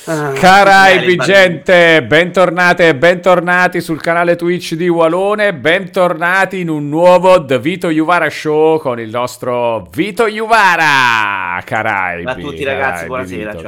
Caraibi, gente, bentornate e bentornati sul canale Twitch di Walone, bentornati in un nuovo The Vito Juvara Show con il nostro Vito Juvara. Caraibi. A tutti ragazzi, Caraibi, buonasera. Vito, Ciao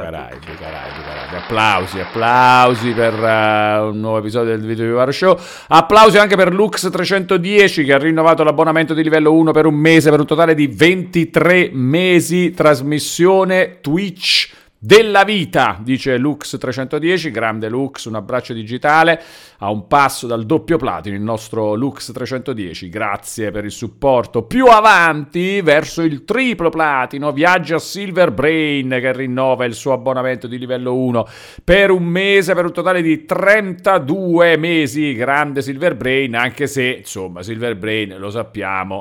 Caraibi. Applausi per un nuovo episodio del Vito Juvara Show. Applausi anche per Lux310 che ha rinnovato l'abbonamento di livello 1 per un mese, per un totale di 23 mesi, trasmissione Twitch della vita, dice Lux310, grande Lux, un abbraccio digitale, a un passo dal doppio platino il nostro Lux310, grazie per il supporto. Più avanti, verso il triplo platino, viaggia Silver Brain che rinnova il suo abbonamento di livello 1 per un mese, per un totale di 32 mesi, grande Silver Brain, anche se, insomma, Silver Brain, lo sappiamo,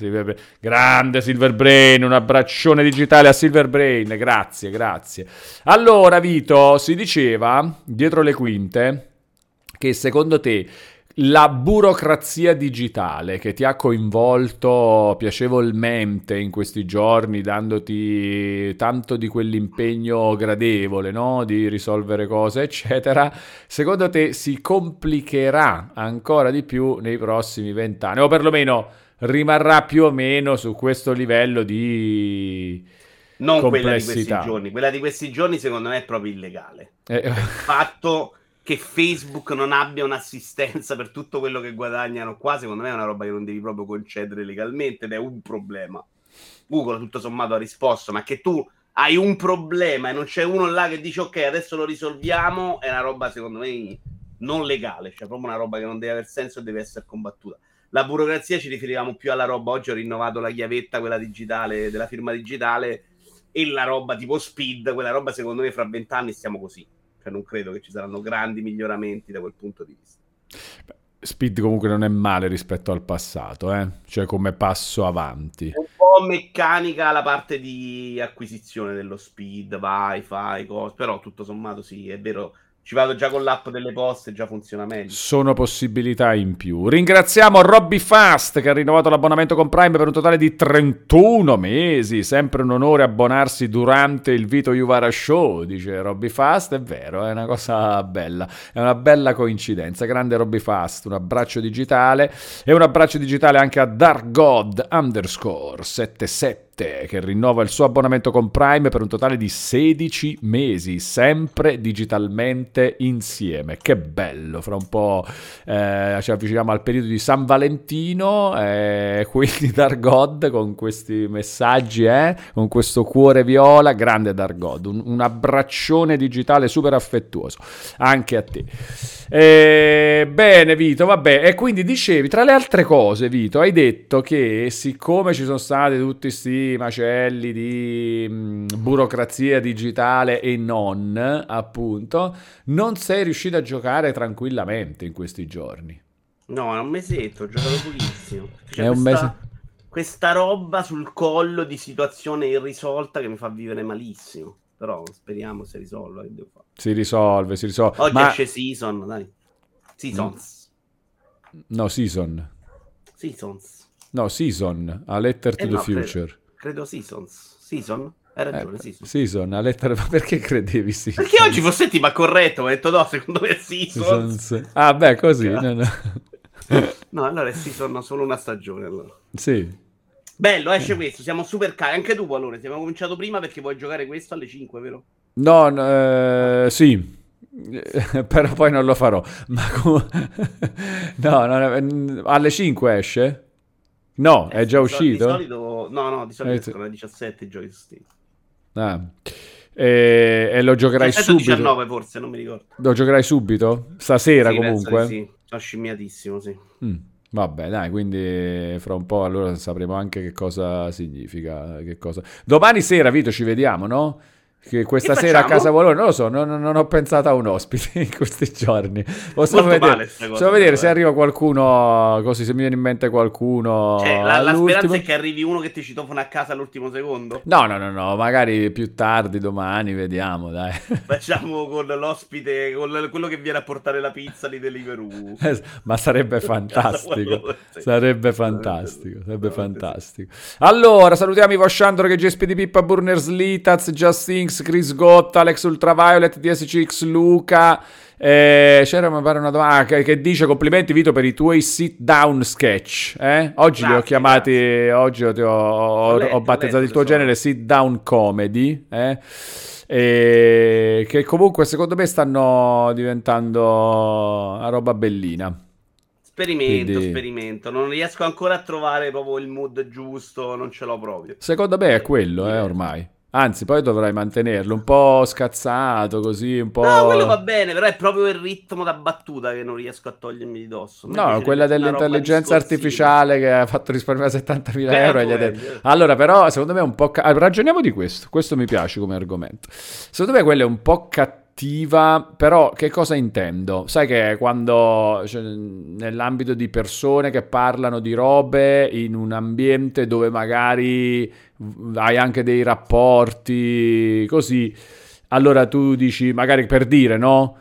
grande Silver Brain, un abbraccione digitale a Silver Brain, grazie. Allora, Vito, si diceva dietro le quinte che secondo te la burocrazia digitale che ti ha coinvolto piacevolmente in questi giorni, dandoti tanto di quell'impegno gradevole, no? Di risolvere cose, eccetera, secondo te si complicherà ancora di più nei prossimi 20 anni? O perlomeno rimarrà più o meno su questo livello di non complessità. Quella di questi giorni secondo me è proprio illegale. Il fatto che Facebook non abbia un'assistenza per tutto quello che guadagnano qua, secondo me è una roba che non devi proprio concedere legalmente ed è un problema. Google tutto sommato ha risposto, ma che tu hai un problema e non c'è uno là che dice ok, adesso lo risolviamo, è una roba secondo me non legale, cioè proprio una roba che non deve aver senso e deve essere combattuta. La burocrazia ci riferivamo più alla roba, oggi ho rinnovato la chiavetta, quella digitale, della firma digitale, e la roba tipo Speed, quella roba secondo me fra 20 anni stiamo così, cioè non credo che ci saranno grandi miglioramenti da quel punto di vista. Speed comunque non è male rispetto al passato, cioè come passo avanti. Un po' meccanica la parte di acquisizione dello Speed, vai, fai cose, però tutto sommato sì, è vero. Ci vado già con l'app delle poste, già funziona meglio. Sono possibilità in più. Ringraziamo Robby Fast che ha rinnovato l'abbonamento con Prime per un totale di 31 mesi. Sempre un onore abbonarsi durante il Vito Juvara Show, dice Robby Fast. È vero, è una cosa bella. È una bella coincidenza. Grande Robby Fast, un abbraccio digitale. E un abbraccio digitale anche a DarkGod_77 che rinnova il suo abbonamento con Prime per un totale di 16 mesi, sempre digitalmente insieme. Che bello, fra un po' ci avviciniamo al periodo di San Valentino, quindi DarkGod con questi messaggi, con questo cuore viola, grande DarkGod, un abbraccione digitale super affettuoso anche a te. Bene Vito, vabbè, e quindi dicevi, tra le altre cose Vito, hai detto che siccome ci sono stati tutti questi macelli di burocrazia digitale e non, appunto, non sei riuscito a giocare tranquillamente in questi giorni. No, è un mesetto, ho giocato pochissimo. È un mese. Questa roba sul collo di situazione irrisolta che mi fa vivere malissimo. Però speriamo si risolva. Che devo fare? Si risolve. Oggi esce Season, dai. Seasons. No, Season. Seasons. No, Season, A Letter to the Future. Credo Seasons. Season? Hai ragione, Season, A Letter... Perché credevi Season? Perché oggi Fossetti mi ha corretto, mi ha detto no, secondo me è Seasons. Ah, beh, così. No. No, allora è Season solo una stagione, allora. Sì. Bello, esce questo, siamo super cari. Anche tu, allora, abbiamo cominciato prima perché vuoi giocare questo alle 5, vero? No, sì. Però poi non lo farò. Ma no, alle 5 esce? No, è già uscito? Di solito escono alle 17 i giochi su Steam. E lo giocherai subito? 19 forse, non mi ricordo. Lo giocherai subito? Stasera sì, comunque? Sì, sono scimmiatissimo, sì. Vabbè, dai, quindi fra un po' allora sapremo anche che cosa significa. Che cosa... Domani sera, Vito, ci vediamo, no? Che questa sera a casa Valone, non lo so, non ho pensato a un ospite in questi giorni. Possiamo vedere se arriva qualcuno, così se mi viene in mente qualcuno. Cioè, la speranza è che arrivi uno che ti citofona a casa all'ultimo secondo? No, magari più tardi, domani, vediamo, dai. Facciamo con l'ospite, con quello che viene a portare la pizza di Deliveroo. Ma sarebbe fantastico. Sarebbe fantastico. Allora, salutiamo Ivo Sciandro che GSP di Pippa, Burners Litaz, Justin Jinx, Chris Gotta, Alex Ultraviolet, DSCX Luca. C'era mi pare una domanda che dice: complimenti Vito per i tuoi sit down sketch. Oggi li ho chiamati, oggi ho battezzato il tuo genere sit down comedy. Che comunque secondo me stanno diventando una roba bellina. Sperimento. Non riesco ancora a trovare proprio il mood giusto, non ce l'ho proprio. Secondo me è quello, ormai. Anzi, poi dovrai mantenerlo un po' scazzato, così, un po'... No, quello va bene, però è proprio il ritmo da battuta che non riesco a togliermi di dosso. No, quella dell'intelligenza artificiale che ha fatto risparmiare 70.000 euro. Gli ha detto... Allora, però, secondo me è un po'... Ragioniamo di questo. Questo mi piace come argomento. Secondo me quello è un po' cattiva, però che cosa intendo? Sai che quando nell'ambito di persone che parlano di robe in un ambiente dove magari hai anche dei rapporti così, allora tu dici, magari per dire, no?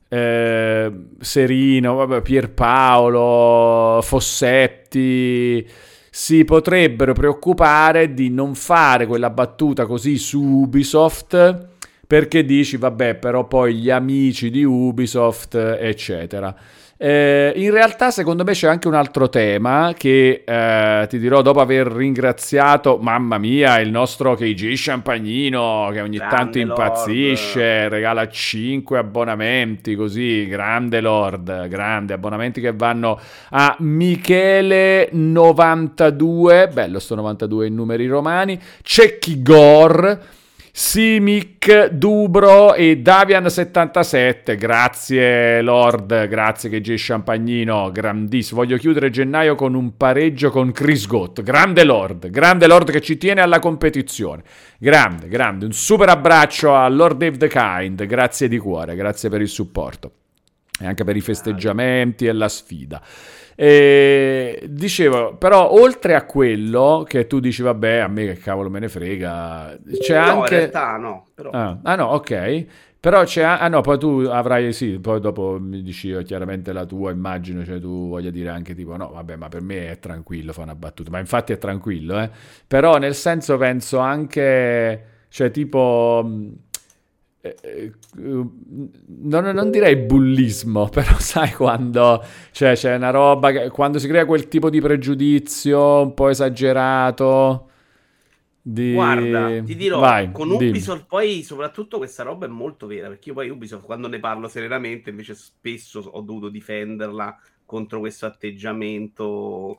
Serino, Pierpaolo, Fossetti si potrebbero preoccupare di non fare quella battuta così su Ubisoft, perché dici, vabbè, però poi gli amici di Ubisoft, eccetera. In realtà, secondo me, c'è anche un altro tema che ti dirò dopo aver ringraziato, mamma mia, il nostro KG Champagnino, che ogni tanto impazzisce, Lord. Regala 5 abbonamenti, così, grande Lord, grande, abbonamenti che vanno a Michele 92, bello sto 92 in numeri romani, Cecchi Gor, Simic, Dubro e Davian77. Grazie Lord, grazie che G Champagnino, grandissimo. Voglio chiudere gennaio con un pareggio con Chris Gott. Grande Lord che ci tiene alla competizione. Grande, un super abbraccio a Lord Dave the Kind, grazie di cuore, grazie per il supporto e anche per i festeggiamenti e la sfida. Dicevo, però oltre a quello che tu dici, vabbè, a me che cavolo me ne frega, c'è anche... in realtà no, però... no, ok, però c'è... no, poi tu avrai, sì, poi dopo mi dici chiaramente la tua, immagino, cioè tu voglia dire anche tipo, no, vabbè, ma per me è tranquillo, fa una battuta, ma infatti è tranquillo, però nel senso penso anche, cioè tipo... non direi bullismo, però sai quando c'è una roba che, quando si crea quel tipo di pregiudizio un po' esagerato guarda, ti dirò, con Ubisoft poi soprattutto questa roba è molto vera, perché io poi Ubisoft quando ne parlo serenamente invece spesso ho dovuto difenderla contro questo atteggiamento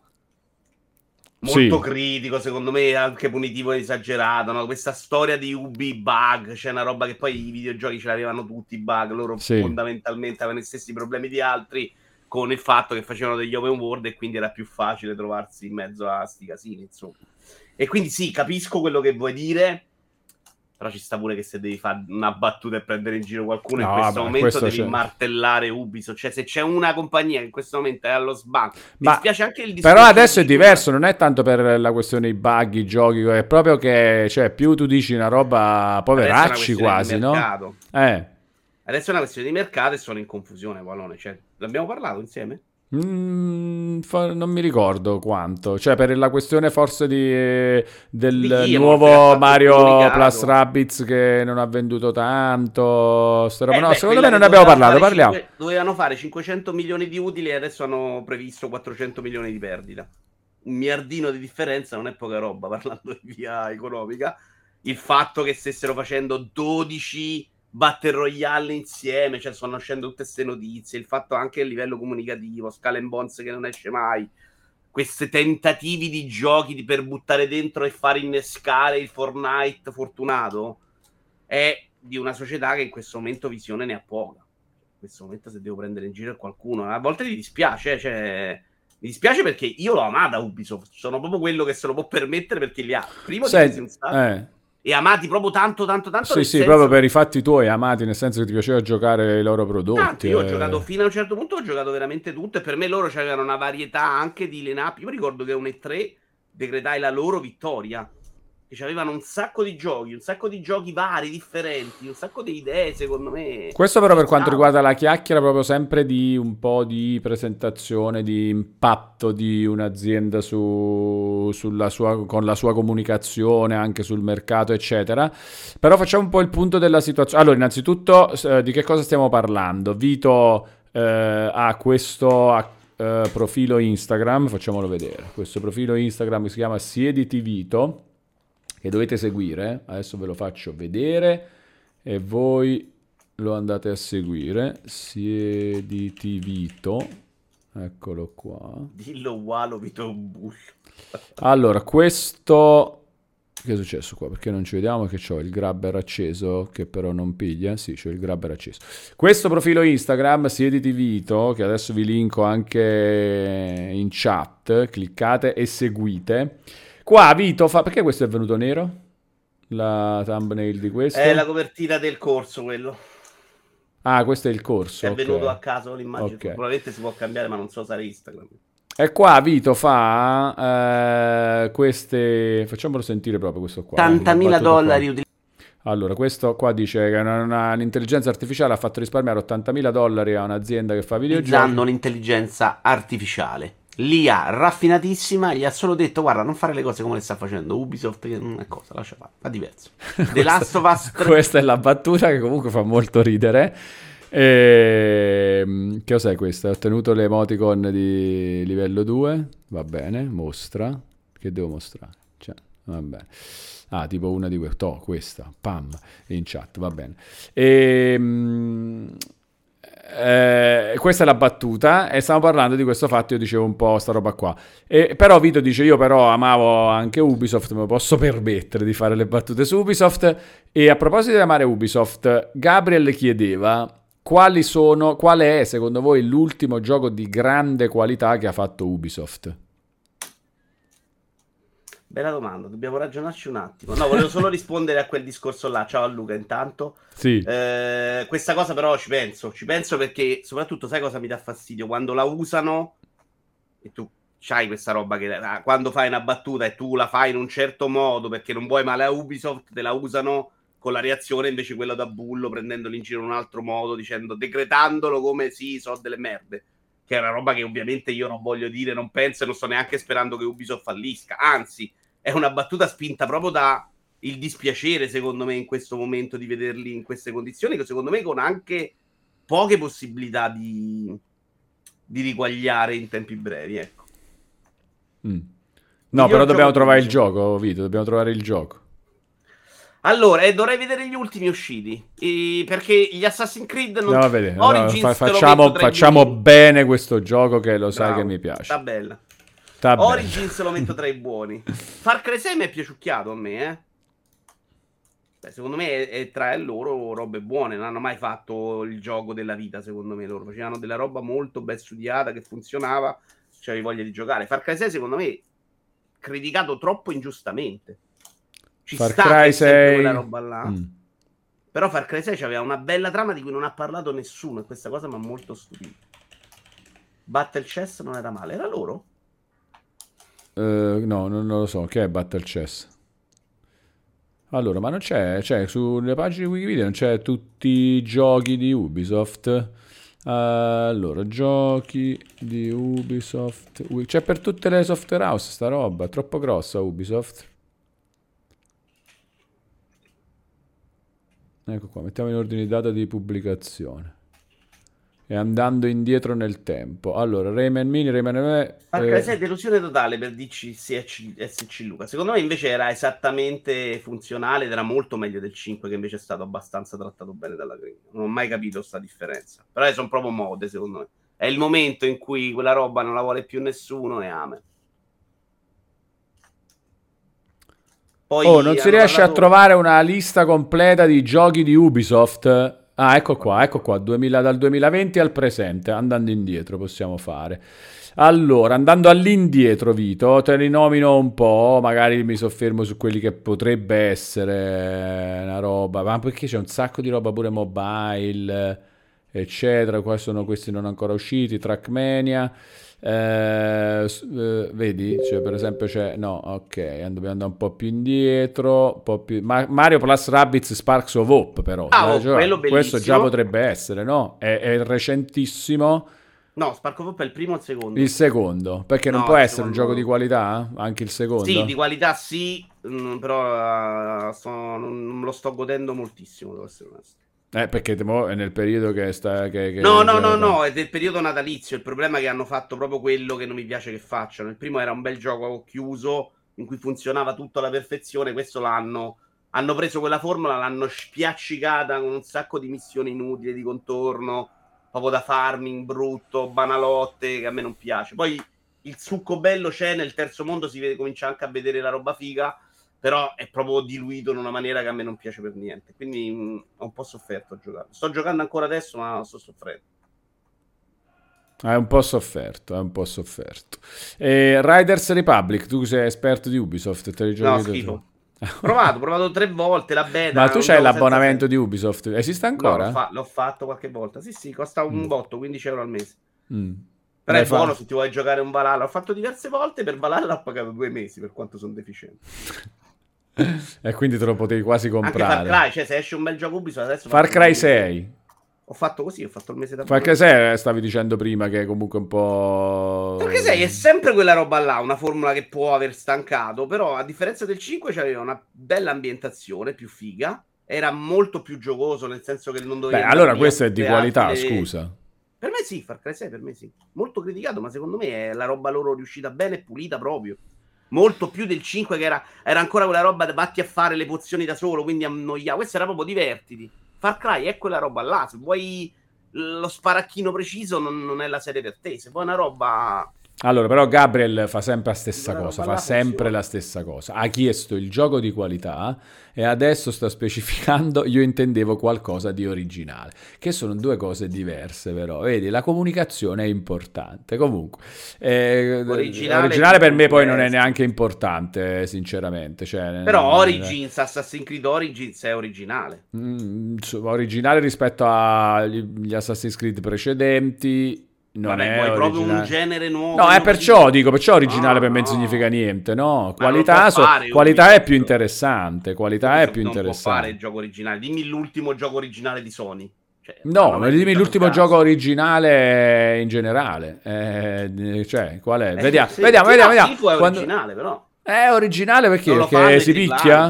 molto critico, secondo me anche punitivo e esagerato, no? Questa storia di Ubi bug, c'è una roba che poi i videogiochi ce l'avevano tutti i bug, loro fondamentalmente avevano gli stessi problemi di altri, con il fatto che facevano degli open world e quindi era più facile trovarsi in mezzo a sti casini, insomma. E quindi sì, capisco quello che vuoi dire, però ci sta pure che se devi fare una battuta e prendere in giro qualcuno, in questo momento devi martellare Ubisoft. Cioè, se c'è una compagnia che in questo momento è allo sbanco, mi dispiace anche il discorso. Però adesso è diverso, non è tanto per la questione dei bug, i giochi, è proprio che, cioè, più tu dici una roba poveracci quasi, no? Adesso è una questione di mercato e sono in confusione, Valone. Cioè, l'abbiamo parlato insieme? Non mi ricordo quanto, cioè per la questione forse del nuovo Mario Plus Rabbids che non ha venduto tanto, no, secondo me non ne abbiamo parlato, parliamo. Dovevano fare 500 milioni di utili e adesso hanno previsto 400 milioni di perdita, un miliardino di differenza, non è poca roba parlando di via economica. Il fatto che stessero facendo 12 Battle Royale insieme, cioè stanno uscendo tutte queste notizie, il fatto anche a livello comunicativo, Skull and Bones che non esce mai, questi tentativi di giochi per buttare dentro e far innescare il Fortnite fortunato, è di una società che in questo momento visione ne ha poca. In questo momento se devo prendere in giro qualcuno, a volte mi dispiace, cioè... Mi dispiace perché io l'ho amata Ubisoft, sono proprio quello che se lo può permettere perché li ha prima di un sacco. E amati proprio tanto. Sì, proprio per i fatti tuoi, amati, nel senso che ti piaceva giocare i loro prodotti. Io ho giocato fino a un certo punto, ho giocato veramente tutto. E per me loro avevano una varietà anche di line-up. Io mi ricordo che un E3 decretai la loro vittoria. che avevano un sacco di giochi vari, differenti, un sacco di idee, secondo me. Questo però per quanto riguarda la chiacchiera, proprio sempre di un po' di presentazione, di impatto di un'azienda sulla sua, con la sua comunicazione, anche sul mercato, eccetera. Però facciamo un po' il punto della situazione. Allora, innanzitutto, di che cosa stiamo parlando? Vito ha questo profilo Instagram, facciamolo vedere. Questo profilo Instagram si chiama Siediti Vito, che dovete seguire. Adesso ve lo faccio vedere e voi lo andate a seguire. Siediti Vito, eccolo qua. Dillo uguale Vito Bullo. Allora, questo... Che è successo qua? Perché non ci vediamo? Che c'ho il grabber acceso, che però non piglia. Sì, c'ho il grabber acceso. Questo profilo Instagram, Siediti Vito, che adesso vi linko anche in chat, cliccate e seguite. Qua Vito fa... Perché questo è venuto nero? La thumbnail di questo? È la copertina del corso, quello. Ah, questo è il corso. È venuto a caso l'immagine. Okay. Probabilmente si può cambiare, ma non so se sarà Instagram. E qua Vito fa queste... Facciamolo sentire proprio questo qua. $80.000 Allora, questo qua dice che un'intelligenza artificiale ha fatto risparmiare $80.000 a un'azienda che fa videogiochi. Usando l'intelligenza artificiale. L'IA raffinatissima gli ha solo detto: guarda, non fare le cose come le sta facendo Ubisoft, che non è cosa, lascia fare, fa diverso. The Last of Us 3. Questa è la battuta che comunque fa molto ridere. Che cos'è questa? Ho ottenuto le emoticon di livello 2. Va bene, mostra. Che devo mostrare? Cioè, va bene. Ah, tipo una di questa. Pam, in chat, va bene. Questa è la battuta e stiamo parlando di questo fatto. Io dicevo un po' sta roba qua però Vito dice: io però amavo anche Ubisoft, me lo posso permettere di fare le battute su Ubisoft. E a proposito di amare Ubisoft, Gabriel chiedeva qual è secondo voi l'ultimo gioco di grande qualità che ha fatto Ubisoft. Bella domanda, dobbiamo ragionarci un attimo. No, volevo solo rispondere a quel discorso là. Ciao a Luca intanto. Sì. Questa cosa però ci penso perché soprattutto sai cosa mi dà fastidio? Quando la usano e tu c'hai questa roba che quando fai una battuta e tu la fai in un certo modo perché non vuoi male a Ubisoft, te la usano con la reazione invece quella da bullo, prendendolo in giro in un altro modo, decretandolo come sì, so delle merde. Che è una roba che ovviamente io non voglio dire, non penso e non sto neanche sperando che Ubisoft fallisca. Anzi, è una battuta spinta proprio da il dispiacere, secondo me, in questo momento di vederli in queste condizioni, che secondo me con anche poche possibilità di riguagliare in tempi brevi, ecco. No, però dobbiamo trovare il gioco, Vito, dobbiamo trovare il gioco. Allora, dovrei vedere gli ultimi usciti, perché gli Assassin's Creed non... No, vedi, facciamo bene questo gioco che lo sai che mi piace. Sta bella. Origins lo metto tra i buoni. Far Cry 6 mi è piaciucchiato a me, Beh, secondo me è tra loro robe buone. Non hanno mai fatto il gioco della vita, secondo me. Loro facevano della roba molto ben studiata, che funzionava, c'avevi voglia di giocare. Far Cry 6 secondo me criticato troppo ingiustamente. Far Cry 6 quella roba là. Però Far Cry 6 aveva una bella trama di cui non ha parlato nessuno e questa cosa mi ha molto stupito. Battle Chess non era male, era loro? No, non lo so. Che è Battle Chess? Allora, ma non c'è, sulle pagine di Wikipedia non c'è tutti i giochi di Ubisoft. Allora, giochi di Ubisoft. C'è per tutte le software house sta roba, è troppo grossa Ubisoft. Ecco qua, mettiamo in ordine di data di pubblicazione. E andando indietro nel tempo. Allora, Rayman Mini, Rayman... È delusione totale per DCSC Luca. Secondo me invece era esattamente funzionale ed era molto meglio del 5, che invece è stato abbastanza trattato bene dalla critica. Non ho mai capito questa differenza. Però sono proprio mode, secondo me. È il momento in cui quella roba non la vuole più nessuno e amen. Poi non si riesce a trovare una lista completa di giochi di Ubisoft. Ah, ecco qua, dal 2020 al presente, andando indietro possiamo fare. Allora, andando all'indietro, Vito, te li nomino un po', magari mi soffermo su quelli che potrebbe essere una roba, ma perché c'è un sacco di roba pure mobile, eccetera. Qua sono questi non ancora usciti, Trackmania. Vedi, cioè, per esempio dobbiamo andare un po' più indietro, un po' più... Mario Plus Rabbids Sparks of Hope, però questo già potrebbe essere, no? È recentissimo. No, Spark of Hope è il primo o il secondo? Il secondo, perché non può essere un gioco di qualità? Anche il secondo? Sì, di qualità sì, però non me lo sto godendo moltissimo, devo essere onesto. Perché è nel periodo che sta... No, è del periodo natalizio. Il problema è che hanno fatto proprio quello che non mi piace che facciano. Il primo era un bel gioco chiuso, in cui funzionava tutto alla perfezione. Questo hanno preso quella formula, l'hanno spiaccicata con un sacco di missioni inutili di contorno, proprio da farming, brutto, banalotte, che a me non piace. Poi il succo bello c'è, nel terzo mondo si vede, comincia anche a vedere la roba figa, però è proprio diluito in una maniera che a me non piace per niente, quindi ho un po' sofferto a giocare. Sto giocando ancora adesso, ma sto soffrendo. È un po' sofferto. Riders Republic, tu sei esperto di Ubisoft, te li giochi? No, schifo. Ho provato 3 volte la beta. Ma tu c'hai l'abbonamento di Ubisoft? Esiste ancora? No, l'ho fatto qualche volta. Sì, costa un botto, 15 euro al mese. Però è buono se ti vuoi giocare un Valhalla. L'ho fatto diverse volte, per Valhalla ho pagato 2 mesi, per quanto sono deficiente. E quindi te lo potevi quasi comprare. Anche Far Cry, cioè se esce un bel gioco Ubisoft adesso... Far Cry 6. Ho fatto così, ho fatto il mese da Far Cry 6 stavi dicendo prima che è comunque un po'... Far Cry 6 è sempre quella roba là, una formula che può aver stancato, però a differenza del 5 c'aveva una bella ambientazione, più figa, era molto più giocoso, nel senso che non dovevi... allora questo è di qualità, scusa. Per me sì, Far Cry 6 per me sì. Molto criticato, ma secondo me è la roba loro riuscita bene e pulita proprio. Molto più del 5 che era ancora quella roba da vatti a fare le pozioni da solo, quindi annoiavo. Questo era proprio divertiti. Far Cry è quella roba là. Se vuoi lo sparacchino preciso non è la serie per te. Se vuoi una roba... Allora, però Gabriel fa sempre la stessa cosa, fa sempre la stessa cosa. Ha chiesto il gioco di qualità e adesso sta specificando, io intendevo qualcosa di originale, che sono due cose diverse però. Vedi, la comunicazione è importante. Comunque, originale per me poi non è neanche importante, sinceramente. Cioè, però Origins, Assassin's Creed Origins è originale. Originale rispetto agli Assassin's Creed precedenti. Non è vuoi proprio un genere nuovo. No, è perciò originale per me non significa niente, no? Qualità è più interessante, qualità è più interessante. Non può fare il gioco originale. Dimmi l'ultimo gioco originale di Sony. No, dimmi l'ultimo gioco originale in generale. Cioè, qual è? Vediamo. È originale, però. È originale perché si picchia?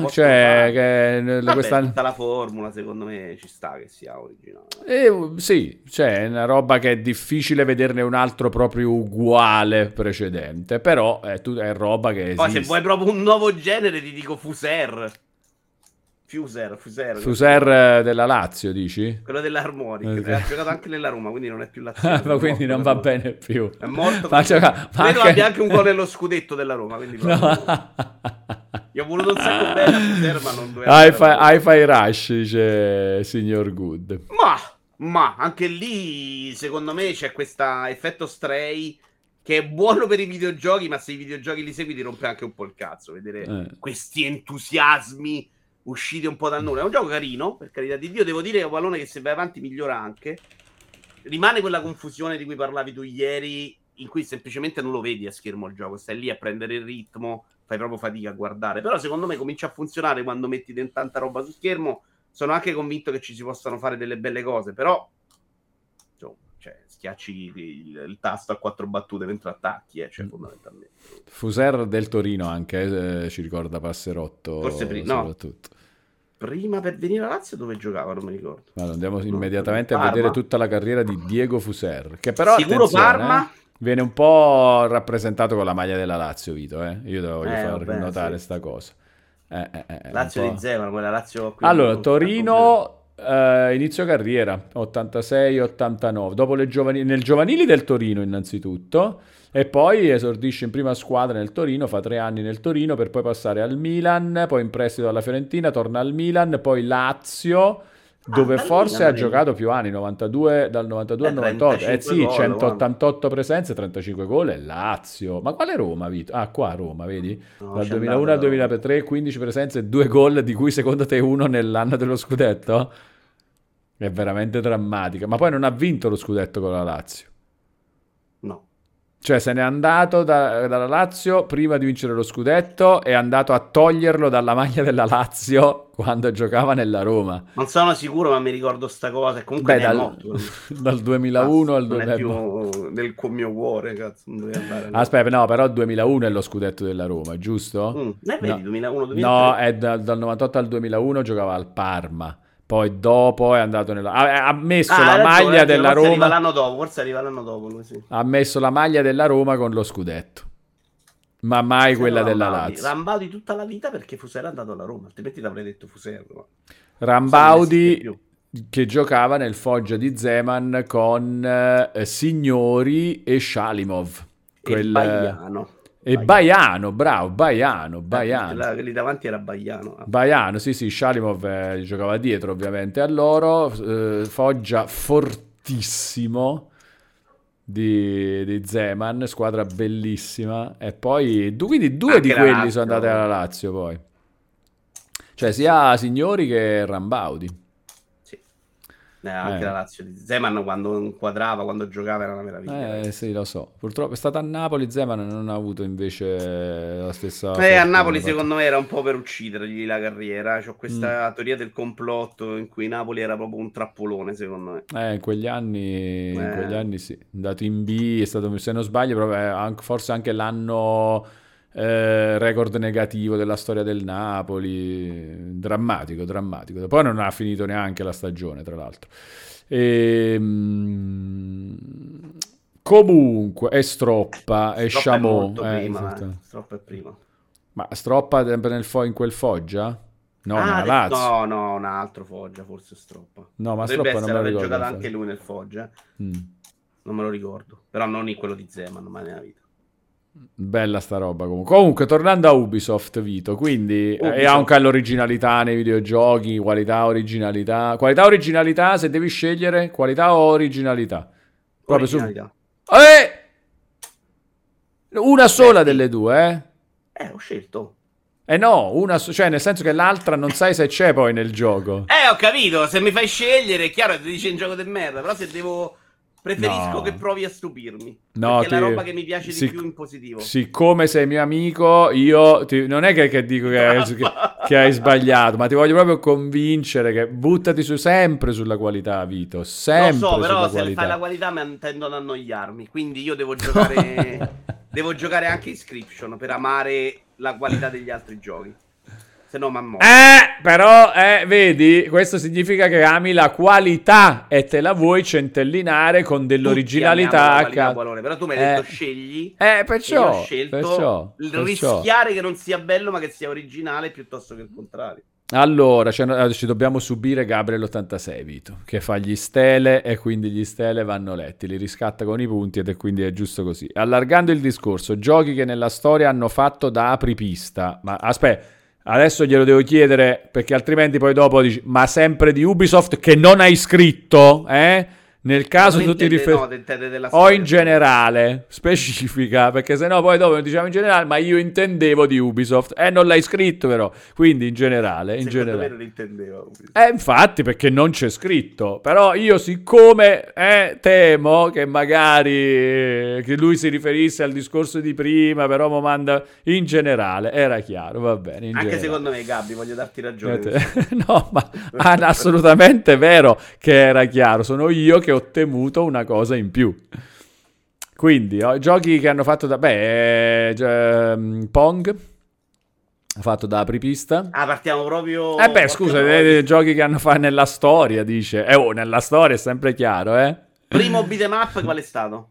Tutta la formula, secondo me, ci sta che sia originale. Sì, cioè è una roba che è difficile vederne un altro proprio uguale precedente, però è roba che esiste. Poi se vuoi proprio un nuovo genere ti dico Fuser della Lazio, dici? Quello dell'Armoric, che ha giocato anche nella Roma, quindi non è più Lazio. Ma quindi non va bene più. È morto. Credo abbia anche un gol nello scudetto della Roma, quindi io ho voluto un sacco bene a Fuser, ma non doveva. Hi-Fi Rush, dice Signor Good. Ma anche lì, secondo me, c'è questo effetto Stray che è buono per i videogiochi, ma se i videogiochi li segui ti rompe anche un po' il cazzo vedere questi entusiasmi usciti un po' dal nulla. È un gioco carino, per carità di Dio. Devo dire che è un pallone che se vai avanti migliora anche. Rimane quella confusione di cui parlavi tu ieri, in cui semplicemente non lo vedi a schermo il gioco, stai lì a prendere il ritmo, fai proprio fatica a guardare. Però secondo me comincia a funzionare quando metti tanta roba su schermo. Sono anche convinto che ci si possano fare delle belle cose, però schiacci il tasto a 4 battute mentre attacchi, fondamentalmente. Fuser del Torino anche, ci ricorda Passerotto. Forse soprattutto. Prima per venire a Lazio dove giocava, non mi ricordo. Allora, andiamo immediatamente a vedere tutta la carriera di Diego Fuser, che però sicuro Parma viene un po' rappresentato con la maglia della Lazio, Vito, io te lo voglio far notare sta cosa. Lazio di Zeman, quella Lazio. Allora, Torino inizio carriera 86-89, dopo nel giovanili del Torino innanzitutto, e poi esordisce in prima squadra nel Torino, fa 3 anni nel Torino per poi passare al Milan, poi in prestito alla Fiorentina, torna al Milan, poi Lazio, dove forse ha giocato più anni, dal 92 al 98, sì, gol, 188 presenze, 35 gol, e Lazio. Ma quale Roma, Vito? Qua Roma, vedi? Dal 2001 al 2003, 15 presenze e 2 gol, di cui secondo te uno nell'anno dello scudetto? È veramente drammatica. Ma poi non ha vinto lo scudetto con la Lazio. No. Cioè se n'è andato dalla Lazio prima di vincere lo scudetto, è andato a toglierlo dalla maglia della Lazio quando giocava nella Roma. Non sono sicuro, ma mi ricordo sta cosa. Comunque dal 2001 al non è più nel mio cuore, cazzo. Non andare aspetta, no, però il 2001 è lo scudetto della Roma, giusto? Vedi, 2001-2003? No, è dal 98 al 2001 giocava al Parma. Poi dopo è andato ha messo la maglia della Roma. Forse arriva l'anno dopo. Lui, sì. Ha messo la maglia della Roma con lo scudetto. Ma mai quella della Lazio. Rambaudi tutta la vita perché Fuser è andato alla Roma, altrimenti l'avrei detto Fuser. Rambaudi che giocava nel Foggia di Zeman con Signori e Shalimov. E Baiano, bravo, Baiano. Lì davanti era Baiano. Baiano, sì, Shalimov giocava dietro ovviamente a loro. Foggia fortissimo di Zeman, squadra bellissima. E poi quindi due di quelli Lazio, sono andati alla Lazio poi. Cioè sia Signori che Rambaudi. Anche la Lazio di Zeman quando inquadrava, quando giocava era una meraviglia. Sì, lo so. Purtroppo è stato a Napoli, Zeman non ha avuto invece la stessa... a Napoli secondo me era un po' per uccidergli la carriera. C'ho questa teoria del complotto in cui Napoli era proprio un trappolone, secondo me. In quegli anni sì. Andato in B, è stato, se non sbaglio, proprio, forse anche l'anno... record negativo della storia del Napoli, drammatico. Poi non ha finito neanche la stagione, tra l'altro. Comunque è Stroppa, è Chamot. Stroppa è prima. Ma Stroppa in quel Foggia? No, nella Lazio. No, un altro Foggia, forse Stroppa. No, ma Stroppa non me lo ricordo. Ha giocato anche lui nel Foggia. Non me lo ricordo. Però non in quello di Zeman, mai nella vita. Bella sta roba comunque, tornando a Ubisoft, Vito, quindi e anche all'originalità nei videogiochi, qualità, originalità, se devi scegliere qualità o originalità? Originalità. Una sola delle due, ho scelto. No, cioè nel senso che l'altra non sai se c'è poi nel gioco. Ho capito, se mi fai scegliere è chiaro che ti dice un gioco di merda, però se devo... Preferisco che provi a stupirmi. Perché è la roba che mi piace di più in positivo. Siccome sei mio amico, non è che dico che hai sbagliato, ma ti voglio proprio convincere che buttati sempre sulla qualità, Vito. Sempre. Lo so, però se fai la qualità tendo ad annoiarmi. Quindi io devo giocare. Devo giocare anche Inscription per amare la qualità degli altri giochi. Se no m'ammoro. Però, vedi, questo significa che ami la qualità e te la vuoi centellinare con dell'originalità. Però tu mi hai detto scegli. Perciò. Io ho scelto rischiare che non sia bello, ma che sia originale piuttosto che il contrario. Allora, ci dobbiamo subire Gabriel 86, Vito, che fa gli stele e quindi gli stele vanno letti, li riscatta con i punti ed è quindi è giusto così. Allargando il discorso, giochi che nella storia hanno fatto da apripista. Ma aspetta. Adesso glielo devo chiedere perché altrimenti poi dopo dici ma sempre di Ubisoft che non hai scritto, Nel caso tu ti riferisci o in generale, specifica, perché sennò poi dopo diciamo in generale, ma io intendevo di Ubisoft, non l'hai scritto però, quindi in generale. Secondo me non intendevo Ubisoft. Infatti perché non c'è scritto, però io siccome temo che magari che lui si riferisse al discorso di prima, però mi manda in generale, era chiaro, va bene. Anche generale. Secondo me, Gabby, voglio darti ragione. No, ma assolutamente vero che era chiaro, sono io che ho temuto una cosa in più. Quindi giochi che hanno fatto Pong ha fatto da apripista. Partiamo proprio scusa, giochi che hanno fatto nella storia, dice. Nella storia è sempre chiaro, Primo beat'em up qual è stato?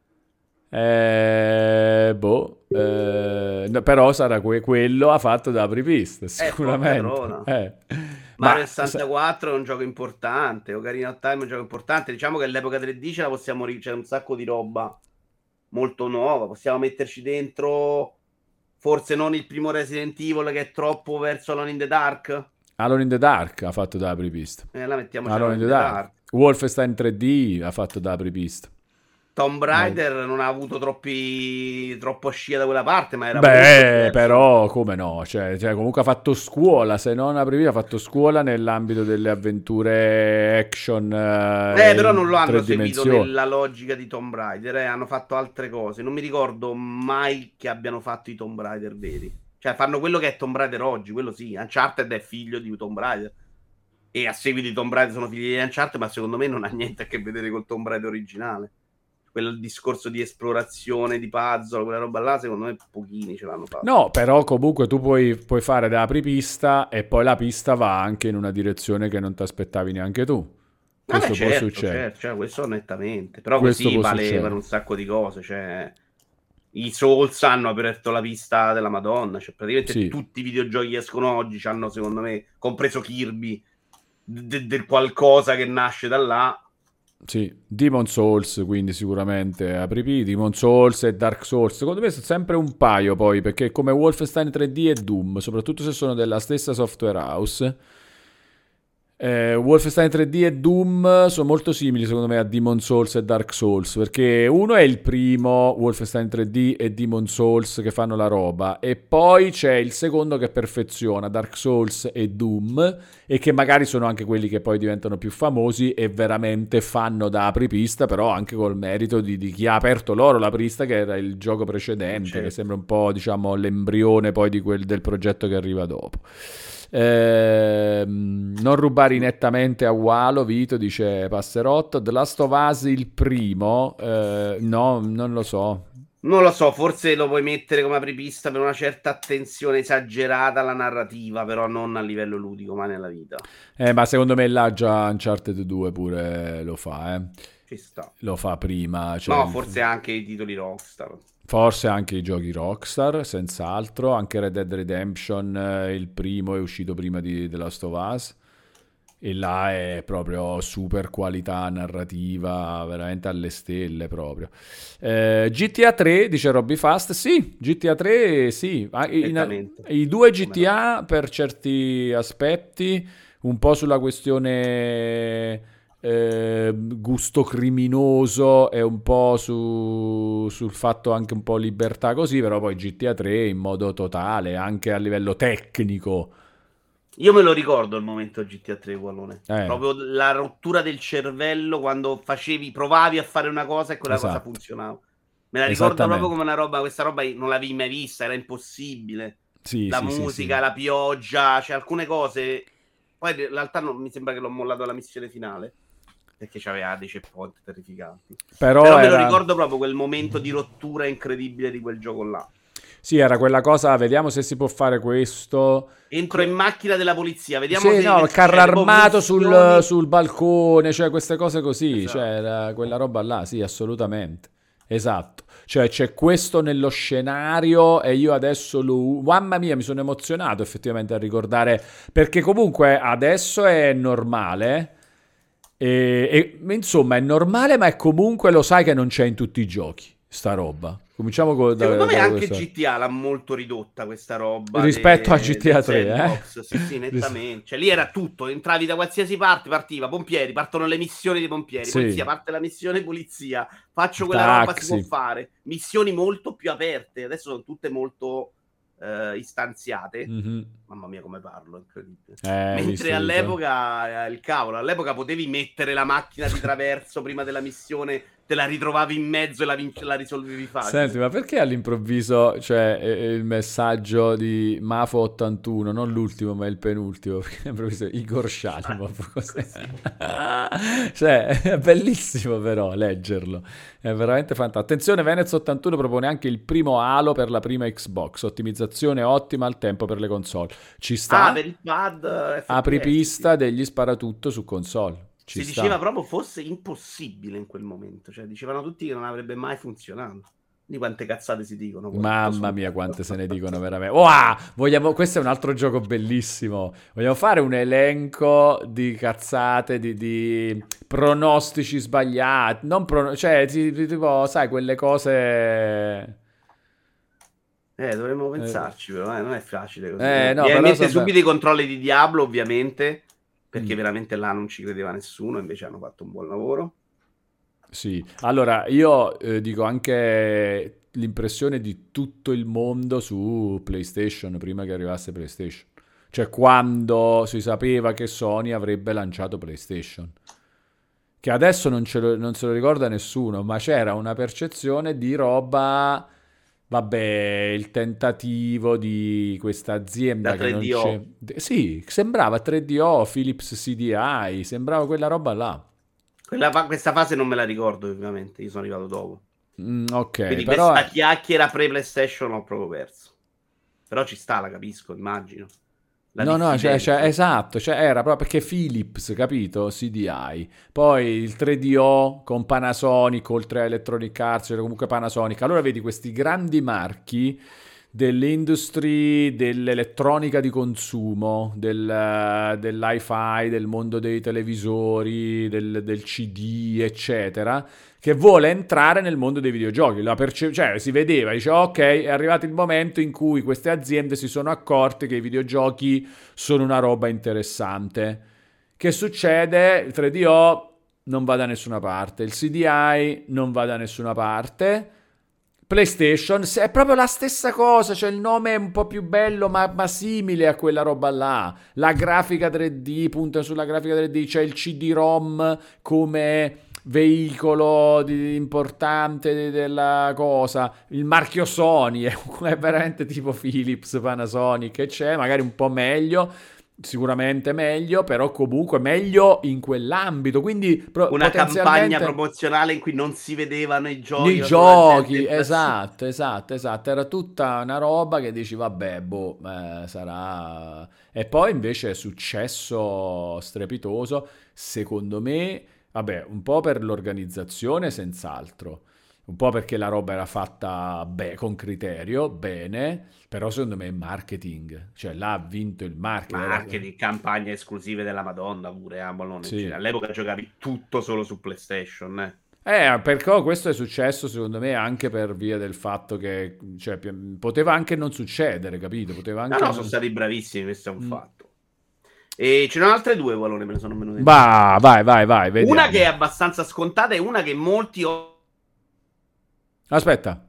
Però sarà quello ha fatto da apripista sicuramente. Mario 64 è un gioco importante, Ocarina of Time è un gioco importante. Diciamo che all'epoca 3D ce la possiamo c'è un sacco di roba molto nuova, possiamo metterci dentro forse non il primo Resident Evil che è troppo verso Alone in the Dark. Alone in the Dark ha fatto da apripista. La mettiamo Alone in the Dark. Wolfenstein 3D ha fatto da apripista. Tomb Raider non ha avuto troppo scia da quella parte, ma era però come no, cioè comunque ha fatto scuola, se non aprì, ha fatto scuola nell'ambito delle avventure action però non lo hanno seguito nella logica di Tomb Raider, hanno fatto altre cose. Non mi ricordo mai che abbiano fatto i Tomb Raider veri. Cioè fanno quello che è Tomb Raider oggi, quello sì. Uncharted è figlio di Tomb Raider e a seguito di Tomb Raider sono figli di Uncharted, ma secondo me non ha niente a che vedere col Tomb Raider originale. Quel discorso di esplorazione, di puzzle, quella roba là, secondo me pochini ce l'hanno fatto. No, però comunque tu puoi fare da apripista e poi la pista va anche in una direzione che non ti aspettavi neanche tu. Questo può succedere. Certo, questo nettamente. Però questo così valevano un sacco di cose, cioè i Souls hanno aperto la pista della Madonna, cioè praticamente tutti i videogiochi che escono oggi hanno, secondo me, compreso Kirby, del qualcosa che nasce da là. Sì, Demon Souls, quindi sicuramente apripì, Demon Souls e Dark Souls, secondo me sono sempre un paio poi, perché come Wolfenstein 3D e Doom, soprattutto se sono della stessa software house, Wolfenstein 3D e Doom sono molto simili secondo me a Demon Souls e Dark Souls, perché uno è il primo, Wolfenstein 3D e Demon Souls, che fanno la roba, e poi c'è il secondo che perfeziona, Dark Souls e Doom, e che magari sono anche quelli che poi diventano più famosi e veramente fanno da apripista, però anche col merito di chi ha aperto loro la pista, che era il gioco precedente, che sembra un po', diciamo, l'embrione poi del progetto che arriva dopo. Non rubare nettamente a Walo, Vito dice Passerotto. The Last of Us il primo, no, non lo so. Non lo so, forse lo puoi mettere come apripista per una certa attenzione esagerata alla narrativa, però non a livello ludico, ma nella vita. Ma secondo me là già Uncharted 2 pure lo fa, Ci sta. Lo fa prima. Cioè, no, forse anche i titoli Rockstar. Forse anche i giochi Rockstar, senz'altro. Anche Red Dead Redemption, il primo, è uscito prima di The Last of Us. E là è proprio super qualità narrativa, veramente alle stelle proprio. GTA 3, dice Robby Fast, sì, GTA 3 sì. I due GTA per certi aspetti, un po' sulla questione gusto criminoso e un po' sul fatto anche un po' libertà così, però poi GTA 3 in modo totale, anche a livello tecnico. Io me lo ricordo il momento GTA 3, Wallone. Proprio la rottura del cervello quando provavi a fare una cosa e quella cosa funzionava. Me la ricordo proprio come una roba, questa roba non l'avevi mai vista, era impossibile. La musica, la pioggia, cioè alcune cose. Poi in realtà mi sembra che l'ho mollato alla missione finale, perché c'aveva dei checkpoint terrificanti. Però me lo ricordo proprio quel momento di rottura incredibile di quel gioco là. Sì, era quella cosa, vediamo se si può fare questo. Entro in macchina della polizia, vediamo se... no, il carro armato sul balcone, cioè queste cose così, esatto. Cioè quella roba là, sì, assolutamente. Esatto. Cioè c'è questo nello scenario e io adesso mamma mia, mi sono emozionato effettivamente a ricordare, perché comunque adesso è normale e insomma è normale, ma è comunque, lo sai che non c'è in tutti i giochi sta roba. Cominciamo con secondo me anche GTA l'ha molto ridotta questa roba rispetto a GTA 3, sì, nettamente. Cioè lì era tutto, entravi da qualsiasi parte, partiva pompieri, partono le missioni dei pompieri, polizia, parte la missione polizia, faccio quella roba, si può fare, missioni molto più aperte, adesso sono tutte molto istanziate. Mamma mia come parlo, incredibile. Mentre all'epoca il cavolo, all'epoca potevi mettere la macchina di traverso prima della missione, te la ritrovavi in mezzo e la risolvevi facile. Senti, ma perché all'improvviso, cioè, il messaggio di Mafo 81, non l'ultimo ma il penultimo, perché all'improvviso Igor Shalimov, cioè, è bellissimo però leggerlo, è veramente fantastico. Attenzione, Venez 81 propone anche il primo Halo per la prima Xbox, ottimizzazione ottima al tempo per le console. Ci sta, per il pad, apripista degli sparatutto su console. Si diceva proprio fosse impossibile in quel momento, cioè dicevano tutti che non avrebbe mai funzionato. Di quante cazzate si dicono. Mamma mia, quante se ne dicono veramente. Questo è un altro gioco bellissimo. Vogliamo fare un elenco di cazzate, di pronostici sbagliati, cioè tipo, sai, quelle cose... dovremmo pensarci, però non è facile così. No, mi mette subito i controlli di Diablo, ovviamente, perché veramente là non ci credeva nessuno, invece hanno fatto un buon lavoro. Sì, allora io dico anche l'impressione di tutto il mondo su PlayStation prima che arrivasse PlayStation. Cioè quando si sapeva che Sony avrebbe lanciato PlayStation. Che adesso non se lo ricorda nessuno, ma c'era una percezione di roba, vabbè, il tentativo di questa Da azienda che non 3DO. c'è. Sì, sembrava 3DO, Philips CDI, sembrava quella roba là. Questa fase non me la ricordo, ovviamente. Io sono arrivato dopo. Ok, Quindi però questa chiacchiera pre-PlayStation l'ho proprio perso. Però ci sta, la capisco, immagino. La no, no, diffidenza. esatto, era proprio perché Philips, capito? CDI. Poi il 3DO con Panasonic, oltre a Electronic Arts, era comunque Panasonic. Allora vedi questi grandi marchi dell'industry, dell'elettronica di consumo, dell'hi-fi, del mondo dei televisori, del CD, eccetera, che vuole entrare nel mondo dei videogiochi. Cioè, si vedeva, dice, ok, è arrivato il momento in cui queste aziende si sono accorte che i videogiochi sono una roba interessante. Che succede? Il 3DO non va da nessuna parte, il CDI non va da nessuna parte. PlayStation è proprio la stessa cosa, cioè il nome è un po' più bello ma simile a quella roba là. La grafica 3D, punta sulla grafica 3D, c'è il CD-ROM come veicolo importante della cosa. Il marchio Sony è veramente tipo Philips, Panasonic, e c'è magari un po' meglio. Sicuramente meglio, però comunque meglio in quell'ambito. Quindi Una campagna potenzialmente promozionale in cui non si vedevano i nei giochi, ma solo la gente giochi, impazzita. esatto. Era tutta una roba che dici, vabbè, boh, sarà. E poi invece è successo strepitoso, secondo me, vabbè, un po' per l'organizzazione, senz'altro. Un po' perché la roba era fatta con criterio, bene, però secondo me è marketing, cioè là ha vinto il marketing. Ma anche di campagne esclusive della Madonna, pure, Sì. all'epoca giocavi tutto solo su PlayStation, eh. Perché questo è successo secondo me anche per via del fatto che cioè, poteva anche non succedere, capito? Poteva No, anche no, sono non. stati bravissimi, questo è un Mm. fatto. E ce ne sono altre due, Valone, me ne sono venute in mente. Bah, vai, Una che è vediamo. abbastanza scontata e una che molti... Aspetta,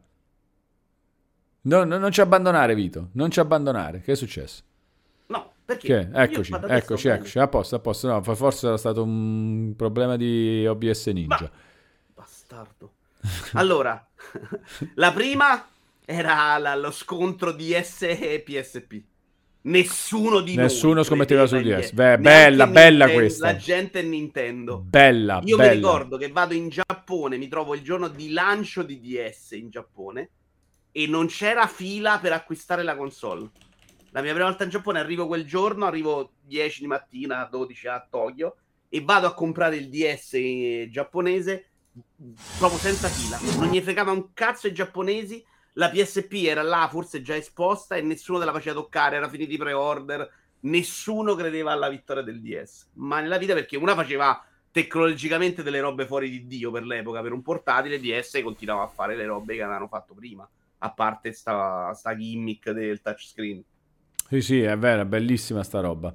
non ci abbandonare, Vito, non ci abbandonare. Che è successo? No, perché? Che? Io Eccoci, qua da te sto eccoci, bene. eccoci. A posto. No, forse era stato un problema di OBS Ma... Ninja. Bastardo. Allora, la prima era lo scontro DS e PSP. Nessuno di noi Nessuno scommetteva credeva sul in DS. DS, Beh, neanche bella La questa. gente in Nintendo. Bella, Io mi bella. ricordo che vado in Giappone, mi trovo il giorno di lancio di DS in Giappone e non c'era fila per acquistare la console. La mia prima volta in Giappone arrivo quel giorno, arrivo 10 di mattina, 12 a Tokyo e vado a comprare il DS giapponese proprio senza fila. Non gli fregava un cazzo ai giapponesi. La PSP era là, forse già esposta, e nessuno te la faceva toccare. Era finito i pre-order. Nessuno credeva alla vittoria del DS. Ma nella vita, perché una faceva tecnologicamente delle robe fuori di Dio per l'epoca, per un portatile, DS continuava a fare le robe che avevano fatto prima. A parte sta gimmick del touchscreen. Sì, è vero, è bellissima sta roba.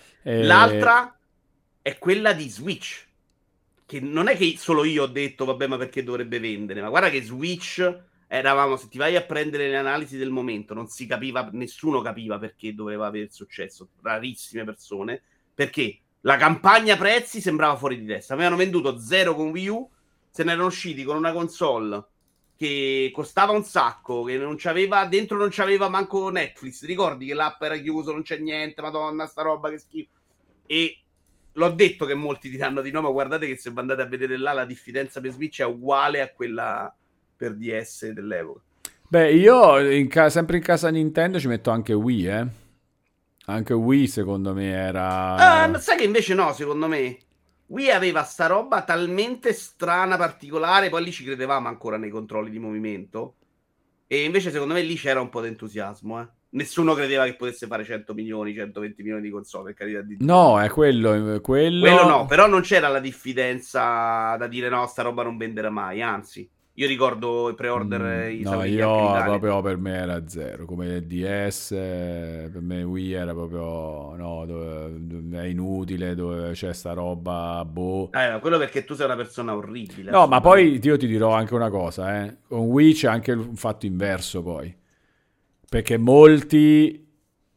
E. L'altra è quella di Switch. Che non è che solo io ho detto, vabbè, ma perché dovrebbe vendere? Ma guarda che Switch eravamo, se ti vai a prendere le analisi del momento, non si capiva, nessuno capiva perché doveva avere successo. Rarissime persone. Perché la campagna prezzi sembrava fuori di testa. Avevano venduto zero con Wii U, se ne erano usciti con una console che costava un sacco, che non c'aveva, dentro non c'aveva manco Netflix. Ricordi che l'app era chiuso, non c'è niente, madonna, sta roba che schifo. E l'ho detto che molti diranno di no, ma guardate che se andate a vedere là la diffidenza per Switch è uguale a quella per DS dell'epoca. Beh, io sempre in casa Nintendo ci metto anche Wii, eh. Anche Wii secondo me era. Sai che invece no, secondo me Wii aveva sta roba talmente strana, particolare, poi lì ci credevamo ancora nei controlli di movimento, e invece secondo me lì c'era un po' di entusiasmo, eh. Nessuno credeva che potesse fare 100 milioni, 120 milioni di console, per carità di Dio. No, è quello, Quello no, quello. però non c'era la diffidenza da dire no, sta roba non venderà mai, anzi. Io ricordo i pre-order no, io proprio per me era zero, come il DS, per me Wii era proprio, no, è inutile, dove c'è sta roba, boh. Quello perché tu sei una persona orribile. No, ma poi io ti dirò anche una cosa, con Wii c'è anche un fatto inverso poi, perché molti,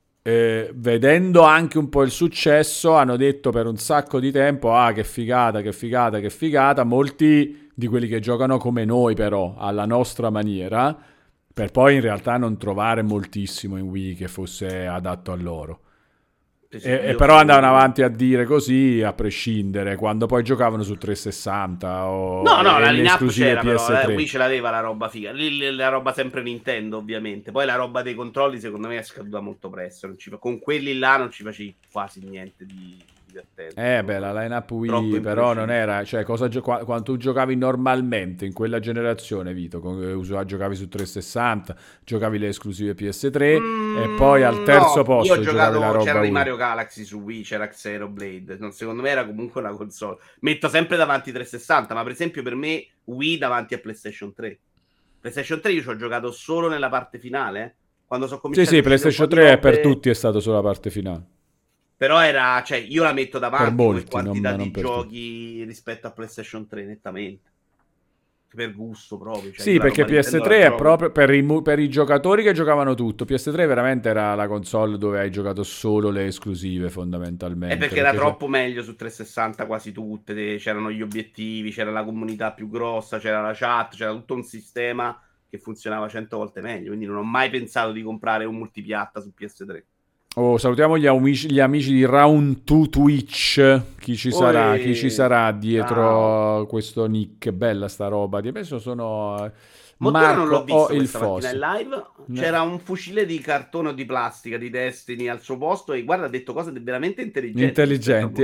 vedendo anche un po' il successo, hanno detto per un sacco di tempo, che figata, che figata, che figata, molti di quelli che giocano come noi però, alla nostra maniera, per poi in realtà non trovare moltissimo in Wii che fosse adatto a loro. E però andavano avanti a dire così a prescindere, quando poi giocavano su 360 o la line-up c'era PS3. però, Wii ce l'aveva la roba figa, lì la roba sempre Nintendo ovviamente, poi la roba dei controlli secondo me è scaduta molto presto, con quelli là non ci facevi quasi niente di divertente. La line-up Wii però non era, cioè quando tu giocavi normalmente in quella generazione, Vito, giocavi su 360, giocavi le esclusive PS3 e poi al terzo posto io ho giocavi la roba c'era Wii. di Mario Galaxy su Wii, c'era Xenoblade, secondo me era comunque una console. Metto sempre davanti 360, ma per esempio per me Wii davanti a PlayStation 3. PlayStation 3 io ci ho giocato solo nella parte finale, quando sono cominciato Sì, PlayStation 3 per tutti è stato solo la parte finale. Però era, cioè, io la metto davanti molti, come quantità non di giochi rispetto a PlayStation 3, nettamente. Per gusto proprio. Cioè, sì, perché PS3 è proprio per i giocatori che giocavano tutto. PS3 veramente era la console dove hai giocato solo le esclusive, fondamentalmente. È perché era troppo meglio su 360 quasi tutte. C'erano gli obiettivi, c'era la comunità più grossa, c'era la chat, c'era tutto un sistema che funzionava 100 volte meglio. Quindi non ho mai pensato di comprare un multipiatta su PS3. Salutiamo gli amici di Round 2 Twitch. Chi ci sarà dietro questo nick? Bella sta roba. Di adesso sono Marco non l'ho visto il questa mattina in live. C'era un fucile di cartone o di plastica di Destiny al suo posto e guarda, ha detto cose veramente intelligenti.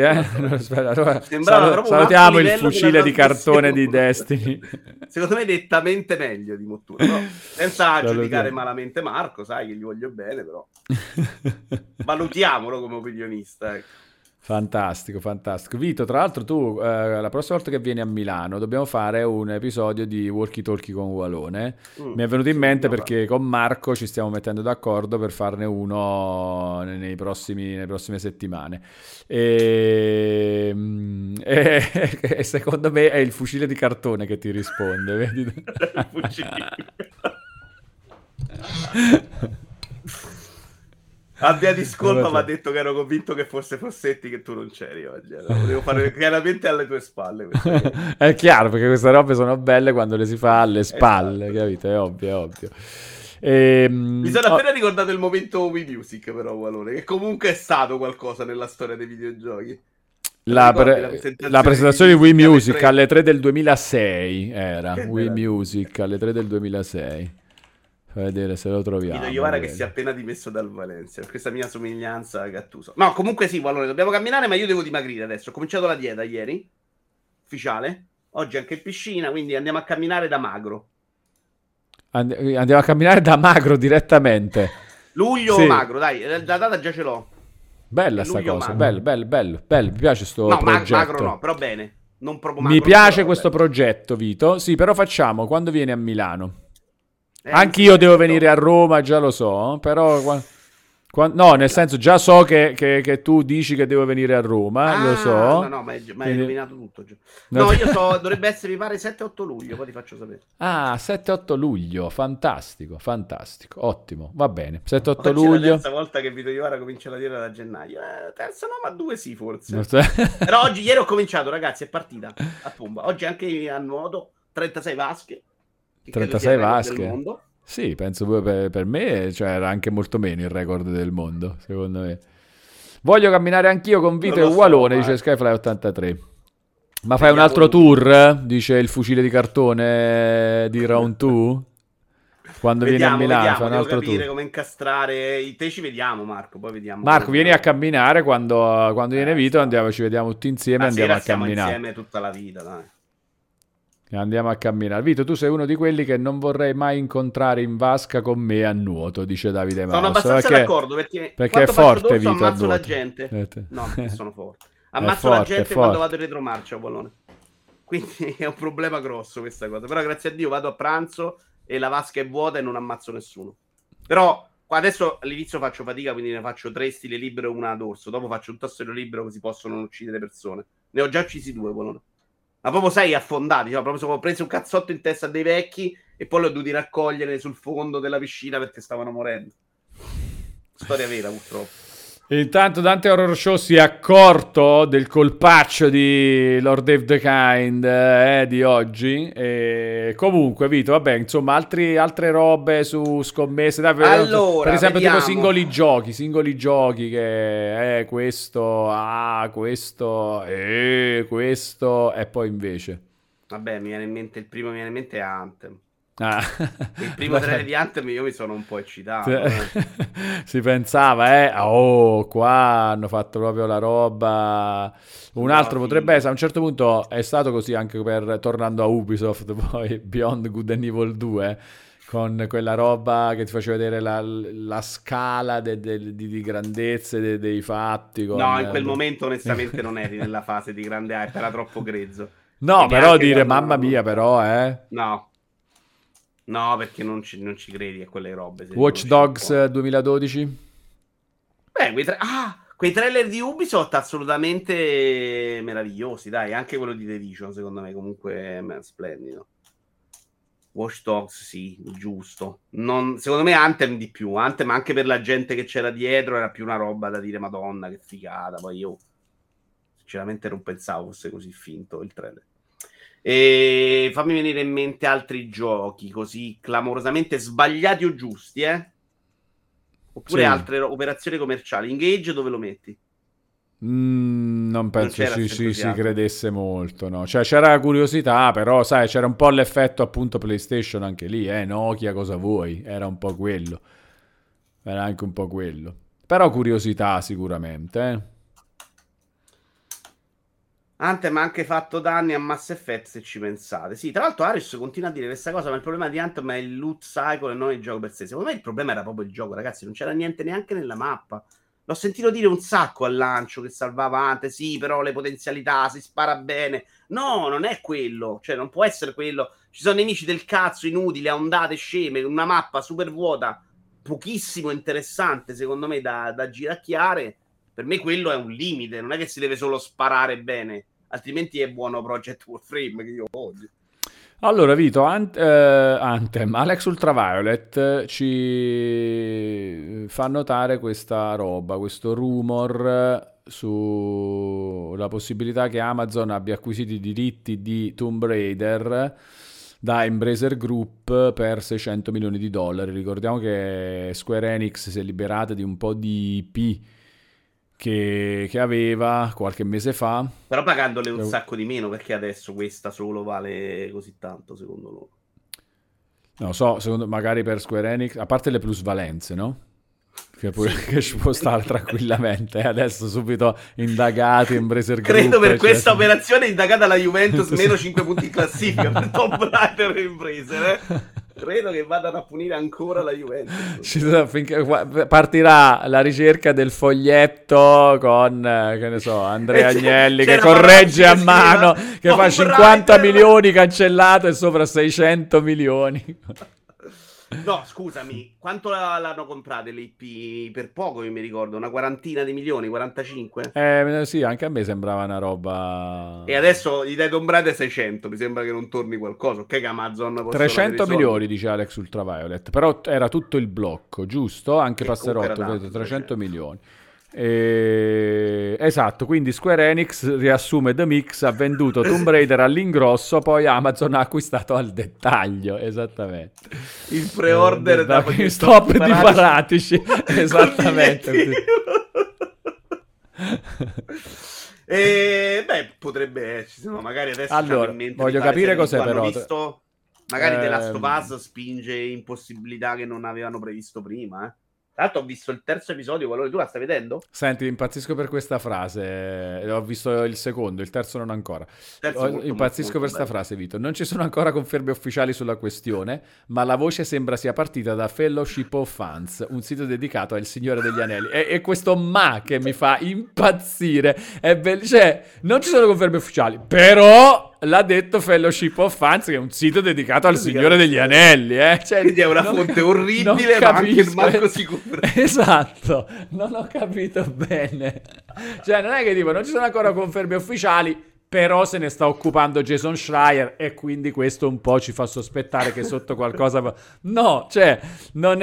Salutiamo il fucile di cartone di Destiny. Secondo me nettamente meglio di Mottura, no? Senza giudicare malamente Marco, sai che gli voglio bene, però valutiamolo come opinionista, ecco. Fantastico. Vito, tra l'altro tu la prossima volta che vieni a Milano dobbiamo fare un episodio di Walkie Talkie con Walone. Mi è venuto in mente perché con Marco ci stiamo mettendo d'accordo per farne uno nelle prossime settimane. E secondo me è il fucile di cartone che ti risponde, vedi? Abbia discolpa, mi ha detto che ero convinto che fosse Fossetti, che tu non c'eri oggi. Lo devo fare chiaramente alle tue spalle. È chiaro, perché queste robe sono belle quando le si fa alle spalle, capito? È ovvio. Mi sono appena ricordato il momento Wii Music, però, Valore, che comunque è stato qualcosa nella storia dei videogiochi. La presentazione di Wii Music alle 3 del 2006 era. Wii Music alle 3 del 2006. Vedere se lo troviamo. Guido Iovara che si è appena dimesso dal Valencia, per questa mia somiglianza a Gattuso. No, comunque sì, allora dobbiamo camminare, ma io devo dimagrire adesso. Ho cominciato la dieta ieri, ufficiale. Oggi anche in piscina, quindi andiamo a camminare da magro. Andiamo a camminare da magro direttamente. Luglio sì. Magro, dai, la data già ce l'ho. Bella sta cosa, bello. Mi piace sto progetto. Magro no, però bene. Non proprio magro. Mi piace questo progetto, Vito. Sì, però facciamo quando vieni a Milano. Anch'io devo venire a Roma, già lo so, però no, nel senso già so che tu dici che devo venire a Roma, lo so. No, ma hai rovinato tutto. No, io so, dovrebbe essere, mi pare, 7-8 luglio, poi ti faccio sapere. 7-8 luglio, fantastico, ottimo, va bene, 7-8 luglio. È la terza volta che Vito Iovara comincia la dieta da gennaio, terza no, ma 2 sì forse. Però ieri ho cominciato, ragazzi, è partita a Pumba. Oggi anche a nuoto, 36 vasche. 36 vasche. Sì, penso per me era anche molto meno il record del mondo, secondo me. Voglio camminare anch'io con Vito e Walone, dice Skyfly83. Ma fai un altro tour? Dice il fucile di cartone di Round 2? Quando vieni a Milano fai un altro tour. Come incastrare. Te ci vediamo, Marco, poi vediamo. Marco, vieni a camminare quando viene Vito, ci vediamo tutti insieme e andiamo a camminare. Insieme tutta la vita, dai. Andiamo a camminare. Vito, tu sei uno di quelli che non vorrei mai incontrare in vasca con me a nuoto, dice Davide Maus. Sono abbastanza d'accordo perché è forte, Vito. Ammazzo la gente. No, perché sono forte. Ammazzo la gente quando vado in retromarcia, Bollone. Quindi è un problema grosso questa cosa. Però grazie a Dio vado a pranzo e la vasca è vuota e non ammazzo nessuno. Però adesso all'inizio faccio fatica, quindi ne faccio 3 stile libero e una ad orso. Dopo faccio un tasto libero così possono non uccidere persone. Ne ho già uccisi 2, Bologna. Ma proprio sei affondati, cioè, proprio ho preso un cazzotto in testa a dei vecchi e poi li ho dovuti raccogliere sul fondo della piscina perché stavano morendo. Storia vera, purtroppo. Intanto Dante Horror Show si è accorto del colpaccio di Lord Dave the Kind di oggi. E comunque, Vito, vabbè, insomma, altre robe su scommesse. Dai, allora, per esempio, vediamo. tipo singoli giochi che questo, questo, e poi invece. Vabbè, il primo mi viene in mente è Anthem. Ah. Il primo trailer di Anthem io mi sono un po' eccitato. Si pensava, qua hanno fatto proprio la roba. Un altro potrebbe essere, a un certo punto è stato così anche tornando a Ubisoft, poi Beyond Good and Evil 2, con quella roba che ti faceva vedere la scala di grandezze dei fatti. No, in quel momento onestamente non eri nella fase di grande hype, era troppo grezzo. No, però dire mamma mia, però, No, perché non ci credi a quelle robe. Watch Dogs 2012? Beh, quei trailer di Ubisoft assolutamente meravigliosi, dai. Anche quello di The Division, secondo me, comunque è splendido. Watch Dogs, sì, giusto. Secondo me Anthem di più. Anthem anche per la gente che c'era dietro era più una roba da dire Madonna, che figata. Poi io sinceramente non pensavo fosse così finto il trailer. E fammi venire in mente altri giochi così clamorosamente sbagliati o giusti, oppure sì. altre operazioni commerciali. Engage dove lo metti? Non penso si credesse molto, no? Cioè c'era curiosità, però sai, c'era un po' l'effetto appunto PlayStation anche lì, Nokia cosa vuoi? Era un po' quello. Era anche un po' quello. Però curiosità sicuramente, Anthem ha anche fatto danni a Mass Effect, se ci pensate. Sì, tra l'altro Arius continua a dire questa cosa, ma il problema di Anthem è il loot cycle e non il gioco per sé. Secondo me il problema era proprio il gioco, ragazzi, non c'era niente neanche nella mappa. L'ho sentito dire un sacco al lancio che salvava Anthem, sì, però le potenzialità, si spara bene. No, non è quello, cioè non può essere quello. Ci sono nemici del cazzo inutili, a ondate sceme, una mappa super vuota, pochissimo interessante, secondo me, da giracchiare. Per me quello è un limite, non è che si deve solo sparare bene, altrimenti è buono Project Warframe che io odio. Allora Vito, Anthem, Alex Ultraviolet ci fa notare questa roba, questo rumor sulla possibilità che Amazon abbia acquisito i diritti di Tomb Raider da Embracer Group per $600 milioni. Ricordiamo che Square Enix si è liberata di un po' di IP che aveva qualche mese fa, però pagandole un sacco di meno, perché adesso questa solo vale così tanto secondo loro. Non lo so, secondo magari per Square Enix, a parte le plusvalenze, no? Che ci può stare tranquillamente. Adesso subito indagati Embracer Group. Credo per questa operazione indagata la Juventus meno 5 punti in classifica per Tomb Raider e Embracer, Credo che vadano a punire ancora la Juventus. Finché partirà la ricerca del foglietto con, che ne so, Andrea Agnelli che corregge a mano, che fa 50 milioni cancellato e sopra 600 milioni. No, scusami, quanto l'hanno comprate le IP? Per poco, io mi ricordo, una quarantina di milioni, 45? Sì, anche a me sembrava una roba. E adesso gli dai Tomb Raider 600, mi sembra che non torni qualcosa, ok che Amazon 300 milioni, dice Alex Ultraviolet, però era tutto il blocco, giusto? Anche che Passerotto, vedo, 300 milioni. Esatto, quindi Square Enix riassume The Mix, ha venduto Tomb Raider all'ingrosso, poi Amazon ha acquistato al dettaglio, esattamente. Il pre-order da stop di Paratici, esattamente. Beh, potrebbe esserci, no? Magari adesso allora, voglio capire cos'è però. Visto, magari The Last of Us spinge in possibilità che non avevano previsto prima, Tra l'altro ho visto il terzo episodio, quello che tu la stai vedendo? Senti, impazzisco per questa frase. Ho visto il secondo, il terzo non ancora. Impazzisco per questa frase, Vito. Non ci sono ancora conferme ufficiali sulla questione, ma la voce sembra sia partita da Fellowship of Fans, un sito dedicato al Signore degli Anelli. E questo ma che mi fa impazzire. Cioè, non ci sono conferme ufficiali, però l'ha detto Fellowship of Fans, che è un sito dedicato al Signore degli Anelli, Cioè, quindi è una fonte orribile, ma anche il Marco sicuro. Esatto, non ho capito bene. Cioè, non è che tipo, non ci sono ancora conferme ufficiali, però se ne sta occupando Jason Schreier e quindi questo un po' ci fa sospettare che sotto qualcosa... No, cioè, non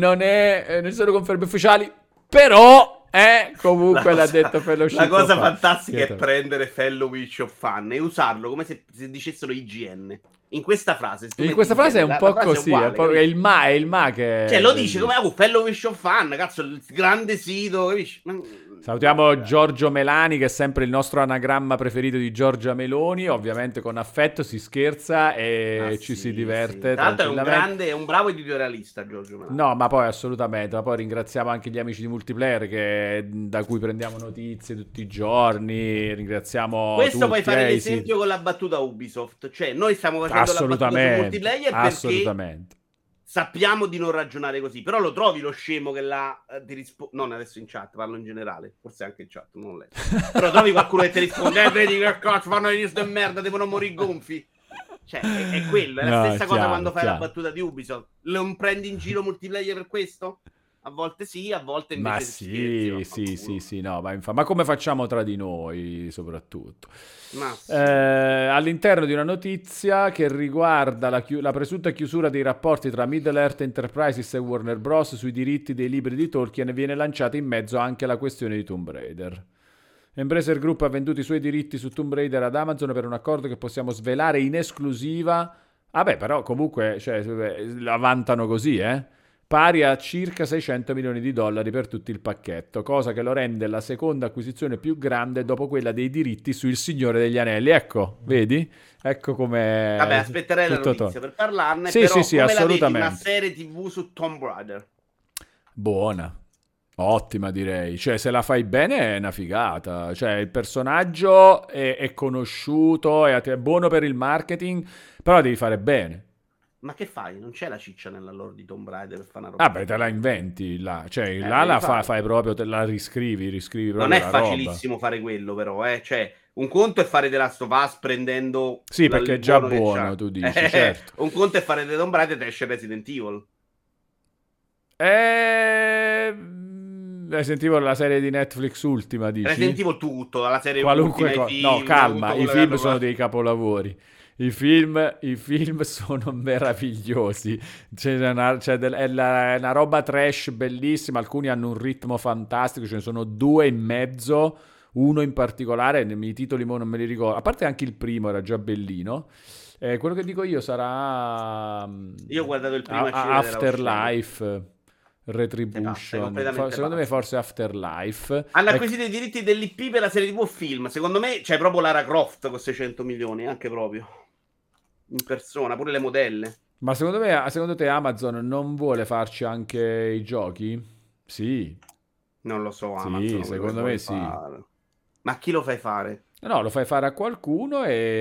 ci sono conferme ufficiali, però... comunque l'ha detto Fellowship. La cosa fantastica è prendere Fellowship of Fan e usarlo come se dicessero IGN. In questa frase. In questa frase è un po' così, è il ma che... Cioè lo dice come Fellowship of Fan, cazzo, il grande sito, capisci? Salutiamo Giorgio Melani, che è sempre il nostro anagramma preferito di Giorgia Meloni. Ovviamente con affetto si scherza e ci si diverte. Tra l'altro è un bravo editorialista Giorgio Melani. No, ma poi assolutamente. Ma poi ringraziamo anche gli amici di Multiplayer da cui prendiamo notizie tutti i giorni. Ringraziamo questo puoi fare l'esempio con la battuta Ubisoft. Cioè noi stiamo facendo la battuta su Multiplayer perché sappiamo di non ragionare così, però lo trovi lo scemo che ti risponde, non adesso in chat, parlo in generale, forse anche in chat, non letto. Però trovi qualcuno che ti risponde, vedi che cazzo fanno i news de merda, devono morire gonfi. Cioè, è quello, è la stessa cosa quando fai la battuta di Ubisoft. Non prendi in giro Multiplayer per questo? A volte sì, a volte invece ma sì, no, ma come facciamo tra di noi soprattutto? Sì. All'interno di una notizia che riguarda la presunta chiusura dei rapporti tra Middle-earth Enterprises e Warner Bros. Sui diritti dei libri di Tolkien, viene lanciata in mezzo anche la questione di Tomb Raider. Embracer Group ha venduto i suoi diritti su Tomb Raider ad Amazon per un accordo che possiamo svelare in esclusiva. Vabbè, però comunque la vantano così, pari a circa $600 milioni per tutto il pacchetto, cosa che lo rende la seconda acquisizione più grande dopo quella dei diritti su Il Signore degli Anelli. Ecco, vedi? Ecco come... Vabbè, aspetterei la notizia per parlarne, sì, però sì, come assolutamente. la vedi una serie TV su Tomb Raider? Buona. Ottima, direi. Cioè, se la fai bene è una figata. Cioè, il personaggio è conosciuto, è buono per il marketing, però la devi fare bene. Ma che fai? Non c'è la ciccia nella lore di Tomb Raider per fare una roba? Ah, beh, te la inventi là. Cioè, là la fai proprio, te la riscrivi proprio. Non è facilissimo fare quello, però, Cioè, un conto è fare The Last of Us prendendo... Sì, perché è già buono, tu dici, certo. Un conto è fare The Tomb Raider e esce Resident Evil. Resident Evil, la serie di Netflix ultima, dici? Resident Evil tutto, la serie qualunque cosa. No, calma, i film sono dei capolavori. I film sono meravigliosi. È una roba trash bellissima. Alcuni hanno un ritmo fantastico. Ce ne sono due in mezzo. Uno in particolare, i titoli non me li ricordo. A parte anche il primo era già bellino. Quello che dico io sarà... Io ho guardato il primo Afterlife, Retribution. Secondo me forse Afterlife. Hanno acquisito i diritti dell'IP per la serie TV film. Secondo me c'è proprio Lara Croft con 600 milioni, anche proprio. In persona, pure le modelle. Ma secondo te Amazon non vuole farci anche i giochi? Sì. Non lo so, Amazon. Sì, secondo me sì. Ma chi lo fai fare? No, lo fai fare a qualcuno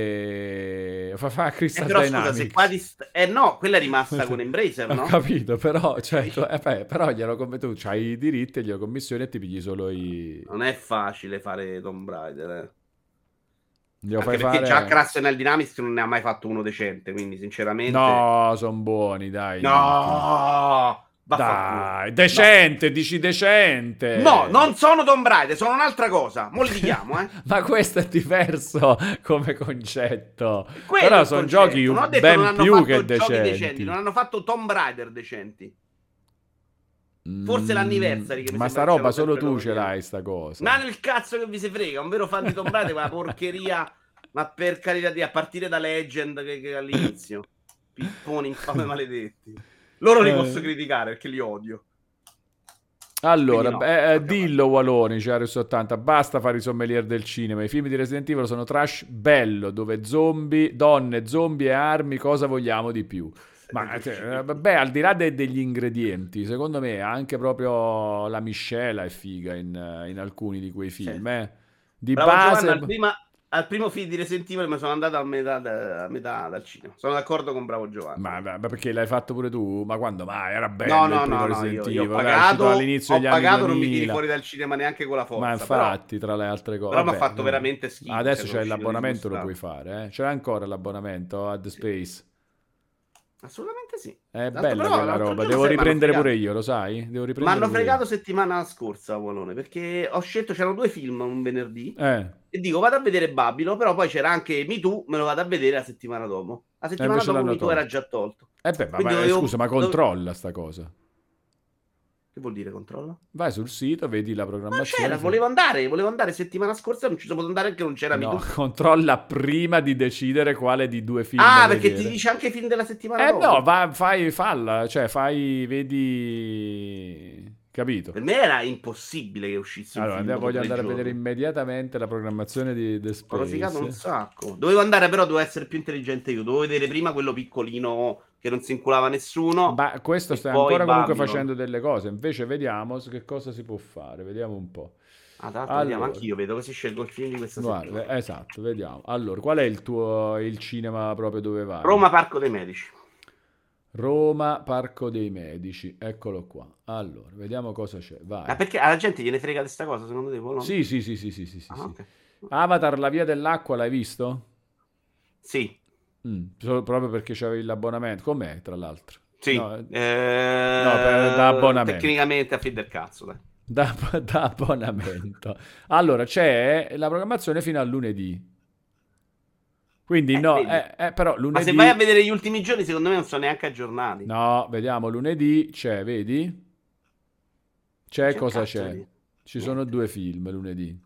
e lo fai fare a Crystal però Dynamics. Scusa, se qua no, quella è rimasta con Embracer, no? Ho capito, però, cioè, però tu c'hai i diritti, glielo commissioni e ti pigli solo i... Non è facile fare Tomb Raider, Anche perché già Crystal Dynamics non ne ha mai fatto uno decente, quindi sinceramente... No, sono buoni, dai. No! Dai, decente, no. Dici decente. No, non sono Tomb Raider, sono un'altra cosa. Mo' li dichiamo, Ma questo è diverso come concetto. Però sono giochi ben più che decenti. Non hanno fatto Tomb Raider decenti. Forse l'Anniversary che ma sta roba solo tu ce l'hai, sta cosa. Ma nel cazzo che vi si frega, un vero fan di Tomb Raider, quella porcheria. Ma per carità di, a partire da Legend che all'inizio. Pipponi infame maledetti. Loro li posso criticare perché li odio. Allora, no, dillo Waloni, Cerius 80, basta fare i sommelier del cinema. I film di Resident Evil sono trash bello, dove zombie, donne, zombie e armi, cosa vogliamo di più? Ma al di là degli ingredienti, secondo me anche proprio la miscela è figa in alcuni di quei film. Di Bravo base... Giovanna, al primo film di Resident Evil mi sono andato a metà dal cinema. Sono d'accordo con Bravo Giovanni. Ma perché l'hai fatto pure tu? Ma quando mai? Era bello il primo Resident Io Evil. ho pagato, all'inizio degli anni 2000. Non mi tiri fuori dal cinema neanche con la forza. Ma infatti, tra le altre cose. Però mi ha fatto veramente schifo. Adesso c'è l'abbonamento, lo puoi fare. C'è ancora l'abbonamento a The Space. Assolutamente sì. È bella quella roba. Devo riprendere pure io, lo sai? Mi hanno fregato settimana scorsa, Polone, perché ho scelto, c'erano 2 film un venerdì. E dico, vado a vedere Babylon, però poi c'era anche Me Too, me lo vado a vedere la settimana dopo. La settimana dopo Me Too era già tolto. Scusa, ma controlla sta cosa. Che vuol dire controlla? Vai sul sito, vedi la programmazione. Ma c'era, volevo andare settimana scorsa, non ci sono potuto andare perché non c'era Me Too. Controlla prima di decidere quale di 2 film perché ti dice anche i film della settimana dopo. No, falla, cioè vedi... Capito? Per me era impossibile che uscisse un film. Voglio andare a vedere immediatamente la programmazione di The Space. Ho rosicato un sacco. Dovevo andare, però dovevo essere più intelligente io. Dovevo vedere prima quello piccolino che non si inculava nessuno. Ma questo stai ancora comunque facendo delle cose. Invece vediamo che cosa si può fare. Vediamo un po'. Vediamo, anch'io vedo che si scelgo il film di questa settimana. Esatto, vediamo. Allora, qual è il cinema proprio dove vai? Roma Parco dei Medici. Roma Parco dei Medici, eccolo qua. Allora, vediamo cosa c'è. Vai. Ma perché alla gente gliene frega questa cosa, secondo te? No? Sì. Okay. Avatar, la via dell'acqua, l'hai visto? Sì. Proprio perché c'avevi l'abbonamento. Com'è, tra l'altro? Sì. Da abbonamento. Tecnicamente a fin del cazzo, dai. Da abbonamento. Allora, c'è la programmazione fino a lunedì. Quindi però lunedì... Ma se vai a vedere gli ultimi giorni, secondo me non sono neanche aggiornati. No, vediamo, lunedì c'è, vedi? C'è cosa c'è? Ci sono 2 film lunedì.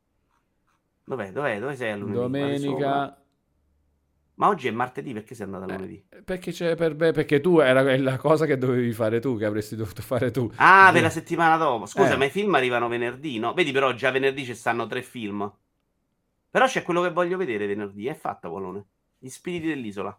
Dove sei a lunedì? Domenica... Ma oggi è martedì, perché sei andata lunedì? Perché tu era la cosa che dovevi fare tu, che avresti dovuto fare tu. Per la settimana dopo. Scusa, ma i film arrivano venerdì, no? Vedi, però già venerdì ci stanno 3 film. Però c'è quello che voglio vedere venerdì. È fatta, Polone. Gli spiriti dell'isola.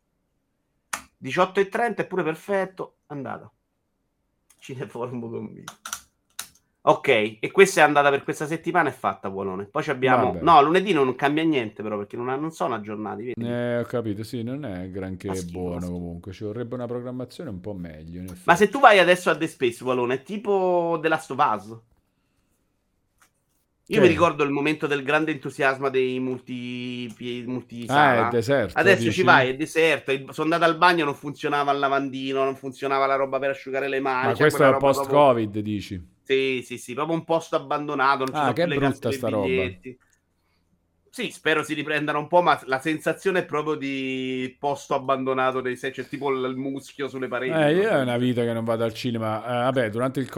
18:30 è pure perfetto. Andata. Cineforum con me. Ok, e questa è andata per questa settimana, è fatta, Polone. Poi abbiamo... Vabbè. No, lunedì non cambia niente, però, perché non sono aggiornati. Vedi? Ho capito, sì, non è granché buono comunque. Ci vorrebbe una programmazione un po' meglio. In effetti. Ma se tu vai adesso a The Space, Polone, è tipo The Last of Us. Io mi ricordo il momento del grande entusiasmo dei multisala. È deserto. Adesso dici? ci vai, è deserto. Sono andato al bagno, non funzionava il lavandino, non funzionava la roba per asciugare le mani. Ma questo è post-Covid, dici? Sì, proprio un posto abbandonato. Non ci sono che più brutta sta roba. Sì, spero si riprendano un po', ma la sensazione è proprio di posto abbandonato dei sei, c'è tipo il muschio sulle pareti. Io è una vita che non vado al cinema. Vabbè, durante il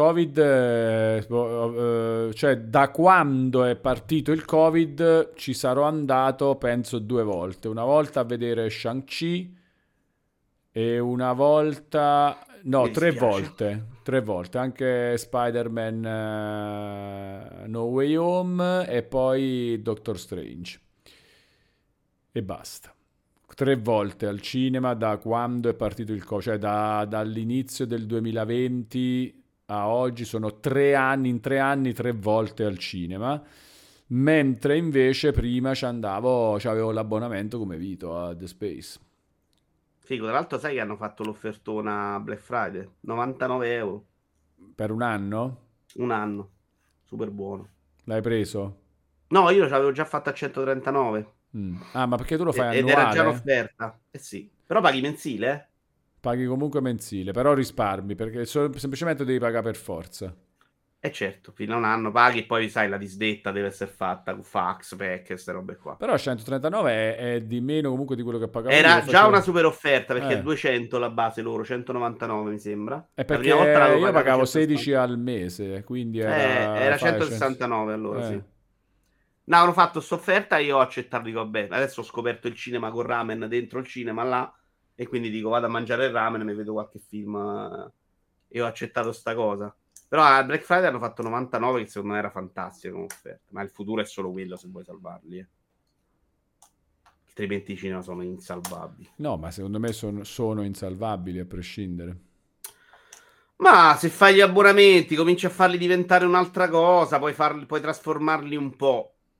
Covid, cioè da quando è partito il Covid ci sarò andato, penso, 2 volte. Una volta a vedere Shang-Chi e una volta... No, 3 volte. 3 volte. Anche Spider-Man No Way Home e poi Doctor Strange. E basta. 3 volte al cinema da quando è partito il Covid. Cioè dall'inizio del 2020 a oggi sono 3 anni. In 3 anni 3 volte al cinema. Mentre invece prima c'avevo l'abbonamento come Vito a The Space. Figo, tra l'altro sai che hanno fatto l'offertona Black Friday? 99 euro. Per un anno? Un anno. Super buono. L'hai preso? No, io l'avevo già fatto a 139. Ma perché tu lo fai ed annuale? Era già un'offerta. Sì. Però paghi mensile, eh? Paghi comunque mensile, però risparmi, perché semplicemente devi pagare per forza. Certo, fino a un anno paghi e poi sai la disdetta deve essere fatta con fax, pack, queste robe qua. Però 139 è di meno comunque di quello che pagavo. Era già una super offerta perché è 200 la base loro, 199 mi sembra. È perché io pagavo 16 al mese, quindi era 169 allora, sì. No, hanno fatto questa offerta e io ho accettato, dico vabbè, adesso ho scoperto il cinema con ramen dentro il cinema là e quindi dico vado a mangiare il ramen e mi vedo qualche film e ho accettato sta cosa. Però a Black Friday hanno fatto 99 che secondo me era fantastica come offerta, ma il futuro è solo quello se vuoi salvarli, altrimenti i cinema sono insalvabili. No, ma secondo me sono insalvabili a prescindere. Ma se fai gli abbonamenti cominci a farli diventare un'altra cosa, puoi trasformarli un po'.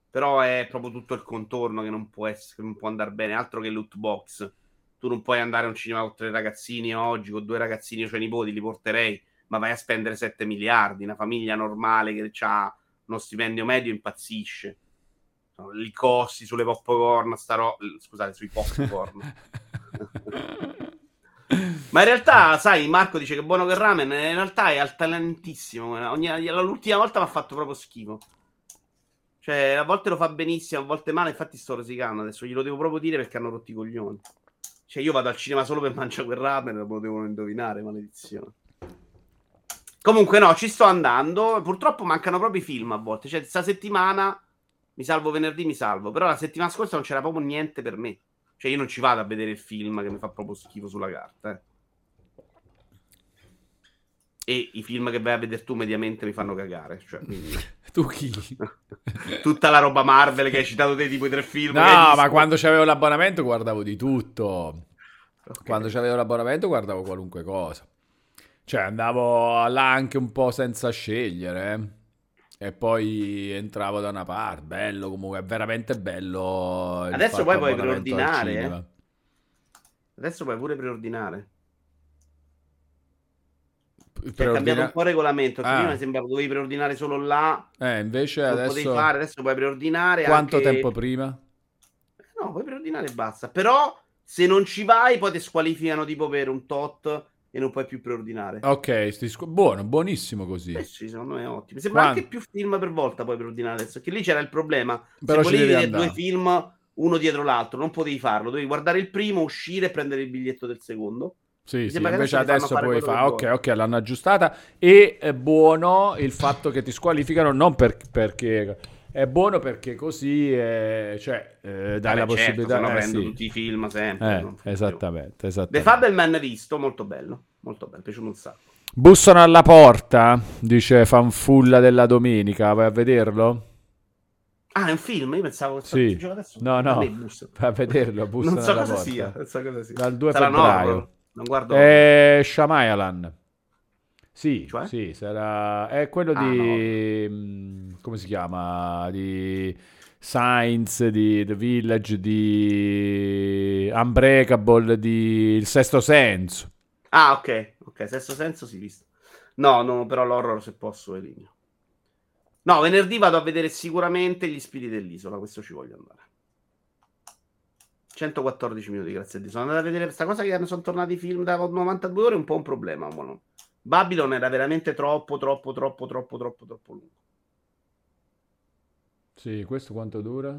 Però è proprio tutto il contorno che non può andare bene, altro che loot box. Tu non puoi andare a un cinema con 3 ragazzini oggi, con 2 ragazzini o 2 nipoti, li porterei, ma vai a spendere 7 miliardi. Una famiglia normale che ha uno stipendio medio impazzisce. I costi sulle popcorn, scusate, sui popcorn. Ma in realtà, sai, Marco dice che è buono che ramen, in realtà è altalenantissimo. L'ultima volta mi ha fatto proprio schifo. Cioè, a volte lo fa benissimo, a volte male, infatti sto rosicando adesso, glielo devo proprio dire perché hanno rotti i coglioni. Cioè, io vado al cinema solo per mangiare quel ramen, lo devono indovinare, maledizione. Comunque no, ci sto andando, purtroppo mancano proprio i film a volte, cioè questa settimana mi salvo venerdì, mi salvo, però la settimana scorsa non c'era proprio niente per me. Cioè io non ci vado a vedere il film che mi fa proprio schifo sulla carta, E i film che vai a vedere tu mediamente mi fanno cagare, cioè, quindi... Tu chi? Tutta la roba Marvel che hai citato te, tipo i 3 film. No, ma quando c'avevo l'abbonamento guardavo di tutto. Okay. Quando c'avevo l'abbonamento guardavo qualunque cosa. Cioè andavo là anche un po' senza scegliere. E poi entravo da una parte. Bello comunque, è veramente bello. Adesso poi puoi preordinare. Adesso puoi pure preordinare. È cambiato un po' il regolamento. Prima mi sembrava che dovevi preordinare solo là. Invece non adesso potevi fare, adesso puoi preordinare. Quanto anche... tempo prima? No, puoi preordinare e basta. Però se non ci vai, poi ti squalificano tipo per un tot e non puoi più preordinare. Ok, buono, buonissimo così. Sì, secondo me è ottimo. Mi sembra anche più film per volta puoi preordinare adesso. Che lì c'era il problema. Però se volevi vedere 2 film uno dietro l'altro, non potevi farlo. Dovevi guardare il primo, uscire e prendere il biglietto del secondo. Sì, invece adesso puoi fare. Ok, l'hanno aggiustata. E è buono il fatto che ti squalificano non perché è buono perché così dai la possibilità. No, prendo tutti i film sempre. Esattamente. The Fabelman visto, molto bello, piaciuto un sacco. Bussano alla porta, dice Fanfulla della domenica. Vai a vederlo? Ah, è un film? Io pensavo che sì. Adesso. No, vai a vederlo. Non so cosa sia. Dal 2 febbraio. Non guardo. Shyamalan. Sì, cioè? Sì, sarà. È quello di. Come si chiama? Di Science, di The Village, di Unbreakable, di Il Sesto Senso. Ah, ok, Sesto Senso si visto. No, però l'horror se posso elimino. No, venerdì vado a vedere sicuramente Gli Spiriti dell'Isola, questo ci voglio andare. 114 minuti, grazie a Dio. Sono andato a vedere questa cosa che sono tornati i film da 92 ore, è un po' un problema. Buono. Babylon era veramente troppo lungo. Sì, questo quanto dura?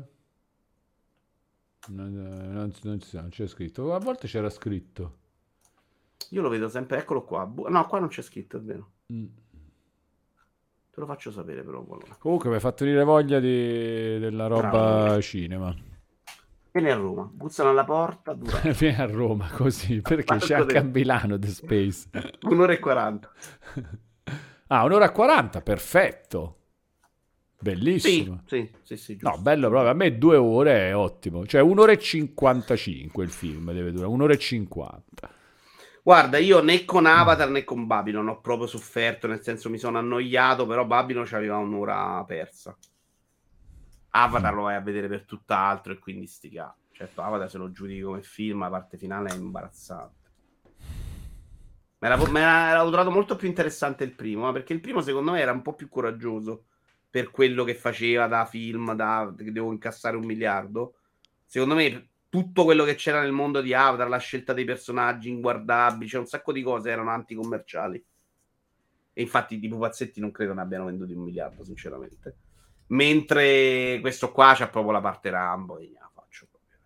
Non c'è scritto. A volte c'era scritto. Io lo vedo sempre, eccolo qua. No, qua non c'è scritto, è vero. Te lo faccio sapere però. Comunque mi hai fatto venire voglia della roba cinema. Vieni a Roma, bussano alla porta. Vieni a Roma così, perché c'è anche a Milano The Space. 1 ora e 40. 1 ora e 40, perfetto. Bellissimo. Sì, giusto. No, bello proprio. A me 2 ore è ottimo. Cioè 1 ora e 55 il film deve durare, 1 ora e 50. Guarda, io né con Avatar né con Babylon ho proprio sofferto, nel senso mi sono annoiato, però Babylon c'aveva 1 ora persa. Avatar lo vai a vedere per tutt'altro e quindi stica. Certo, Avatar se lo giudichi come film, la parte finale è imbarazzante. Me l'ho trovato molto più interessante il primo, perché il primo secondo me era un po' più coraggioso per quello che faceva da film, che devo incassare 1 miliardo. Secondo me tutto quello che c'era nel mondo di Avatar, la scelta dei personaggi inguardabili, un sacco di cose erano anticommerciali. E infatti i pupazzetti non credo ne abbiano venduti 1 miliardo, sinceramente. Mentre questo qua c'ha proprio la parte Rambo e la faccio proprio,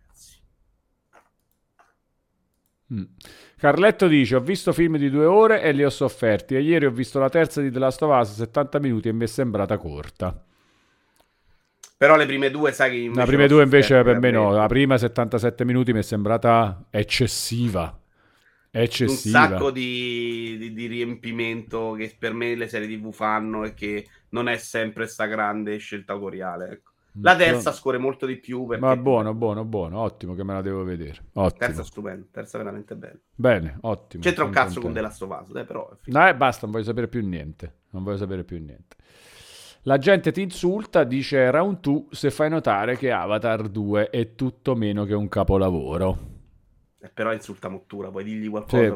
ragazzi. Carletto dice: ho visto film di 2 ore e li ho sofferti, e ieri ho visto la terza di The Last of Us 70 minuti e mi è sembrata corta. Però le prime 2 sai che le prime 2 invece per me no, la prima 77 minuti mi è sembrata eccessiva. Un sacco di riempimento che per me le serie TV fanno e che non è sempre sta grande scelta autoriale, ecco. La terza scorre molto di più perché... Ma buono, ottimo che me la devo vedere. Ottimo. Terza stupenda, terza veramente bella. Bene, ottimo. C'entra un cazzo con The Last of Us, però... No, basta, non voglio sapere più niente. La gente ti insulta, dice Round 2, se fai notare che Avatar 2 è tutto meno che un capolavoro. Però insulta Mottura, puoi dirgli qualcosa.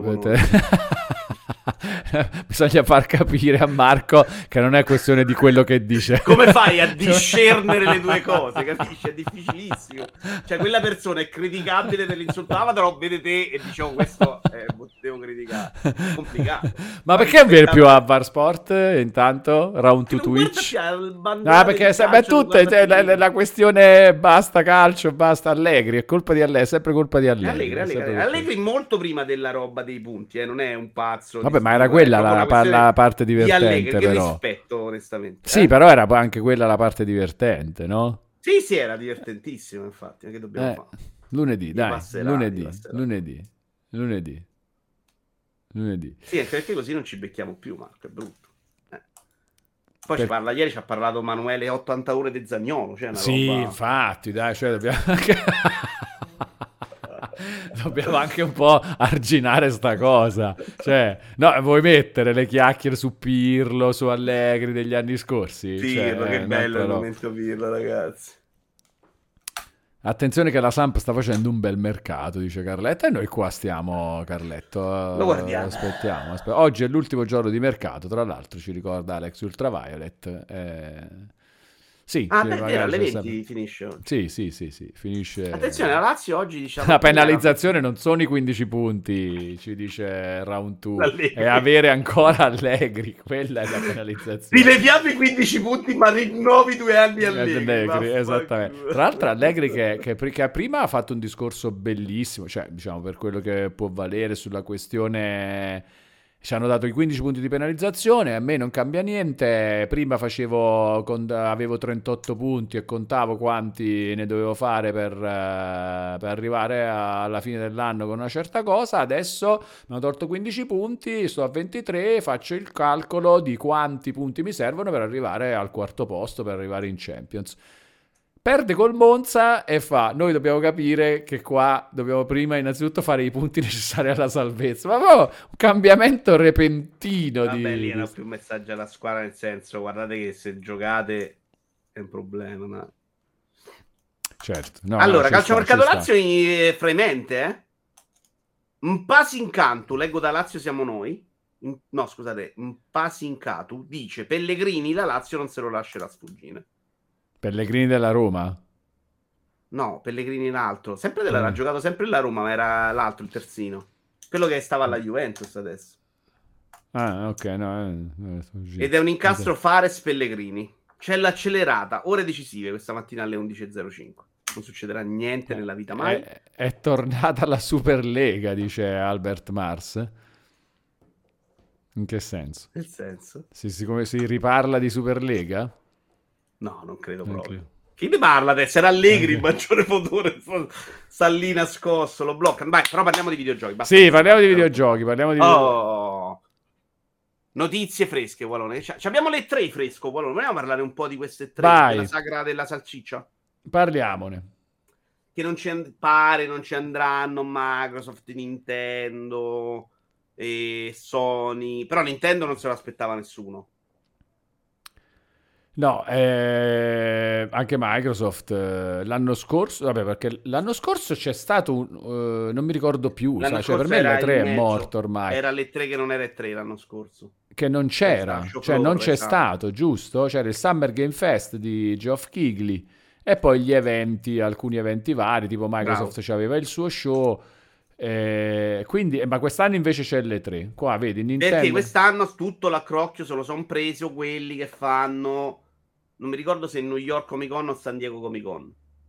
Bisogna far capire a Marco che non è questione di quello che dice. Come fai a discernere le due cose, capisci? È difficilissimo. Cioè, quella persona è criticabile per l'insulto Avatar, vede te e dice, questo devo criticare. È complicato. Ma perché non viene più a Varsport intanto? Round to Twitch? Perché tutta la questione basta calcio, basta Allegri, è colpa di Allegri, è sempre colpa di Allegri. Allegri molto prima della roba dei punti, non è un pazzo. Vabbè, ma era quella la parte divertente, Allegri, però. Che rispetto, onestamente. Sì, però era anche quella la parte divertente, no? Sì, era divertentissimo, infatti. Che dobbiamo fare? Lunedì, dai. Passerà. Lunedì. Sì, anche perché così non ci becchiamo più, Marco, è brutto. Poi ieri ci ha parlato Manuele 80 ore di Zaniolo. Cioè sì, roba... infatti, dai, cioè dobbiamo dobbiamo anche un po' arginare sta cosa. Cioè, no, vuoi mettere le chiacchiere su Pirlo, su Allegri degli anni scorsi? Pirlo, che bello il momento Pirlo, ragazzi. Attenzione che la Samp sta facendo un bel mercato, dice Carletto, e noi qua stiamo, Carletto, lo guardiamo. Aspettiamo. Oggi è l'ultimo giorno di mercato, tra l'altro ci ricorda Alex Ultraviolet. Sì, davvero, alle 20 finisce oggi. Sì, finisce. Attenzione, la Lazio oggi, diciamo... La penalizzazione non sono i 15 punti, ci dice Round 2, è avere ancora Allegri, quella è la penalizzazione. Rileviamo i 15 punti, ma rinnovi 2 anni Allegri. Esattamente. Tra l'altro Allegri che prima ha fatto un discorso bellissimo, cioè diciamo per quello che può valere sulla questione... Ci hanno dato i 15 punti di penalizzazione, a me non cambia niente, prima avevo 38 punti e contavo quanti ne dovevo fare per arrivare alla fine dell'anno con una certa cosa, adesso mi hanno tolto 15 punti, sto a 23, faccio il calcolo di quanti punti mi servono per arrivare al quarto posto, per arrivare in Champions. Perde col Monza e noi dobbiamo capire che qua dobbiamo prima innanzitutto fare i punti necessari alla salvezza. Ma proprio un cambiamento repentino. Lì era più un messaggio alla squadra, nel senso, guardate che se giocate è un problema. Ma... Certo. Allora, calciomercato Lazio fremente, un passo in canto, leggo da Lazio siamo noi. No, scusate, un passo in canto dice Pellegrini, la Lazio non se lo lascerà sfuggire. Pellegrini della Roma? No, Pellegrini l'altro. Ha giocato sempre la Roma, ma era l'altro, il terzino. Quello che stava alla Juventus adesso. Ok, no. Ed è un incastro Fares Pellegrini. C'è l'accelerata, ore decisive questa mattina alle 11.05. Non succederà niente nella vita mai. È tornata la Superlega, dice Albert Mars. In che senso? Nel senso? Come si riparla di Superlega? No, non credo proprio. Chi ne parla adesso? Era Allegri il maggiore fotore. Sta lì nascosto, lo bloccano. Vai, però parliamo di videogiochi. Sì, parliamo di videogiochi. Notizie fresche, Walone. Abbiamo le 3 fresco, Walone. Vogliamo parlare un po' di queste 3? Vai. Della sagra della salsiccia? Parliamone. Che non ci andranno Microsoft, Nintendo e Sony. Però Nintendo non se lo aspettava nessuno. No, anche Microsoft l'anno scorso, perché l'anno scorso c'è stato non mi ricordo più, cioè per me l'E3 è morto ormai. Era l'E3 che non era E3 l'anno scorso. Che non c'era, cioè non c'è stato, giusto? C'era il Summer Game Fest di Geoff Keighley e poi gli eventi, alcuni eventi vari, tipo Microsoft aveva il suo show. Quindi, ma quest'anno invece c'è l'E3. Qua vedi Nintendo. Perché quest'anno tutto l'accrocchio se lo sono preso quelli che fanno. Non mi ricordo se New York Comic Con o San Diego Comic Con.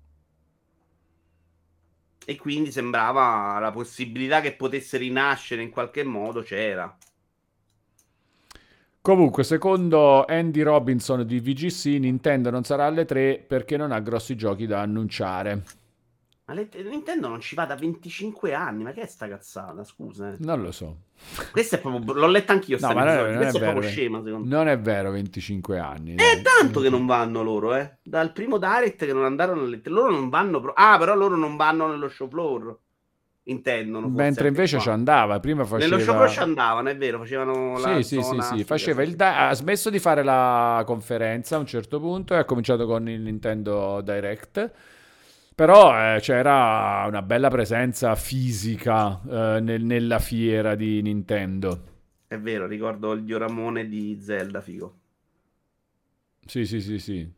E quindi sembrava la possibilità che potesse rinascere in qualche modo c'era. Comunque, secondo Andy Robinson di VGC, Nintendo non sarà alle 3 perché non ha grossi giochi da annunciare. Ma Nintendo non ci va da 25 anni, ma che è sta cazzata? Scusa. Non lo so. Questo è proprio... L'ho letta anch'io. No, ma questo è proprio scema, secondo me. Non è vero, 25 anni. È tanto che non vanno loro, Dal primo Direct che non andarono alle... Loro non vanno... però loro non vanno nello show floor. intendono. Mentre invece ci andava, prima faceva... Nello show però ci andavano, è vero, facevano la zona... Sì, faceva ha smesso di fare la conferenza a un certo punto e ha cominciato con il Nintendo Direct. Però c'era una bella presenza fisica nella fiera di Nintendo. È vero, ricordo il dioramone di Zelda, figo. Sì.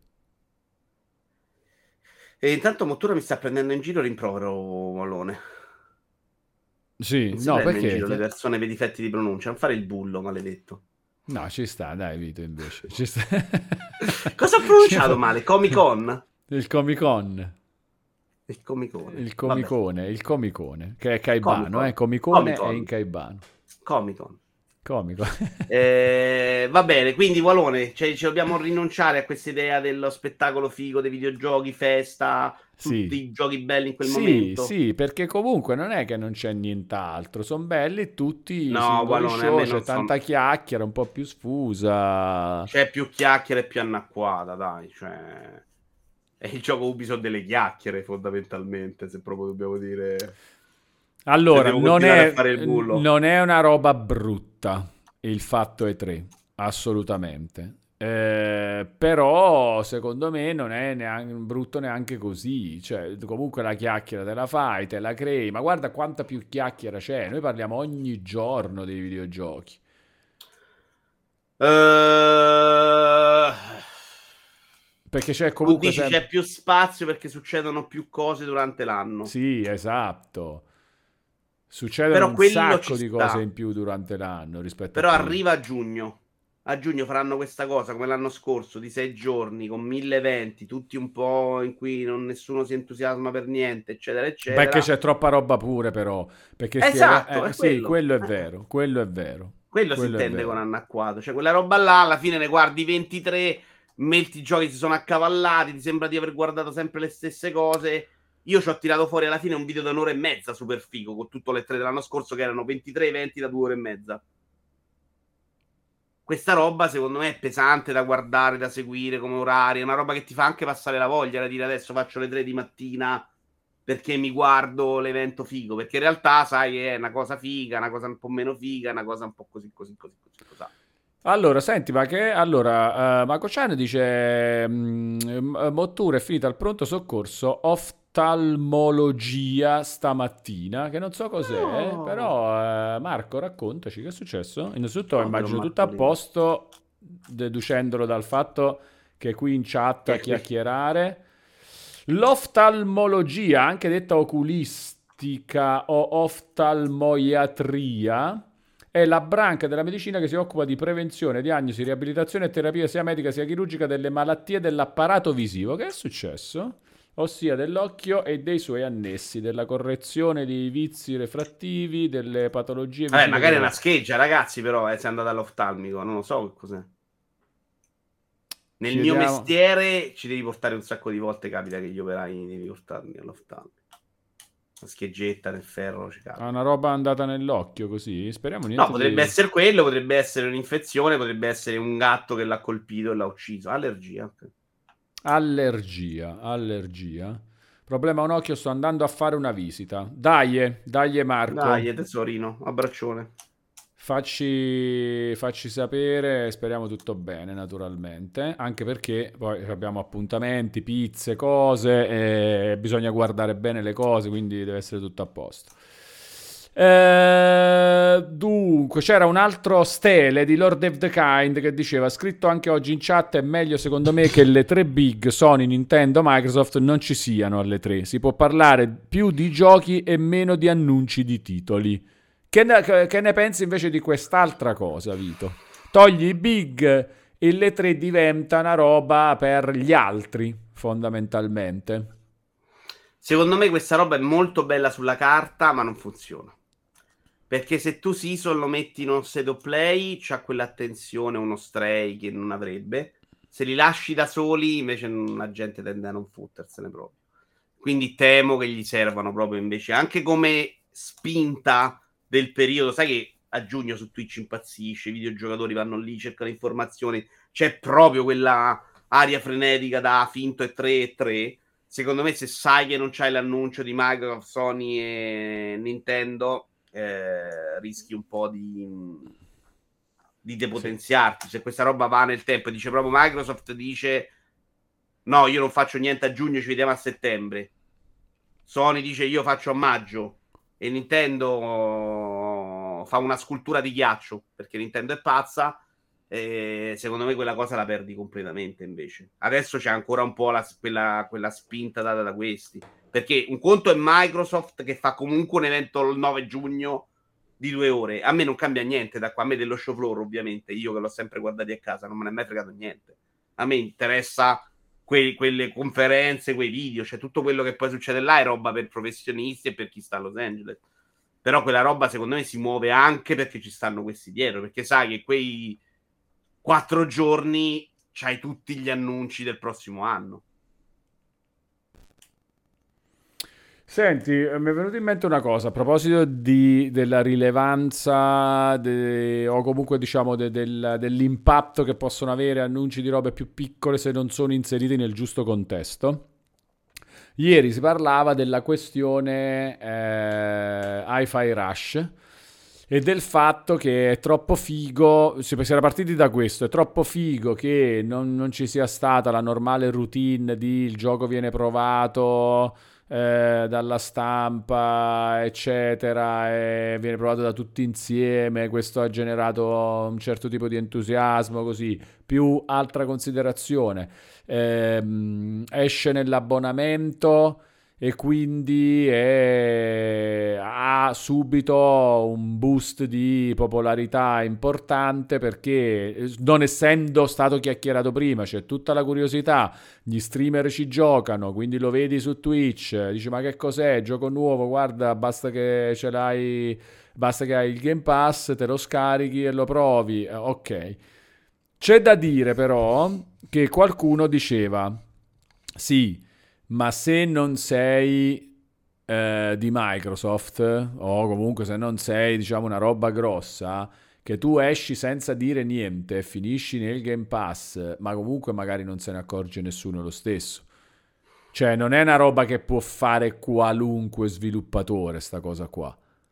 E intanto Mottura mi sta prendendo in giro, rimprovero Malone. Sì, Non si no, prende in perché... giro le persone per difetti di pronuncia, non fare il bullo, maledetto. No, ci sta, dai, Vito, invece. Ci sta. Cosa ho pronunciato male? Comic Con? Il Comic Con. Il comicone. Il comicone, che è Comic-Con. caibano, comicone è Comic-Con. in caibano. Comic-Con. Comico. Va bene, quindi Walone, cioè, ci dobbiamo rinunciare a questa idea dello spettacolo figo dei videogiochi, festa, tutti Sì. i giochi belli in quel momento. Sì, perché comunque non è che non c'è nient'altro, sono belli tutti i No, singoli Walone, a show, me c'è non tanta sono... chiacchiera, un po' più sfusa. C'è più chiacchiere e più annacquata, dai, cioè... È il gioco Ubisoft delle chiacchiere, fondamentalmente, se proprio dobbiamo dire... Se Allora, devo continuare a fare il bullo. non è una roba brutta il fatto E3, assolutamente. Però secondo me non è neanche brutto neanche così, cioè comunque la chiacchiera te la fai, te la crei, ma guarda quanta più chiacchiera c'è, noi parliamo ogni giorno dei videogiochi. Eh, Perché c'è Tu comunque dici sempre... c'è più spazio perché succedono più cose durante l'anno. Sì, esatto. Succedono Però un quello ci sacco di cose sta. in più durante l'anno rispetto a Però prima. arriva a giugno. A giugno faranno questa cosa come l'anno scorso di 6 giorni con 1000 eventi, tutti un po' in cui nessuno si entusiasma per niente, eccetera, Perché eccetera. c'è troppa roba pure, però. Perché Esatto, è sì, quello. quello è vero, quello è vero, Quello si quello è intende con vero. annacquato. Cioè, quella roba là, alla fine ne guardi 23, metti i giochi si sono accavallati, ti sembra di aver guardato sempre le stesse cose. Io ci ho tirato fuori alla fine un video da un'ora e mezza super figo, con tutto le tre dell'anno scorso, che erano 23 eventi da 2 ore e mezza. Questa roba, secondo me, è pesante da guardare, da seguire come orari. È una roba che ti fa anche passare la voglia da dire adesso faccio le 3 di mattina perché mi guardo l'evento figo. Perché in realtà, sai, è una cosa figa, una cosa un po' meno figa, una cosa un po' così. Allora, senti, Marco Chan dice: Mottura è finita al pronto soccorso oftalmologia stamattina, che non so cos'è, No, però Marco, raccontaci che è successo. Innanzitutto povero immagino tutto a Marcolino. posto, deducendolo dal fatto che qui in chat a Che qui chiacchierare. L'oftalmologia, anche detta oculistica o oftalmoiatria, è la branca della medicina che si occupa di prevenzione, diagnosi, riabilitazione e terapia sia medica sia chirurgica delle malattie dell'apparato visivo. Che è successo? Ossia dell'occhio e dei suoi annessi, della correzione dei vizi refrattivi, delle patologie Vabbè, visive magari è una dell'occhio. scheggia, ragazzi, però, sei andato all'oftalmico, non lo so che cos'è. Nel mio Chiediamo... mestiere ci devi portare un sacco di volte, capita che gli operai devi portarli all'oftalmico. Una scheggetta nel ferro ci Ha capita. una roba andata nell'occhio così? Speriamo No, niente potrebbe di... essere quello, potrebbe essere un'infezione, potrebbe essere un gatto che l'ha colpito e l'ha ucciso. Allergia. Ok. Allergia. Problema a un occhio, sto andando a fare una visita. Dai Marco. Dai, tesorino, abbraccione. Facci sapere, speriamo tutto bene naturalmente, anche perché poi abbiamo appuntamenti, pizze, cose e bisogna guardare bene le cose, quindi deve essere tutto a posto. Dunque, c'era un altro stele di Lord of the Kind che diceva, scritto anche oggi in chat, è meglio secondo me che le tre big, Sony, Nintendo, Microsoft, non ci siano alle tre. Si può parlare più di giochi e meno di annunci di titoli. Che ne pensi invece di quest'altra cosa, Vito? Togli i big e le tre diventa una roba per gli altri, fondamentalmente. Secondo me questa roba è molto bella sulla carta, ma non funziona. Perché se tu Season lo metti in un state of play, c'ha quell'attenzione, uno stray che non avrebbe. Se li lasci da soli, invece la gente tende a non fottersene proprio. Quindi temo che gli servano proprio invece, anche come spinta del periodo. Sai che a giugno su Twitch impazzisce, i videogiocatori vanno lì, cercano informazioni. C'è proprio quella aria frenetica da finto e 3 e 3. secondo me, se sai che non c'hai l'annuncio di Microsoft, Sony e Nintendo, rischi un po' di depotenziarti. Se questa roba va nel tempo, dice proprio Microsoft, dice no, io non faccio niente a giugno, ci vediamo a settembre. Sony dice io faccio a maggio e Nintendo fa una scultura di ghiaccio perché Nintendo è pazza. E secondo me quella cosa la perdi completamente invece. Adesso c'è ancora un po' quella spinta data da questi, perché un conto è Microsoft che fa comunque un evento il 9 giugno di 2 ore. A me non cambia niente da qua, a me dello show floor ovviamente, io che l'ho sempre guardato a casa, non me ne è mai fregato niente. A me interessa quelle conferenze, quei video, cioè tutto quello che poi succede là è roba per professionisti e per chi sta a Los Angeles. Però quella roba secondo me si muove anche perché ci stanno questi dietro, perché sai che quei 4 giorni c'hai tutti gli annunci del prossimo anno. Senti, mi è venuto in mente una cosa a proposito della rilevanza o comunque diciamo dell'impatto che possono avere annunci di robe più piccole se non sono inseriti nel giusto contesto. Ieri si parlava della questione Hi-Fi Rush e del fatto che è troppo figo, si era partiti da questo, è troppo figo che non ci sia stata la normale routine di il gioco viene provato dalla stampa, eccetera, e viene provato da tutti insieme. Questo ha generato un certo tipo di entusiasmo, così. Più altra considerazione, esce nell'abbonamento e quindi ha subito un boost di popolarità importante perché non essendo stato chiacchierato prima c'è tutta la curiosità, gli streamer ci giocano, quindi lo vedi su Twitch, dici ma che cos'è, gioco nuovo, guarda basta che ce l'hai, basta che hai il Game Pass, te lo scarichi e lo provi, ok. C'è da dire però che qualcuno diceva sì, ma se non sei di Microsoft o comunque se non sei, diciamo, una roba grossa, che tu esci senza dire niente e finisci nel Game Pass, ma comunque magari non se ne accorge nessuno lo stesso. Cioè, non è una roba che può fare qualunque sviluppatore, sta cosa qua.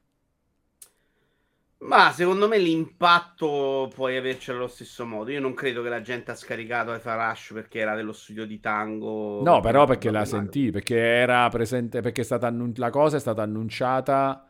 Ma secondo me l'impatto puoi avercelo allo stesso modo. Io non credo che la gente ha scaricato iFi Rush perché era dello studio di Tango, No, perché però non perché la proprio Microsoft. sentì, perché era presente, perché è stata la cosa è stata annunciata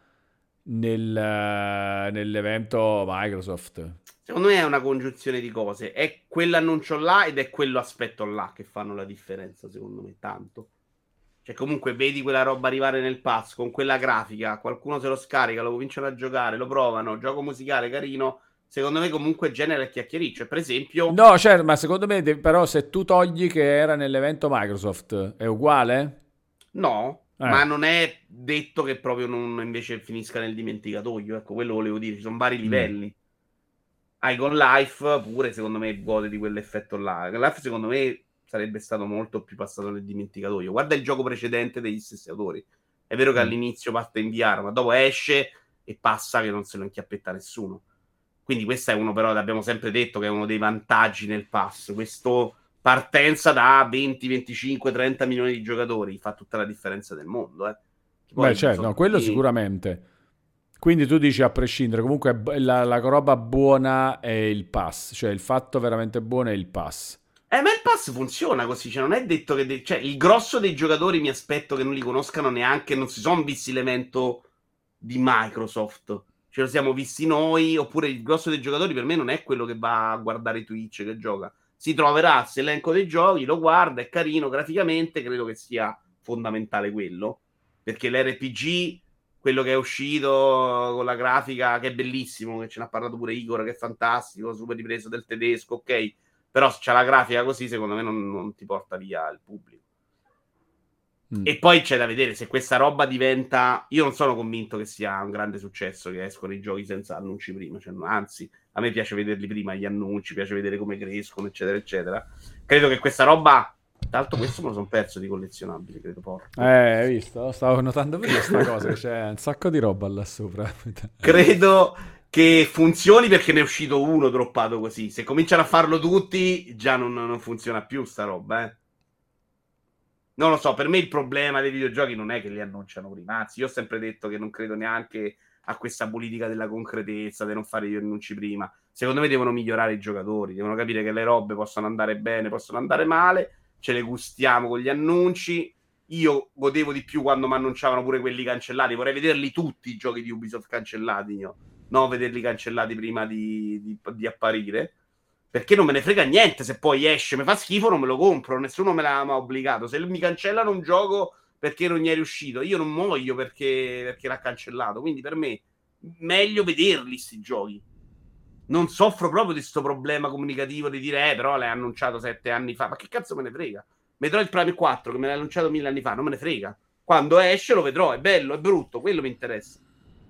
nell'evento Microsoft. Secondo me è una congiunzione di cose. È quell'annuncio là ed è quello aspetto là che fanno la differenza, secondo me, tanto. Cioè, comunque, vedi quella roba arrivare nel pass con quella grafica, qualcuno se lo scarica, lo cominciano a giocare, lo provano, gioco musicale carino. Secondo me, comunque, genera il chiacchiericcio. Cioè, per esempio, No, certo, ma secondo me, però, se tu togli che era nell'evento Microsoft, è uguale? no, Eh. ma non è detto che proprio non invece finisca nel dimenticatoio. Ecco, quello volevo dire. Ci sono vari Mm. livelli. Icon Life pure secondo me gode di quell'effetto là. Icon Life secondo me sarebbe stato molto più passato nel dimenticatoio. Guarda il gioco precedente degli stessi autori. È vero che Mm. all'inizio parte in VR, ma dopo esce e passa che non se lo inchiappetta nessuno. Quindi questo è uno però, l'abbiamo sempre detto, che è uno dei vantaggi nel pass. Questo partenza da 20, 25, 30 milioni di giocatori fa tutta la differenza del mondo. Beh, Poi certo, sono no, quello tutti. sicuramente. Quindi tu dici a prescindere, comunque la roba buona è il pass, cioè il fatto veramente buono è il pass. Ma il pass funziona così, cioè non è detto che cioè, il grosso dei giocatori mi aspetto che non li conoscano neanche, non si sono visti l'evento di Microsoft. Ce lo siamo visti noi, oppure il grosso dei giocatori per me non è quello che va a guardare Twitch che gioca. Si troverà questo elenco dei giochi, lo guarda, è carino graficamente, credo che sia fondamentale quello, perché l'RPG, quello che è uscito con la grafica che è bellissimo, che ce n'ha parlato pure Igor, che è fantastico, super ripreso del tedesco, ok, però se c'è la grafica così, secondo me non ti porta via il pubblico. Mm. E poi c'è da vedere se questa roba diventa. Io non sono convinto che sia un grande successo che escono i giochi senza annunci prima. Cioè, anzi, a me piace vederli prima gli annunci, piace vedere come crescono, eccetera, eccetera. Credo che questa roba. Tra l'altro, questo me lo sono perso di collezionabili, credo porco. Hai visto? Stavo notando prima questa cosa, che c'è un sacco di roba là sopra. Credo che funzioni perché ne è uscito uno droppato così. Se cominciano a farlo tutti, già non funziona più sta roba, eh. Non lo so, per me il problema dei videogiochi non è che li annunciano prima, anzi io ho sempre detto che non credo neanche a questa politica della concretezza, di non fare gli annunci prima. Secondo me devono migliorare i giocatori, devono capire che le robe possono andare bene, possono andare male, ce le gustiamo con gli annunci. Io godevo di più quando mi annunciavano pure quelli cancellati, vorrei vederli tutti i giochi di Ubisoft cancellati, io. Non vederli cancellati prima di apparire. Perché non me ne frega niente se poi esce, mi fa schifo, non me lo compro, nessuno me l'ha obbligato. Se mi cancellano un gioco perché non gli è riuscito, io non muoio perché l'ha cancellato. Quindi per me meglio vederli sti giochi. Non soffro proprio di questo problema comunicativo di dire però l'hai annunciato 7 anni fa. Ma che cazzo me ne frega? Metroid Prime 4 che me l'hai annunciato 1000 anni fa, non me ne frega. Quando esce lo vedrò, è bello, è brutto, quello mi interessa.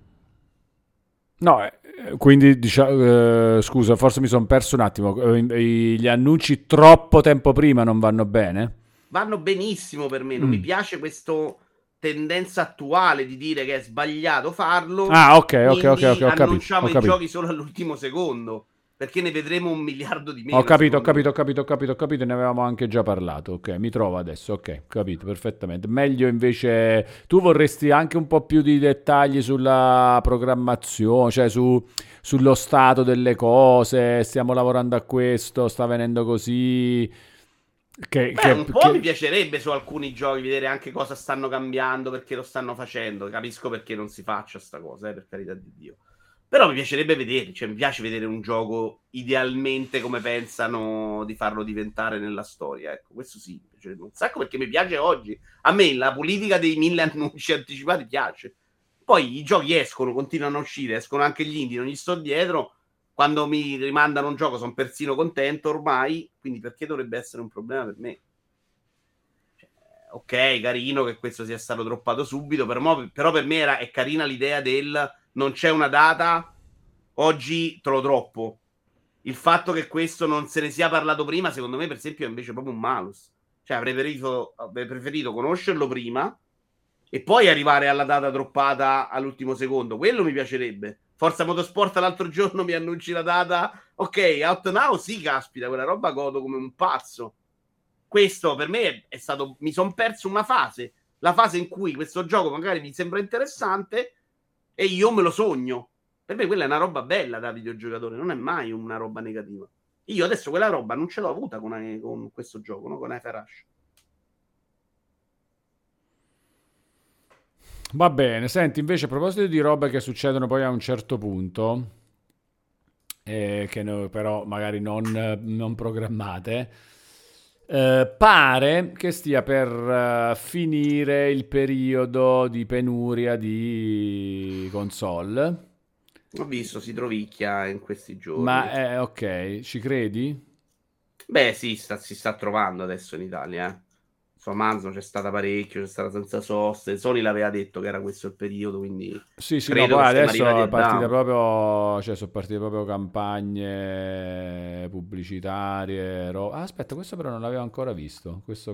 No, quindi scusa, forse mi sono perso un attimo. Gli annunci troppo tempo prima non vanno bene? Vanno benissimo per me, non mi piace questa tendenza attuale di dire che è sbagliato farlo. Ah, ok, annunciamo i giochi solo all'ultimo secondo. Perché ne vedremo 1 miliardo di meno. Ho capito, ne avevamo anche già parlato. Ok, mi trovo adesso, ok, capito perfettamente. Meglio invece, tu vorresti anche un po' più di dettagli sulla programmazione, cioè sullo stato delle cose, stiamo lavorando a questo, sta venendo così. Un po' mi piacerebbe su alcuni giochi vedere anche cosa stanno cambiando, perché lo stanno facendo. Capisco perché non si faccia sta cosa, per carità di Dio. Però mi piacerebbe vedere, cioè mi piace vedere un gioco idealmente come pensano di farlo diventare nella storia. Ecco, questo sì, mi piacerebbe un sacco perché mi piace oggi. A me la politica dei 1000 annunci anticipati piace. Poi i giochi escono, continuano a uscire, escono anche gli indie, non gli sto dietro. Quando mi rimandano un gioco sono persino contento ormai, quindi perché dovrebbe essere un problema per me? Cioè, ok, carino che questo sia stato droppato subito, però per me è carina l'idea del non c'è una data, oggi te lo droppo. Il fatto che questo non se ne sia parlato prima, secondo me, per esempio, è invece proprio un malus. Cioè, avrei preferito conoscerlo prima e poi arrivare alla data droppata all'ultimo secondo. Quello mi piacerebbe. Forza Motorsport l'altro giorno mi annunci la data. Ok, Out Now, sì, caspita, quella roba godo come un pazzo. Questo per me è stato... Mi sono perso una fase. La fase in cui questo gioco magari mi sembra interessante e io me lo sogno. Per me quella è una roba bella da videogiocatore, non è mai una roba negativa. Io adesso quella roba non ce l'ho avuta con questo gioco, no? Con Hi-Fi Rush. Va bene, senti, invece a proposito di robe che succedono poi a un certo punto, che noi però magari non programmate, pare che stia per finire il periodo di penuria di console. Ho visto, si trovicchia in questi giorni. Ma ok, ci credi? Beh sì, si sta trovando adesso in Italia, su Amazon c'è stata parecchio, c'è stata senza soste. Sony l'aveva detto che era questo il periodo, quindi sì, no, poi adesso è partita proprio, cioè sono partite proprio campagne pubblicitarie. Aspetta, questo però non l'avevo ancora visto. Questo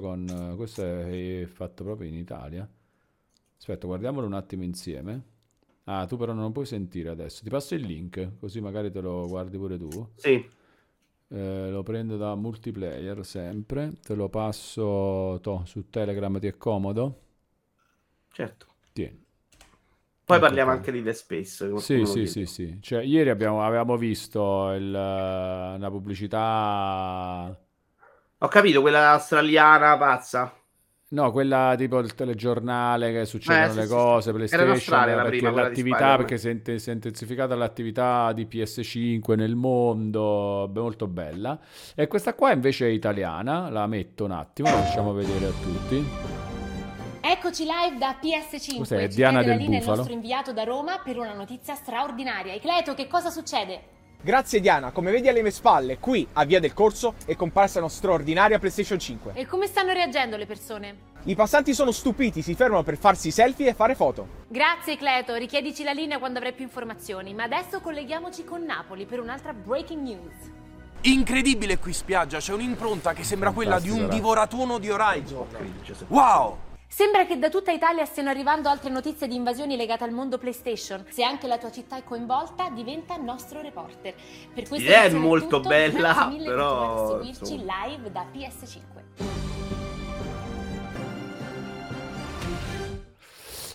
è fatto proprio in Italia. Aspetta, guardiamolo un attimo insieme. Ah, tu però non lo puoi sentire adesso. Ti passo il link, così magari te lo guardi pure tu. Sì. Lo prendo da multiplayer sempre, te lo passo su Telegram, ti è comodo? Certo. Tieni. Poi parliamo anche di The Space. Sì. Cioè, ieri avevamo visto una pubblicità... Ho capito, quella australiana pazza. No, quella tipo il telegiornale che succedono le cose, PlayStation, perché l'attività, perché si è intensificata l'attività di PS5 nel mondo, molto bella. E questa qua invece è italiana, la metto un attimo, la facciamo vedere a tutti. Eccoci live da PS5. Cos'è? Diana del Bufalo. Il nostro inviato da Roma per una notizia straordinaria. Ecleto, che cosa succede? Grazie Diana, come vedi alle mie spalle, qui a Via del Corso è comparsa una straordinaria PlayStation 5. E come stanno reagendo le persone? I passanti sono stupiti, si fermano per farsi selfie e fare foto. Grazie Cleto, richiedici la linea quando avrai più informazioni, ma adesso colleghiamoci con Napoli per un'altra breaking news. Incredibile qui spiaggia, c'è un'impronta che sembra quella di un divoratuono di Horizon. Wow! Sembra che da tutta Italia stiano arrivando altre notizie di invasioni legate al mondo PlayStation. Se anche la tua città è coinvolta, diventa nostro reporter. Per questo è molto bella, però seguirci live da PS5.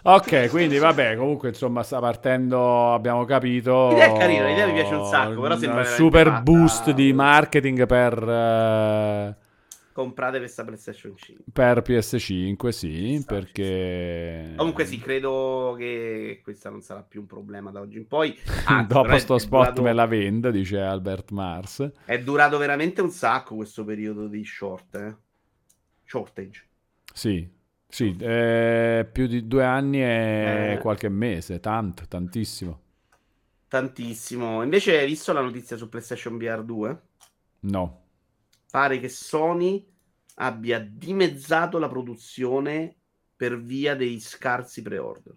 Ok, quindi vabbè, comunque insomma sta partendo, abbiamo capito. L'idea è carina, l'idea mi piace un sacco, però sembra un veramente super fatta. boost di marketing per Comprate questa PlayStation 5. per PS5, sì, Ci sta. perché Comunque sì, credo che questa non sarà più un problema da oggi in poi. Anzi, però dopo sto è spot durato, me la vendo, dice Albert Mars. è durato veramente un sacco questo periodo di shortage. Sì, sì, più di 2 anni e qualche mese, tantissimo. Tantissimo. Invece hai visto la notizia su PlayStation VR 2? No. Pare che Sony abbia dimezzato la produzione per via dei scarsi pre-order.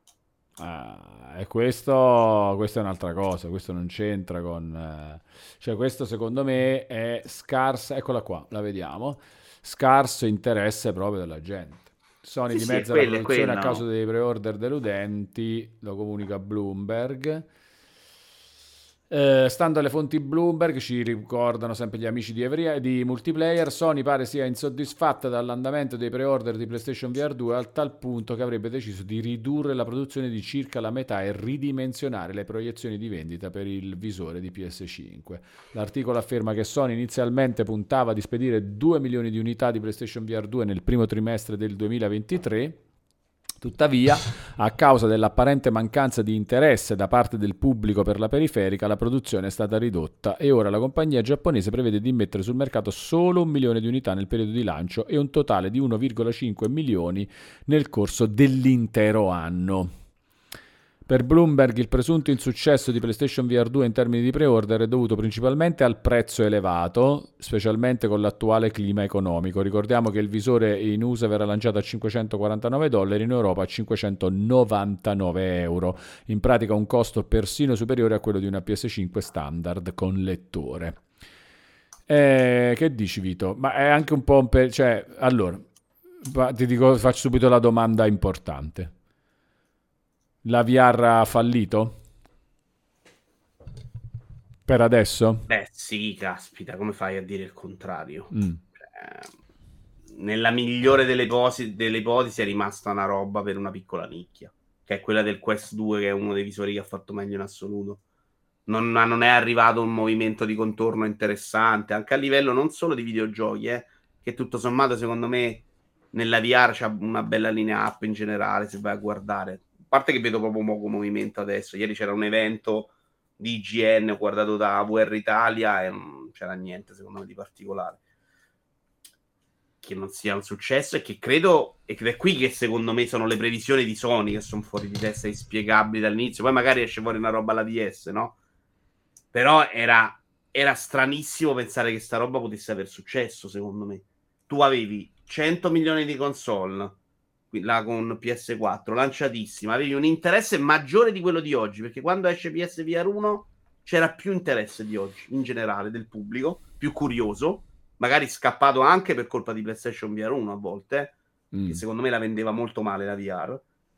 E questo è un'altra cosa, questo non c'entra con... cioè questo secondo me è scarsa, eccola qua, la vediamo, scarso interesse proprio della gente. Sony Sì, dimezza è la quella, produzione a no. causa dei pre-order deludenti, lo comunica Bloomberg. Stando alle fonti Bloomberg, ci ricordano sempre gli amici di Multiplayer, Sony pare sia insoddisfatta dall'andamento dei pre-order di PlayStation VR 2 al tal punto che avrebbe deciso di ridurre la produzione di circa la metà e ridimensionare le proiezioni di vendita per il visore di PS5. L'articolo afferma che Sony inizialmente puntava di spedire 2 milioni di unità di PlayStation VR 2 nel primo trimestre del 2023. Tuttavia, a causa dell'apparente mancanza di interesse da parte del pubblico per la periferica, la produzione è stata ridotta e ora la compagnia giapponese prevede di mettere sul mercato solo 1 milione di unità nel periodo di lancio e un totale di 1,5 milioni nel corso dell'intero anno. Per Bloomberg il presunto insuccesso di PlayStation VR 2 in termini di pre-order è dovuto principalmente al prezzo elevato, specialmente con l'attuale clima economico. Ricordiamo che il visore in USA verrà lanciato a $549, in Europa a €599, in pratica un costo persino superiore a quello di una PS5 standard con lettore. Che dici, Vito? Ma è anche un po' cioè, allora, ti dico, faccio subito la domanda importante. La VR ha fallito? Per adesso? Beh, sì, caspita, come fai a dire il contrario? Nella migliore delle ipotesi è rimasta una roba per una piccola nicchia, che è quella del Quest 2, che è uno dei visori che ha fatto meglio in assoluto. Non è arrivato un movimento di contorno interessante, anche a livello non solo di videogiochi, che tutto sommato, secondo me, nella VR c'ha una bella linea up in generale, se vai a guardare. A parte che vedo proprio poco movimento adesso. Ieri c'era un evento di IGN, ho guardato da VR Italia e non c'era niente, secondo me, di particolare. Che non sia un successo e che credo, ed è qui che secondo me sono le previsioni di Sony che sono fuori di testa, inspiegabili dall'inizio. Poi magari esce fuori una roba alla DS, no? Però era stranissimo pensare che sta roba potesse aver successo, secondo me. Tu avevi 100 milioni di console, là con PS4, lanciatissima, avevi un interesse maggiore di quello di oggi, perché quando esce PSVR 1 c'era più interesse di oggi, in generale, del pubblico, più curioso, magari scappato anche per colpa di PlayStation VR 1 a volte, che secondo me la vendeva molto male la VR,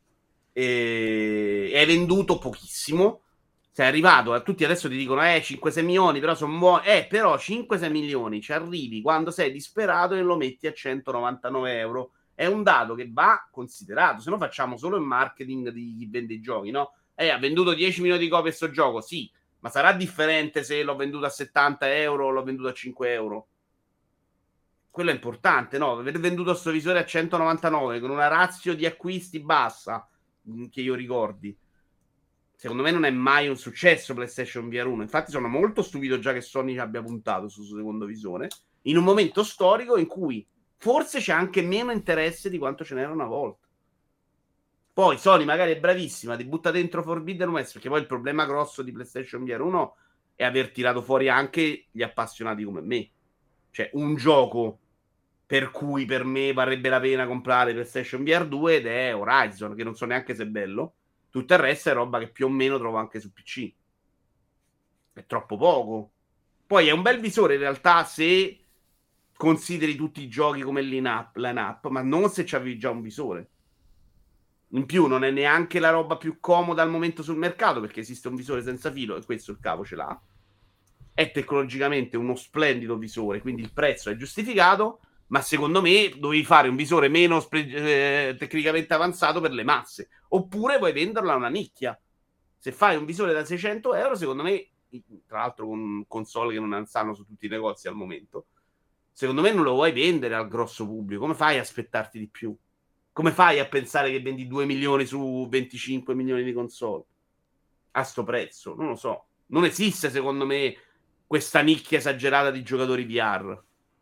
e hai venduto pochissimo. Sei arrivato, tutti adesso ti dicono 5-6 milioni, però sono buoni. Però 5-6 milioni ci arrivi quando sei disperato e lo metti a €199. È un dato che va considerato, se no facciamo solo il marketing di chi vende i giochi, no? Ha venduto 10 milioni di copie questo gioco, sì, ma sarà differente se l'ho venduto a €70 o l'ho venduto a €5. Quello è importante, no? Aver venduto questo visore a 199 con una ratio di acquisti bassa, che io ricordi, secondo me non è mai un successo PlayStation VR 1. Infatti sono molto stupito già che Sony abbia puntato sul suo secondo visore in un momento storico in cui forse c'è anche meno interesse di quanto ce n'era una volta. Poi Sony magari è bravissima, ti butta dentro Forbidden West, perché poi il problema grosso di PlayStation VR 1 è aver tirato fuori anche gli appassionati come me. Cioè un gioco per cui per me varrebbe la pena comprare PlayStation VR 2 ed è Horizon, che non so neanche se è bello. Tutto il resto è roba che più o meno trovo anche su PC. È troppo poco. Poi è un bel visore in realtà se consideri tutti i giochi come line-up, ma non se c'avevi già un visore. In più non è neanche la roba più comoda al momento sul mercato, perché esiste un visore senza filo e questo il cavo ce l'ha. È tecnologicamente uno splendido visore, quindi il prezzo è giustificato, ma secondo me dovevi fare un visore meno tecnicamente avanzato per le masse, oppure puoi venderla a una nicchia. Se fai un visore da 600 euro, secondo me, tra l'altro con console che non stanno su tutti i negozi al momento, secondo me non lo vuoi vendere al grosso pubblico. Come fai a aspettarti di più? Come fai a pensare che vendi 2 milioni su 25 milioni di console a sto prezzo? Non lo so. Non esiste, secondo me, questa nicchia esagerata di giocatori VR.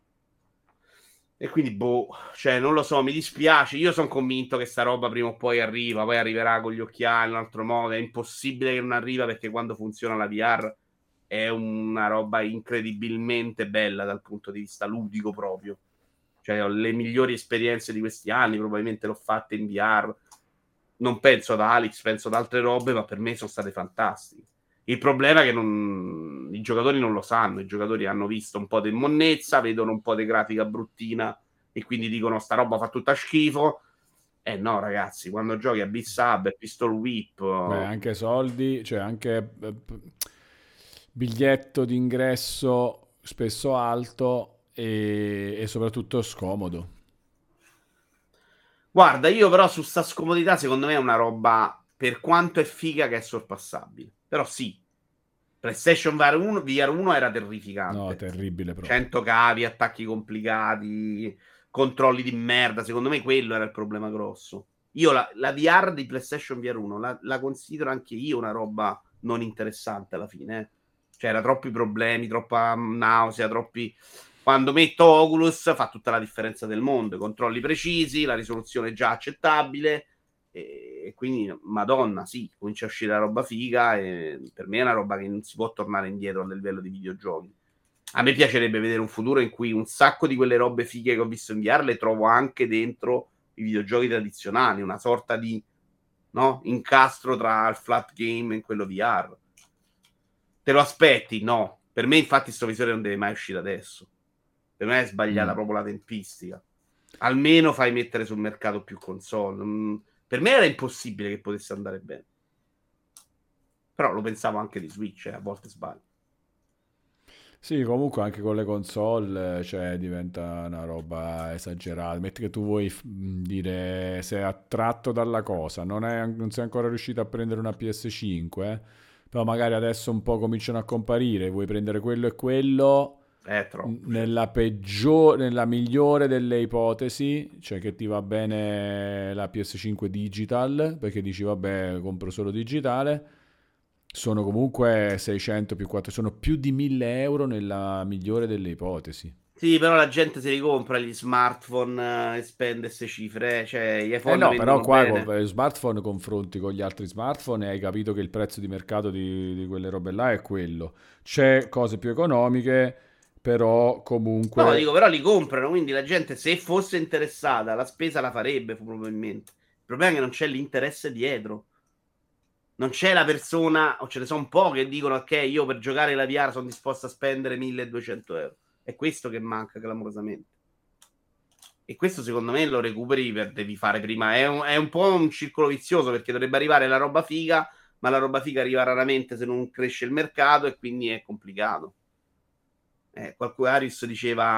E quindi, cioè, non lo so, mi dispiace. Io sono convinto che sta roba prima o poi arriva, poi arriverà con gli occhiali in un altro modo. È impossibile che non arriva, perché quando funziona la VR è una roba incredibilmente bella dal punto di vista ludico proprio. Cioè, ho le migliori esperienze di questi anni, probabilmente l'ho fatta in VR. Non penso ad Alex, penso ad altre robe, ma per me sono state fantastiche. Il problema è che i giocatori non lo sanno. I giocatori hanno visto un po' di monnezza, vedono un po' di grafica bruttina e quindi dicono sta roba fa tutta schifo. No, ragazzi, quando giochi a Beat Saber, Pistol Whip... anche soldi, cioè anche biglietto d'ingresso spesso alto e soprattutto scomodo. Guarda, io però su sta scomodità secondo me è una roba, per quanto è figa, che è sorpassabile. Però sì, PlayStation VR 1 era terrificante. No, terribile proprio. 100 cavi, attacchi complicati, controlli di merda. Secondo me quello era il problema grosso. Io la VR di PlayStation VR 1 la considero anche io una roba non interessante alla fine. Cioè, era troppi problemi, troppa nausea, troppi... Quando metto Oculus fa tutta la differenza del mondo. I controlli precisi, la risoluzione già accettabile... E quindi, madonna, sì, comincia a uscire la roba figa e per me è una roba che non si può tornare indietro a livello di videogiochi. A me piacerebbe vedere un futuro in cui un sacco di quelle robe fighe che ho visto in VR le trovo anche dentro i videogiochi tradizionali, una sorta di incastro tra il flat game e quello VR. Te lo aspetti? No. Per me, infatti, sto visore non deve mai uscire adesso. Per me è sbagliata proprio la tempistica. Almeno fai mettere sul mercato più console. Per me era impossibile che potesse andare bene. Però lo pensavo anche di Switch, a volte sbaglio. Sì, comunque anche con le console, cioè, diventa una roba esagerata. Metti che tu vuoi dire, sei attratto dalla cosa, non sei ancora riuscito a prendere una PS5, però magari adesso un po' cominciano a comparire, vuoi prendere quello e quello... nella migliore delle ipotesi, cioè che ti va bene la PS5 digital, perché dici vabbè, compro solo digitale, sono comunque 600 più 4, sono più di 1.000 euro nella migliore delle ipotesi. Sì, però la gente se li compra gli smartphone e spende queste cifre, cioè gli iPhone no, però qua bene. Con lo smartphone confronti con gli altri smartphone e hai capito che il prezzo di mercato di quelle robe là è quello. C'è cose più economiche, però comunque... No, dico, però li comprano, quindi la gente, se fosse interessata, la spesa la farebbe probabilmente. Il problema è che non c'è l'interesse dietro. Non c'è la persona, o ce ne sono un po' che dicono ok, io per giocare la VR sono disposto a spendere 1.200 euro. È questo che manca clamorosamente. E questo secondo me lo recuperi devi fare prima. È un po' un circolo vizioso, perché dovrebbe arrivare la roba figa, ma la roba figa arriva raramente se non cresce il mercato e quindi è complicato. Qualcuno, Arius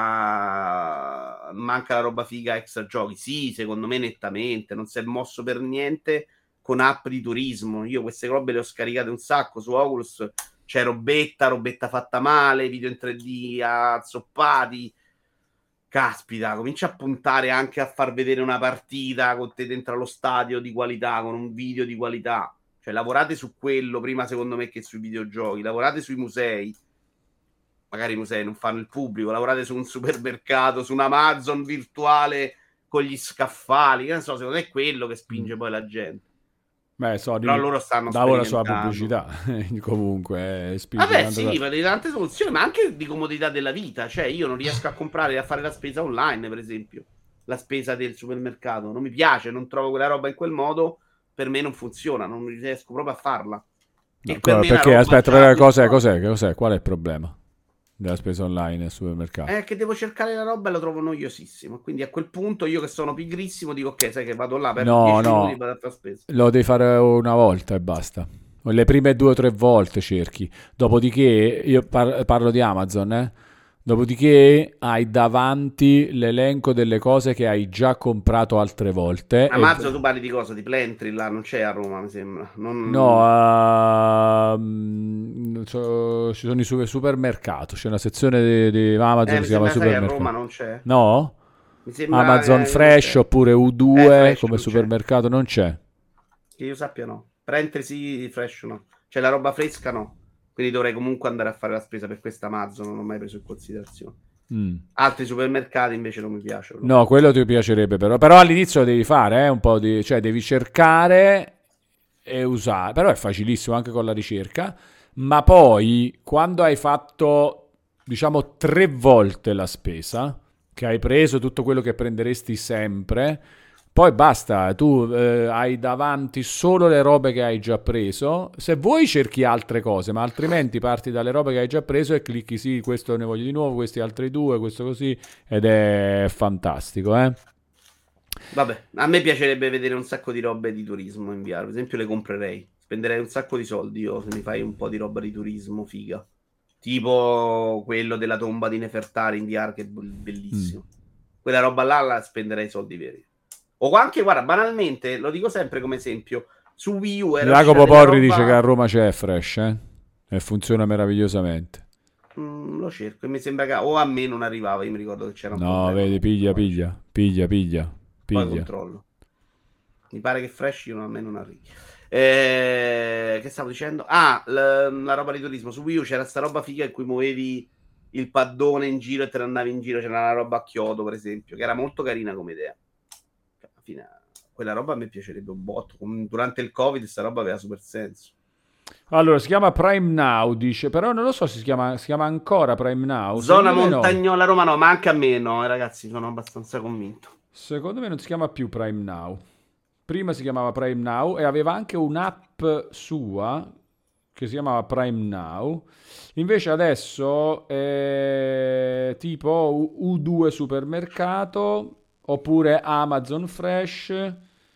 diceva manca la roba figa extra giochi. Sì, secondo me nettamente. Non si è mosso per niente con app di turismo. Io queste robe le ho scaricate un sacco su Oculus. C'è robetta fatta male, video in 3D azzoppati. Caspita, comincia a puntare anche a far vedere una partita con te dentro allo stadio di qualità, con un video di qualità. Cioè lavorate su quello prima, secondo me, che sui videogiochi. Lavorate sui musei. Magari i musei non fanno il pubblico, lavorate su un supermercato, su un Amazon virtuale con gli scaffali, che non so, secondo me è quello che spinge poi la gente. Beh, però loro stanno lavora sulla pubblicità, comunque vabbè sì, di tante soluzioni, ma anche di comodità della vita. Cioè io non riesco a comprare e a fare la spesa online, per esempio la spesa del supermercato, non mi piace, non trovo quella roba in quel modo, per me non funziona, non riesco proprio a farla. No, perché aspetta, cos'è? Qual è il problema della spesa online al supermercato? È che devo cercare la roba e la trovo noiosissimo. Quindi a quel punto io, che sono pigrissimo, dico ok, sai che vado là per 10 minuti e vado a fare spesa. Lo devi fare una volta e basta. Le prime 2 o 3 volte cerchi. Dopodiché io parlo di Amazon, Dopodiché hai davanti l'elenco delle cose che hai già comprato altre volte. A Mazzo tu parli di cosa? Di Plentry là, non c'è a Roma, mi sembra. No, ci sono i supermercati. C'è una sezione di Amazon che si chiama supermercato. A Roma non c'è. No? Mi sembra Amazon Fresh oppure U2 Fresh come supermercato non c'è. Che io sappia no. Plentry sì, Fresh no. C'è la roba fresca no. Quindi dovrei comunque andare a fare la spesa per questa Amazon, non ho mai preso in considerazione. Altri supermercati invece non mi piacciono. No, quello ti piacerebbe però all'inizio lo devi fare, un po' di, cioè devi cercare e usare, però è facilissimo anche con la ricerca, ma poi quando hai fatto, diciamo, 3 volte la spesa, che hai preso tutto quello che prenderesti sempre, poi basta, tu hai davanti solo le robe che hai già preso. Se vuoi cerchi altre cose, ma altrimenti parti dalle robe che hai già preso e clicchi sì, questo ne voglio di nuovo, questi altri 2, questo così, ed è fantastico, Vabbè, a me piacerebbe vedere un sacco di robe di turismo in VR, per esempio le comprerei, spenderei un sacco di soldi io se mi fai un po' di roba di turismo figa, tipo quello della tomba di Nefertari in VR che è bellissimo. Quella roba là la spenderei soldi veri. O anche, guarda, banalmente, lo dico sempre come esempio, su Wii U Jacopo Porri dice che a Roma c'è Fresh, e funziona meravigliosamente. Lo cerco e mi sembra che o a me non arrivava, io mi ricordo che c'era un no, vedi, piglia. Poi controllo. Mi pare che Fresh a me non arrivi. Che stavo dicendo? La roba di turismo su Wii U c'era sta roba figa in cui muovevi il paddone in giro e te ne andavi in giro, c'era una roba a chiodo per esempio, che era molto carina come idea. Quella roba a me piacerebbe un botto. Durante il Covid sta roba aveva super senso. Allora, si chiama Prime Now, dice, però non lo so se si chiama ancora Prime Now. Zona montagnola Roma no, ma anche a me no, ragazzi, sono abbastanza convinto. Secondo me non si chiama più Prime Now. Prima si chiamava Prime Now e aveva anche un'app sua che si chiamava Prime Now. Invece adesso è tipo U2 supermercato oppure Amazon Fresh,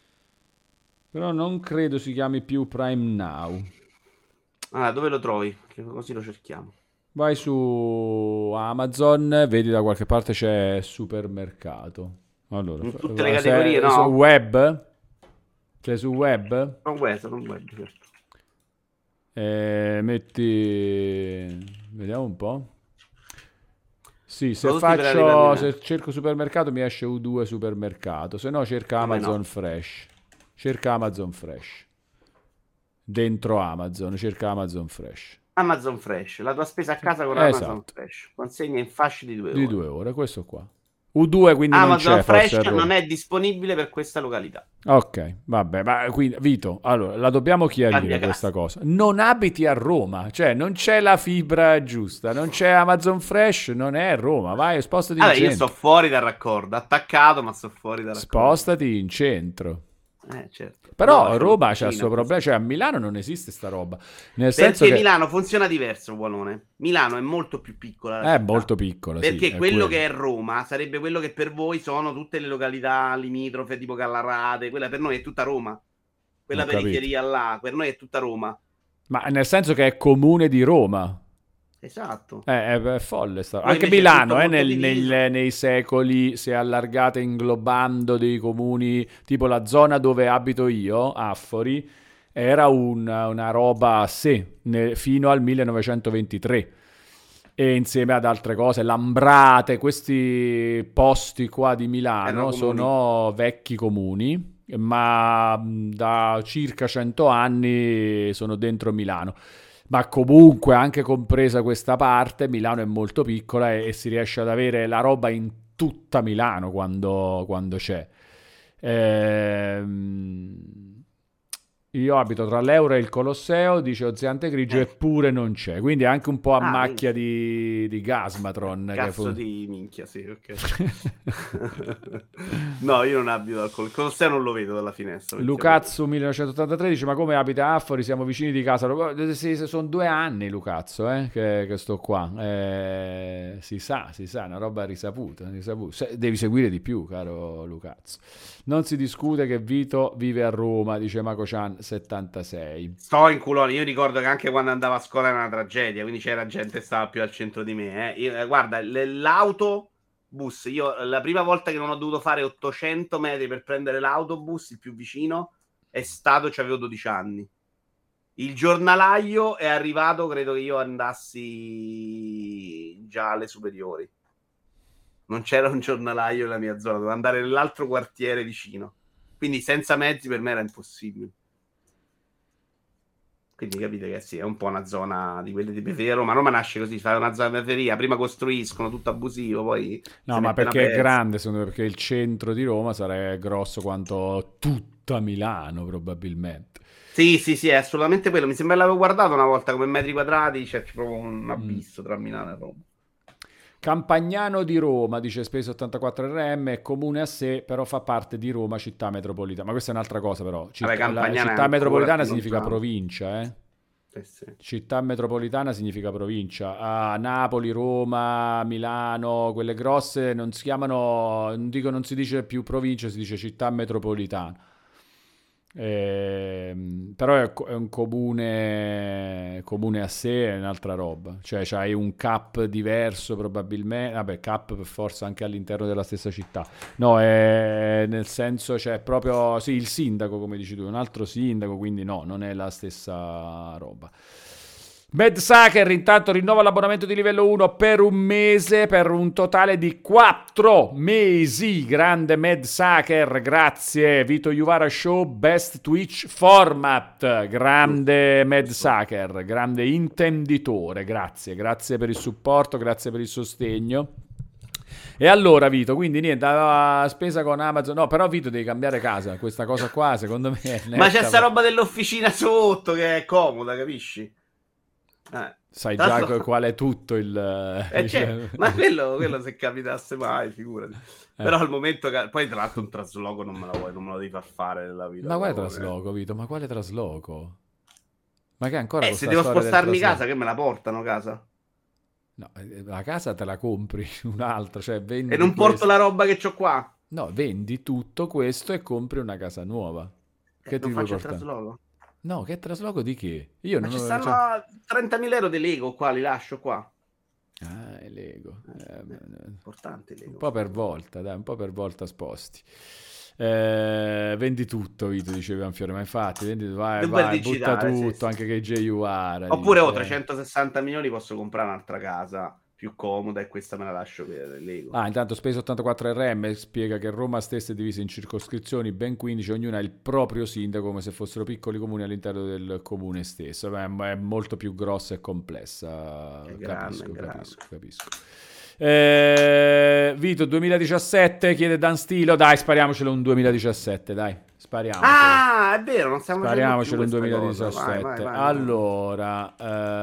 però non credo si chiami più Prime Now. Dove lo trovi? Che così lo cerchiamo. Vai su Amazon, vedi da qualche parte c'è supermercato. Allora, in tutte le categorie, no? Su web? C'è su web? Non web, certo. Metti... Vediamo un po'. Sì, se cerco supermercato mi esce U2 supermercato, se no cerca Amazon Fresh. Cerca Amazon Fresh. Dentro Amazon, cerca Amazon Fresh. Amazon Fresh, la tua spesa a casa con Amazon Fresh. Consegna in fasce di 2 ore. Di 2 ore, questo qua. U2 quindi Amazon non c'è, Fresh non è disponibile per questa località. Ok, vabbè, ma quindi Vito, allora la dobbiamo chiarire questa cosa. Non abiti a Roma, cioè non c'è la fibra giusta, non c'è Amazon Fresh, non è a Roma, vai, spostati in centro. Io sto fuori dal raccordo, attaccato, ma sto fuori dal raccordo. Spostati in centro. Certo. Però Roma c'ha il suo problema, cioè a Milano non esiste sta roba. Perché Milano funziona diverso, Buonone. Milano è molto più piccola. È molto piccola, perché sì, quello che è Roma sarebbe quello che per voi sono tutte le località limitrofe, tipo Gallarate, quella per noi è tutta Roma. Quella periferia là, per noi è tutta Roma. Ma nel senso che è comune di Roma. Esatto. È folle sta. Anche Milano nei secoli si è allargata inglobando dei comuni, tipo la zona dove abito io, Affori, era una roba a sé fino al 1923 e insieme ad altre cose, Lambrate, questi posti qua di Milano sono vecchi comuni, ma da circa 100 anni sono dentro Milano. Ma comunque, anche compresa questa parte, Milano è molto piccola e si riesce ad avere la roba in tutta Milano quando c'è. Io abito tra l'Euro e il Colosseo, dice Oziante Grigio, eppure non c'è. Quindi anche un po' a macchia di Gasmatron. Cazzo di minchia, sì, ok. No, io non abito al Colosseo, non lo vedo dalla finestra. Lucazzo 1983 dice, ma come abita a Affori? Siamo vicini di casa. Sì, sono 2 anni, Lucazzo, che sto qua. Si sa, una roba risaputa. Devi seguire di più, caro Lucazzo. Non si discute che Vito vive a Roma, dice Maco Chan. 76. Sto in culone, io ricordo che anche quando andavo a scuola era una tragedia, quindi c'era gente che stava più al centro di me. Guarda, l'autobus, io la prima volta che non ho dovuto fare 800 metri per prendere l'autobus, il più vicino, è stato, avevo 12 anni. Il giornalaio è arrivato, credo che io andassi già alle superiori. Non c'era un giornalaio nella mia zona, dovevo andare nell'altro quartiere vicino. Quindi senza mezzi per me era impossibile. Quindi capite che sì, è un po' una zona di quelle di periferia. Roma nasce così, fa una zona di periferia, prima costruiscono tutto abusivo, poi... No, ma perché è grande, secondo me, perché il centro di Roma sarà grosso quanto tutta Milano, probabilmente. Sì, è assolutamente quello. Mi sembra che l'avevo guardato una volta come metri quadrati, c'è proprio un abisso tra Milano e Roma. Campagnano di Roma, dice Space 84 RM, è comune a sé, però fa parte di Roma città metropolitana. Ma questa è un'altra cosa però. La città metropolitana significa provincia, Sì. Città metropolitana significa provincia. Napoli, Roma, Milano, quelle grosse non si chiamano, non si dice più provincia, si dice città metropolitana. Però è un comune a sé, è un'altra roba, cioè c'hai un cap diverso probabilmente, vabbè, cap per forza anche all'interno della stessa città, no, è nel senso c'è proprio, sì, il sindaco come dici tu, un altro sindaco, quindi no, non è la stessa roba. Mad Sucker intanto rinnova l'abbonamento di livello 1 per un mese, per un totale di 4 mesi. Grande Mad Sucker, grazie. Vito Juvara Show, best Twitch format. Grande Mad Sucker, grande intenditore, grazie per il supporto, grazie per il sostegno. E allora Vito, quindi niente, aveva spesa con Amazon, no, però Vito devi cambiare casa, questa cosa qua secondo me è netta. Ma c'è sta roba dell'officina sotto che è comoda, capisci? Sai già qual è tutto il... ma quello se capitasse mai, figurati. Però al momento poi tra l'altro un trasloco non me lo devi far fare nella vita. Ma quale trasloco, Vito? Ma quale trasloco? Ma che ancora se devo spostarmi casa, che me la portano casa? No, la casa te la compri un'altra, cioè vendi. E non porto la roba che c'ho qua? No, vendi tutto questo e compri una casa nuova. Che ti non faccio il trasloco? No, che trasloco di che? Io ma non ci stanno 30.000 euro di Lego qua, li lascio qua. Ah, è Lego. Importante Lego. Un po' per volta, dai, un po' per volta sposti. Vendi tutto, Vito, diceva Anfiore, ma infatti vai, butta tutto, sì. Anche che JUR. Oppure ho 360 milioni, posso comprare un'altra casa più comoda e questa me la lascio per Lego. Intanto Space 84 RM spiega che Roma stessa è divisa in circoscrizioni, ben 15, ognuna ha il proprio sindaco come se fossero piccoli comuni all'interno del comune stesso. Beh, è molto più grossa e complessa. Capisco. Vito 2017 chiede Dan Stilo, dai, spariamocelo un 2017, dai. Spariamocelo. È vero, non stiamo spariamocelo un 2017. Vai. Allora,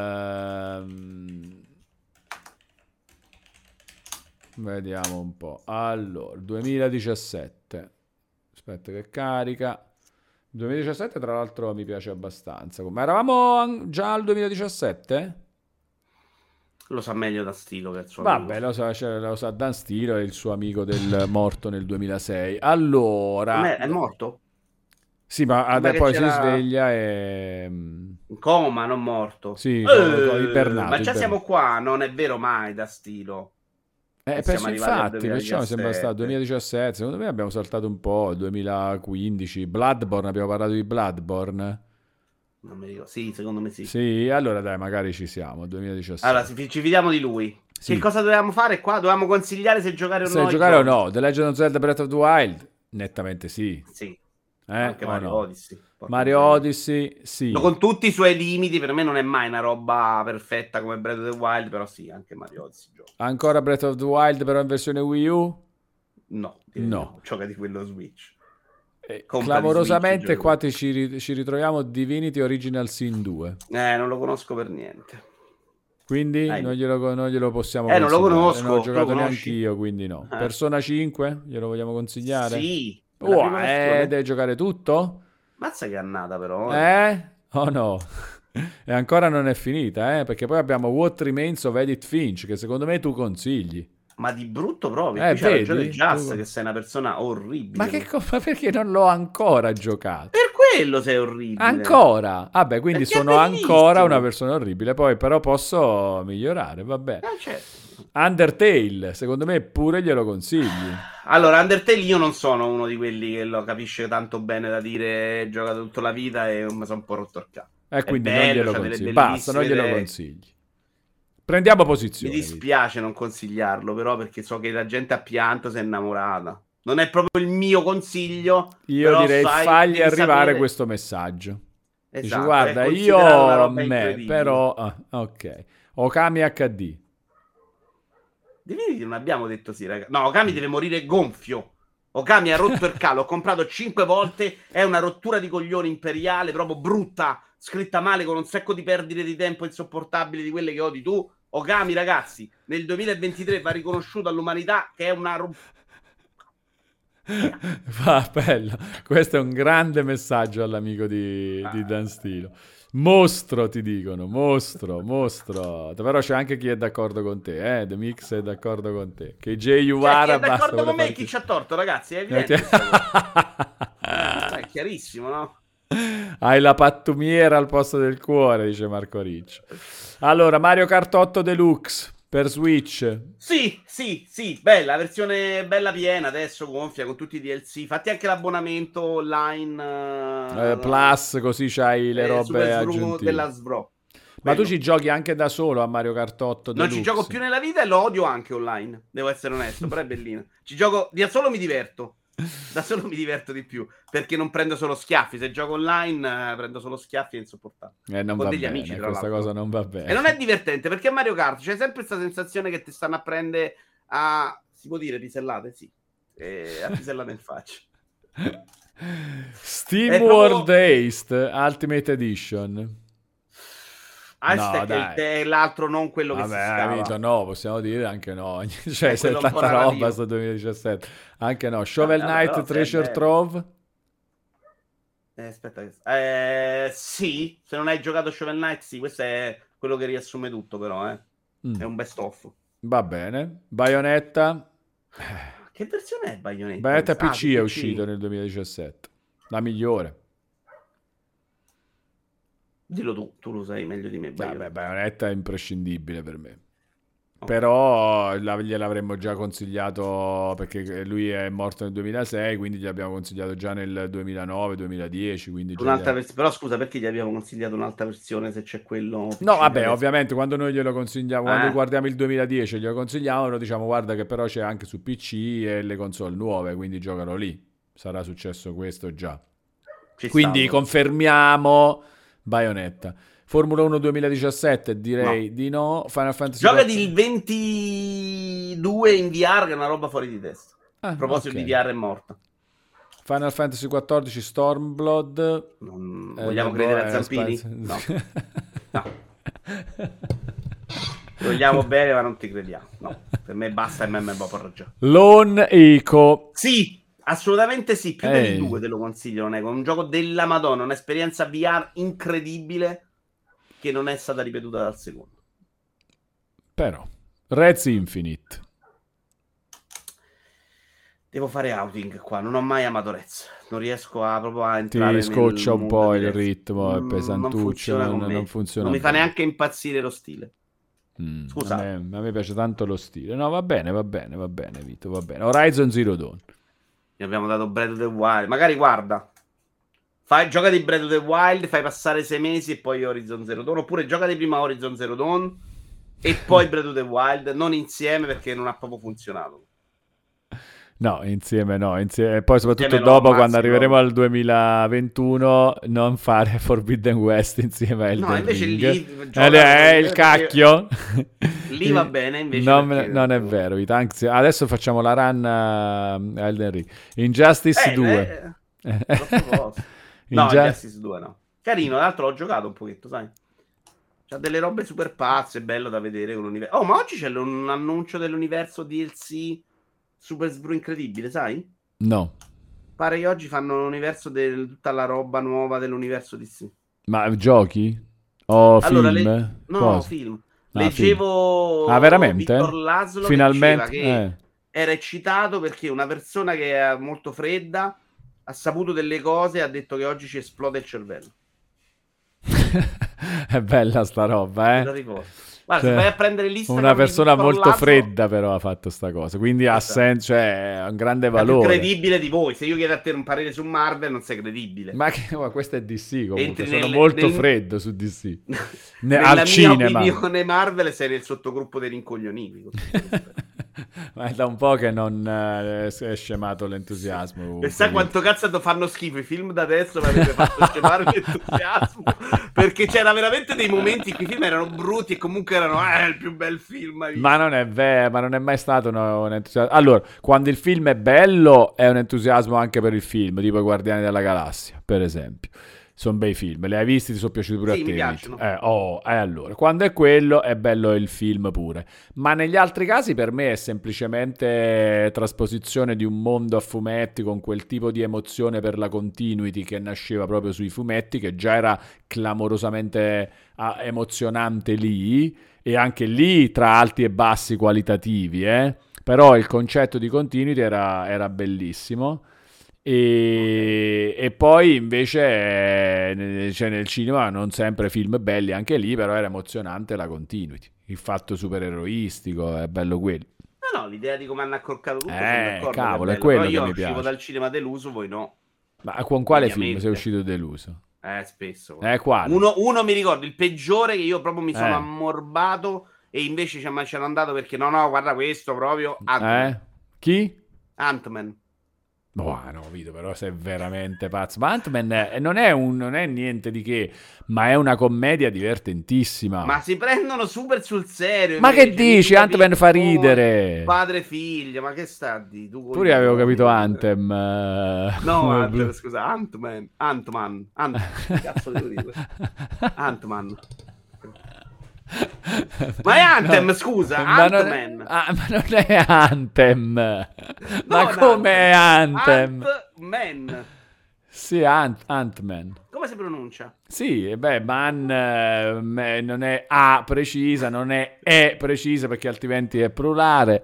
vediamo un po'. Allora, 2017. Aspetta che carica. 2017 tra l'altro mi piace abbastanza. Ma eravamo già al 2017? Lo sa meglio Dan Stilo che il suo amico. Vabbè, lo sa Dan Stilo, è il suo amico del morto nel 2006. Allora... È morto? Sì, ma poi si sveglia e... In coma, non morto. Sì, ibernato. Ma già siamo qua, non è vero mai Dan Stilo. Penso infatti, perciò mi sembra stato 2017, secondo me abbiamo saltato un po', 2015, Bloodborne, abbiamo parlato di Bloodborne? Non mi ricordo, sì, secondo me sì. Sì, allora dai, magari ci siamo, 2017. Allora, ci fidiamo di lui. Sì. Che cosa dovevamo fare qua? Dovevamo consigliare se giocare o no? Se giocare o no, The Legend of Zelda Breath of the Wild, nettamente sì. Sì. Anche Mario Odyssey. Mario Odyssey, sì. Con tutti i suoi limiti, per me non è mai una roba perfetta come Breath of the Wild, però sì, anche Mario Odyssey gioca. Ancora Breath of the Wild però in versione Wii U? No. Gioca di quello Switch. Clamorosamente Switch, qua ci ritroviamo Divinity Original Sin 2. Non lo conosco per niente. Quindi non glielo possiamo consigliare. Non lo conosco. Non ho giocato neanche io, quindi no. Persona 5? Glielo vogliamo consigliare? Sì. Deve giocare tutto? Mazza che annata però. Oh no. E ancora non è finita, perché poi abbiamo What Remains of Edith Finch, che secondo me tu consigli. Ma di brutto proprio. C'è ragione Just, che sei una persona orribile. Ma perché non l'ho ancora giocato? Per quello sei orribile. Ancora? Vabbè, quindi Perché sono ancora una persona orribile, poi però posso migliorare, vabbè. Certo. Undertale, secondo me pure glielo consigli. Allora, Undertale io non sono uno di quelli che lo capisce tanto bene da dire giocato tutta la vita e mi sono un po' rotto il capo. E quindi bello, non glielo consigli. Basta, non glielo consigli. Prendiamo posizione. Mi dispiace non consigliarlo, però, perché so che la gente ha pianto, si è innamorata. Non è proprio il mio consiglio. Io direi fagli arrivare questo messaggio. Esatto, dici, guarda, io però... ok. Okami HD. Non abbiamo detto sì, raga. No, Okami deve morire gonfio. Okami ha rotto il calo. Ho comprato 5 volte. È una rottura di coglioni imperiale, proprio brutta, scritta male, con un sacco di perdite di tempo insopportabili di quelle che odi tu. Okami, ragazzi, nel 2023 va riconosciuto all'umanità che è una... Bello. Questo è un grande messaggio all'amico di Dan Stilo. Mostro, ti dicono, mostro. Però c'è anche chi è d'accordo con te, The Mix è d'accordo con te. Che J. Uvara chi è d'accordo con me e chi ci ha torto, ragazzi, è evidente. È chiarissimo, no? Hai la pattumiera al posto del cuore, dice Marco Riccio. Allora, Mario Kart 8 Deluxe per Switch. Sì, bella, versione bella piena, adesso gonfia con tutti i DLC. Fatti anche l'abbonamento online Plus, così c'hai le robe aggiuntive della Svro. Ma tu ci giochi anche da solo a Mario Kart 8 Deluxe? Non ci gioco più nella vita e lo odio anche online, devo essere onesto, però è bellino. Ci gioco, da solo mi diverto. Da solo mi diverto di più, perché non prendo solo schiaffi. Se gioco online prendo solo schiaffi, è insopportabile. Non con va degli bene, amici, tra questa l'altro. cosa non va bene. E non è divertente, perché a Mario Kart c'è sempre questa sensazione che ti stanno a prendere a... si può dire pisellate? Sì. A pisellate in faccia. Steam World Ace Ultimate Edition. È l'altro, non quello che si scava. No, possiamo dire anche no. Cioè, c'è tanta roba sto 2017. Anche no. Shovel Knight Treasure Trove. Aspetta. Sì, se non hai giocato Shovel Knight, sì, questo è quello che riassume tutto, però, È un best of. Va bene. Bayonetta. Che versione è Bayonetta? Bayonetta PC è uscito nel 2017. La migliore. Dillo tu lo sai meglio di me. Bayonetta è imprescindibile per me. Però gliel'avremmo già consigliato, perché lui è morto nel 2006, quindi gli abbiamo consigliato già nel 2009-2010. Quindi però scusa, perché gli abbiamo consigliato un'altra versione se c'è quello? No, vabbè, ovviamente quando noi glielo consigliamo, quando guardiamo il 2010 glielo consigliamo, lo diciamo guarda che però c'è anche su PC e le console nuove, quindi giocano lì. Sarà successo questo già. Quindi confermiamo Bayonetta. Formula 1 2017 direi di no. Final Fantasy Giocati il 22 in VR, che è una roba fuori di testa. A proposito di VR è morta. Final Fantasy 14 Stormblood. Vogliamo credere a Zampini? No. Vogliamo bene, ma non ti crediamo. No, per me basta MMORPG. Lone Echo. Sì, assolutamente sì. Più del 2 te lo consiglio, non è un gioco della Madonna, un'esperienza VR incredibile che non è stata ripetuta dal secondo. Però Reds Infinite. Devo fare outing qua, non ho mai amato Reds. Non riesco proprio a entrare. Ti scoccia un po' il ritmo, è pesantuccio, non funziona. Non mi fa neanche impazzire lo stile. Scusa. A me piace tanto lo stile. No, va bene, Vito, va bene. Horizon Zero Dawn. Gli abbiamo dato Breath of the Wild. Magari guarda, gioca di Breath of the Wild, fai passare 6 mesi e poi Horizon Zero Dawn. Oppure gioca di prima Horizon Zero Dawn e poi Breath of the Wild. Non insieme, perché non ha proprio funzionato. No, insieme. Poi soprattutto dopo, quando arriveremo al 2021, non fare Forbidden West insieme a Elden invece Ring. È il cacchio. Lì va bene, invece. Non è vero, Vita. Anzi, adesso facciamo la run a Elden Ring. Injustice 2. Injustice 2 no. Carino, tra l'altro l'ho giocato un pochetto, sai. C'ha delle robe super pazze, bello da vedere. Oh, ma oggi c'è un annuncio dell'universo DLC super sbru incredibile, sai? No. Pare che oggi fanno l'universo tutta la roba nuova dell'universo DC. Ma giochi? O film? No, film. Leggevo film. Veramente? Victor Laszlo finalmente che era eccitato perché una persona che è molto fredda ha saputo delle cose e ha detto che oggi ci esplode il cervello. È bella sta roba, Me lo ricordo. Guarda, se vai a prendere l'Instagram una persona di molto Lazzo, fredda però ha fatto sta cosa, quindi ha senso, cioè ha un grande è più valore. credibile di voi. Se io chiedo a te un parere su Marvel, non sei credibile. Ma questo è DC comunque, Entri sono nel- molto nel- freddo su DC. Nella Al mia cinema. opinione Marvel sei nel sottogruppo dei rincoglioniti. Ma è da un po' che non è scemato l'entusiasmo. E sai quanto cazzo fanno schifo i film da adesso, mi avete fatto scemare l'entusiasmo, perché c'era veramente dei momenti in cui i film erano brutti e comunque erano il più bel film mai visto. Ma non è vero, ma non è mai stato un entusiasmo. Allora, quando il film è bello è un entusiasmo anche per il film, tipo i Guardiani della Galassia, per esempio. Sono bei film, li hai visti? Ti sono piaciuti pure Sì, a te? mi piacciono. Allora, quando è quello è bello il film pure. Ma negli altri casi per me è semplicemente trasposizione di un mondo a fumetti con quel tipo di emozione per la continuity che nasceva proprio sui fumetti, che già era clamorosamente emozionante lì, e anche lì tra alti e bassi qualitativi, però il concetto di continuity era bellissimo. E poi invece nel cinema non sempre film belli anche lì, però era emozionante la continuity, il fatto supereroistico, è bello quello. No, l'idea di come hanno accorcato tutto, sono d'accordo, cavolo, che è quello però io che mi uscivo piace. dal cinema deluso, voi no. Ma con quale Ovviamente. film sei uscito deluso? Spesso. Quale? Uno mi ricordo, il peggiore, che io proprio mi sono ammorbato e invece c'era andato perché no, guarda questo proprio, Ant-Man. Chi? Ant-Man. No, Vito, però sei veramente pazzo. Ma Ant-Man non è niente di che, ma è una commedia divertentissima. Ma si prendono super sul serio. Ma invece, che dici? Ant-Man fa ridere. Padre figlio, ma che sta di tu? Pure avevo capito Anthem. No, Anthem, scusa, Ant-Man. Cazzo devo dire? Ant-Man. Ma è Anthem, scusa, Ant-Man. Ma non è Anthem. Ma come è Anthem? Ant-Man. Sì, Ant-Man. Come si pronuncia? Sì, non è A precisa, non è E precisa perché altrimenti è plurale.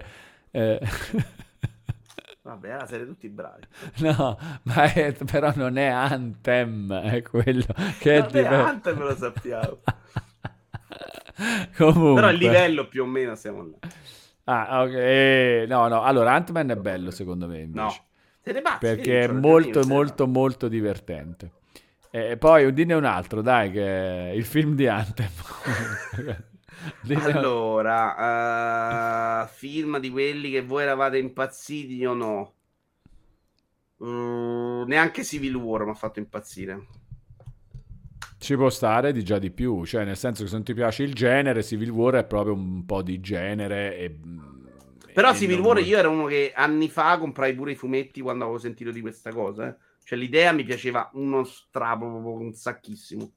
Vabbè, alla serie tutti bravi. No, però non è Anthem, è quello che è diverso. Anthem lo sappiamo. Comunque. Però il livello più o meno siamo là. Ok. No, allora Ant-Man è bello secondo me invece. No. Siete pazzi, perché è molto divertente. E poi dinne un altro, dai, che è il film di Anthem. Allora, film di quelli che voi eravate impazziti, io no. Neanche Civil War mi ha fatto impazzire. Ci può stare di già di più, cioè nel senso che se non ti piace il genere, Civil War è proprio un po' di genere. Però Civil War io ero uno che anni fa comprai pure i fumetti quando avevo sentito di questa cosa. Cioè l'idea mi piaceva uno strapo, un sacchissimo.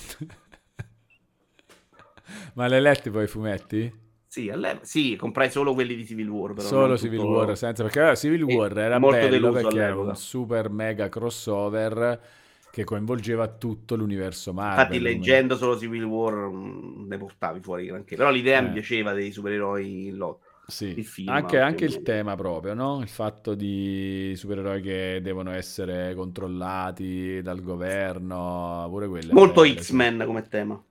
Ma l'hai letti poi i fumetti? Sì, comprai solo quelli di Civil War. Però solo Civil War, senza, perché Civil War era molto bello perché era all'epoca. un super mega crossover che coinvolgeva tutto l'universo Marvel. Infatti leggendo solo Civil War ne portavi fuori granché. Però l'idea mi piaceva dei supereroi in lotta. Sì, il film, anche il tema proprio, no? Il fatto di supereroi che devono essere controllati dal governo, pure quello. Molto X-Men come tema.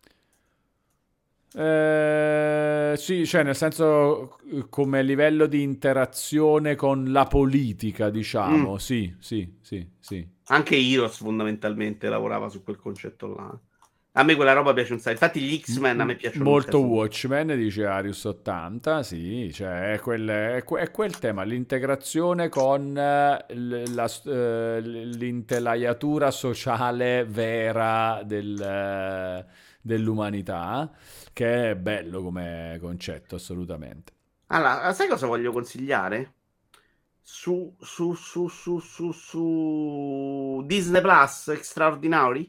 Sì, cioè nel senso come livello di interazione con la politica, diciamo. Sì. Anche Heroes fondamentalmente lavorava su quel concetto là. A me quella roba piace un sacco. Infatti gli X-Men a me piacciono molto. Watchmen, dice Arius 80, sì, cioè è quel tema, l'integrazione con l'intelaiatura sociale vera dell'umanità, che è bello come concetto, assolutamente. Allora, sai cosa voglio consigliare? Su Disney Plus Extraordinary?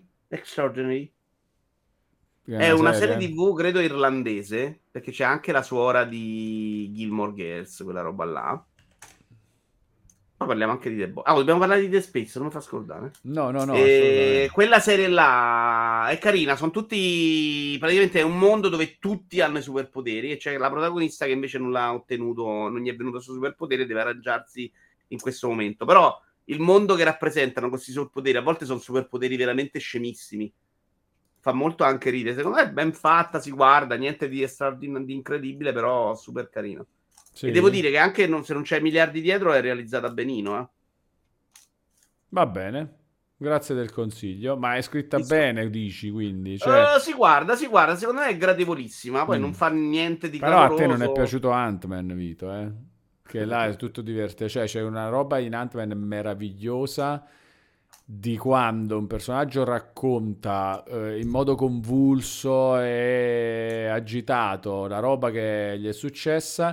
È una serie TV, credo irlandese, perché c'è anche la suora di Gilmore Girls, quella roba là. Poi parliamo anche di The Boys. Dobbiamo parlare di The Space, non mi fa scordare. No. Quella serie là è carina, sono tutti... Praticamente è un mondo dove tutti hanno i superpoteri e c'è la protagonista che invece non l'ha ottenuto, non gli è venuto il suo superpotere e deve arrangiarsi in questo momento. Però il mondo che rappresentano questi superpoteri, a volte sono superpoteri veramente scemissimi. Fa molto anche ridere. Secondo me è ben fatta, si guarda, niente di di incredibile, però super carino. Sì. E devo dire che anche se non c'è miliardi dietro è realizzata benino. Va bene. Grazie del consiglio, ma è scritta bene, dici, quindi? Si guarda, secondo me è gradevolissima, poi non fa niente di clamoroso. Però a te non è piaciuto Ant-Man, Vito, Che là è tutto divertente, cioè c'è una roba in Ant-Man meravigliosa di quando un personaggio racconta in modo convulso e agitato la roba che gli è successa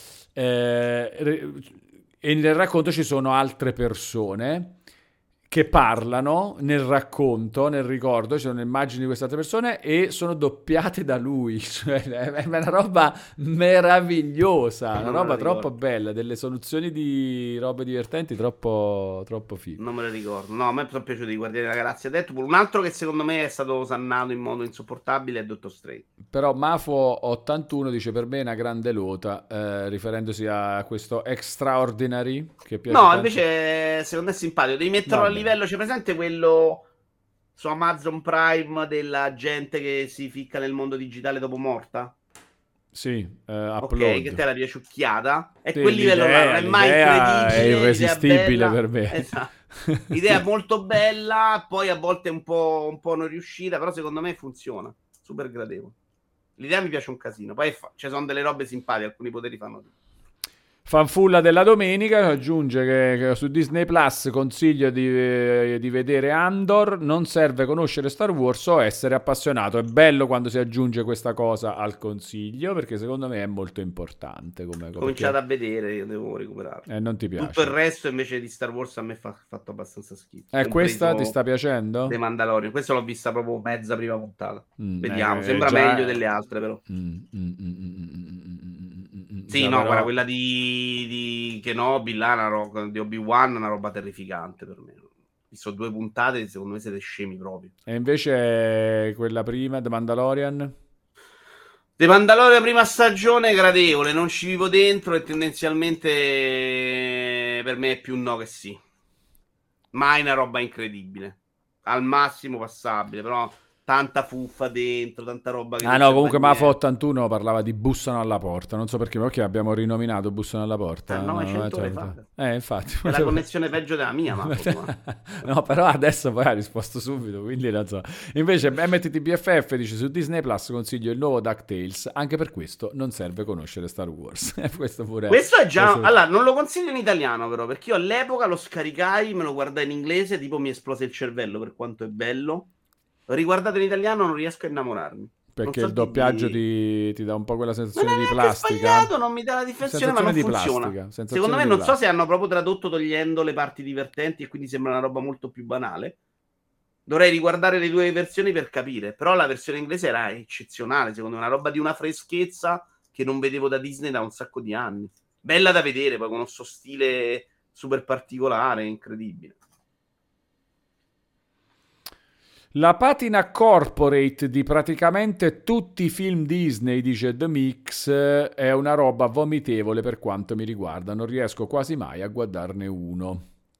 e nel racconto ci sono altre persone che parlano nel racconto, nel ricordo, ci sono immagini di queste altre persone e sono doppiate da lui, cioè è una roba meravigliosa, una roba troppo bella, delle soluzioni di robe divertenti troppo figo. Non me le ricordo, no, a me sono piaciuti i Guardiani della Galassia Deadpool. Un altro che secondo me è stato osannato in modo insopportabile è Doctor Strange. Però Mafo81 dice per me è una grande lota, riferendosi a questo Extraordinary che piace tanto. Invece secondo me è simpatico, devi metterlo a livello, c'è presente quello su Amazon Prime della gente che si ficca nel mondo digitale dopo morta? Sì, ok, che te la piaciucchiata. È sì, quel livello là, non è mai incredibile. È irresistibile per me. Esatto. Idea molto bella, poi a volte un po' non riuscita, però secondo me funziona. Super gradevole. L'idea mi piace un casino. Poi ci sono delle robe simpatiche, alcuni poteri fanno. Fanfulla della domenica aggiunge che su Disney Plus consiglio di vedere Andor. Non serve conoscere Star Wars o essere appassionato. È bello quando si aggiunge questa cosa al consiglio, perché secondo me è molto importante. Cominciate a vedere, io devo recuperarlo. Non ti piace. Tutto il resto invece di Star Wars a me ha fatto abbastanza schifo. Questa ti sta piacendo? The Mandalorian. Questa l'ho vista proprio mezza prima puntata. Vediamo, sembra meglio delle altre però. Sì, no, guarda, quella di Kenobi, là, di Obi-Wan, una roba terrificante per me. Ho visto 2 puntate, secondo me siete scemi proprio. E invece quella prima, The Mandalorian? The Mandalorian prima stagione, gradevole, non ci vivo dentro e tendenzialmente per me è più no che sì. Mai una roba incredibile. Al massimo passabile, però... tanta fuffa dentro, tanta roba che comunque Mafo 81 parlava di Bussano alla porta, non so perché, ma abbiamo rinominato Bussano alla porta. 900 ore fa. Infatti. È la connessione peggio della mia, Mafo. No, però adesso poi ha risposto subito, quindi non so. Invece MTTBFF dice su Disney Plus consiglio il nuovo DuckTales, anche per questo non serve conoscere Star Wars. Questo è già... Allora, non lo consiglio in italiano però, perché io all'epoca lo scaricai, me lo guardai in inglese, tipo mi esplose il cervello per quanto è bello. Riguardato in italiano non riesco a innamorarmi. Perché il doppiaggio ti dà un po' quella sensazione di plastica. Sbagliato, non mi dà la difensione, ma non funziona. Secondo me non so se hanno proprio tradotto togliendo le parti divertenti e quindi sembra una roba molto più banale. Dovrei riguardare le 2 versioni per capire. Però la versione inglese era eccezionale, secondo me, una roba di una freschezza che non vedevo da Disney da un sacco di anni. Bella da vedere, poi con un suo stile super particolare, incredibile. La patina corporate di praticamente tutti i film Disney, dice The Mix, è una roba vomitevole per quanto mi riguarda. Non riesco quasi mai a guardarne uno.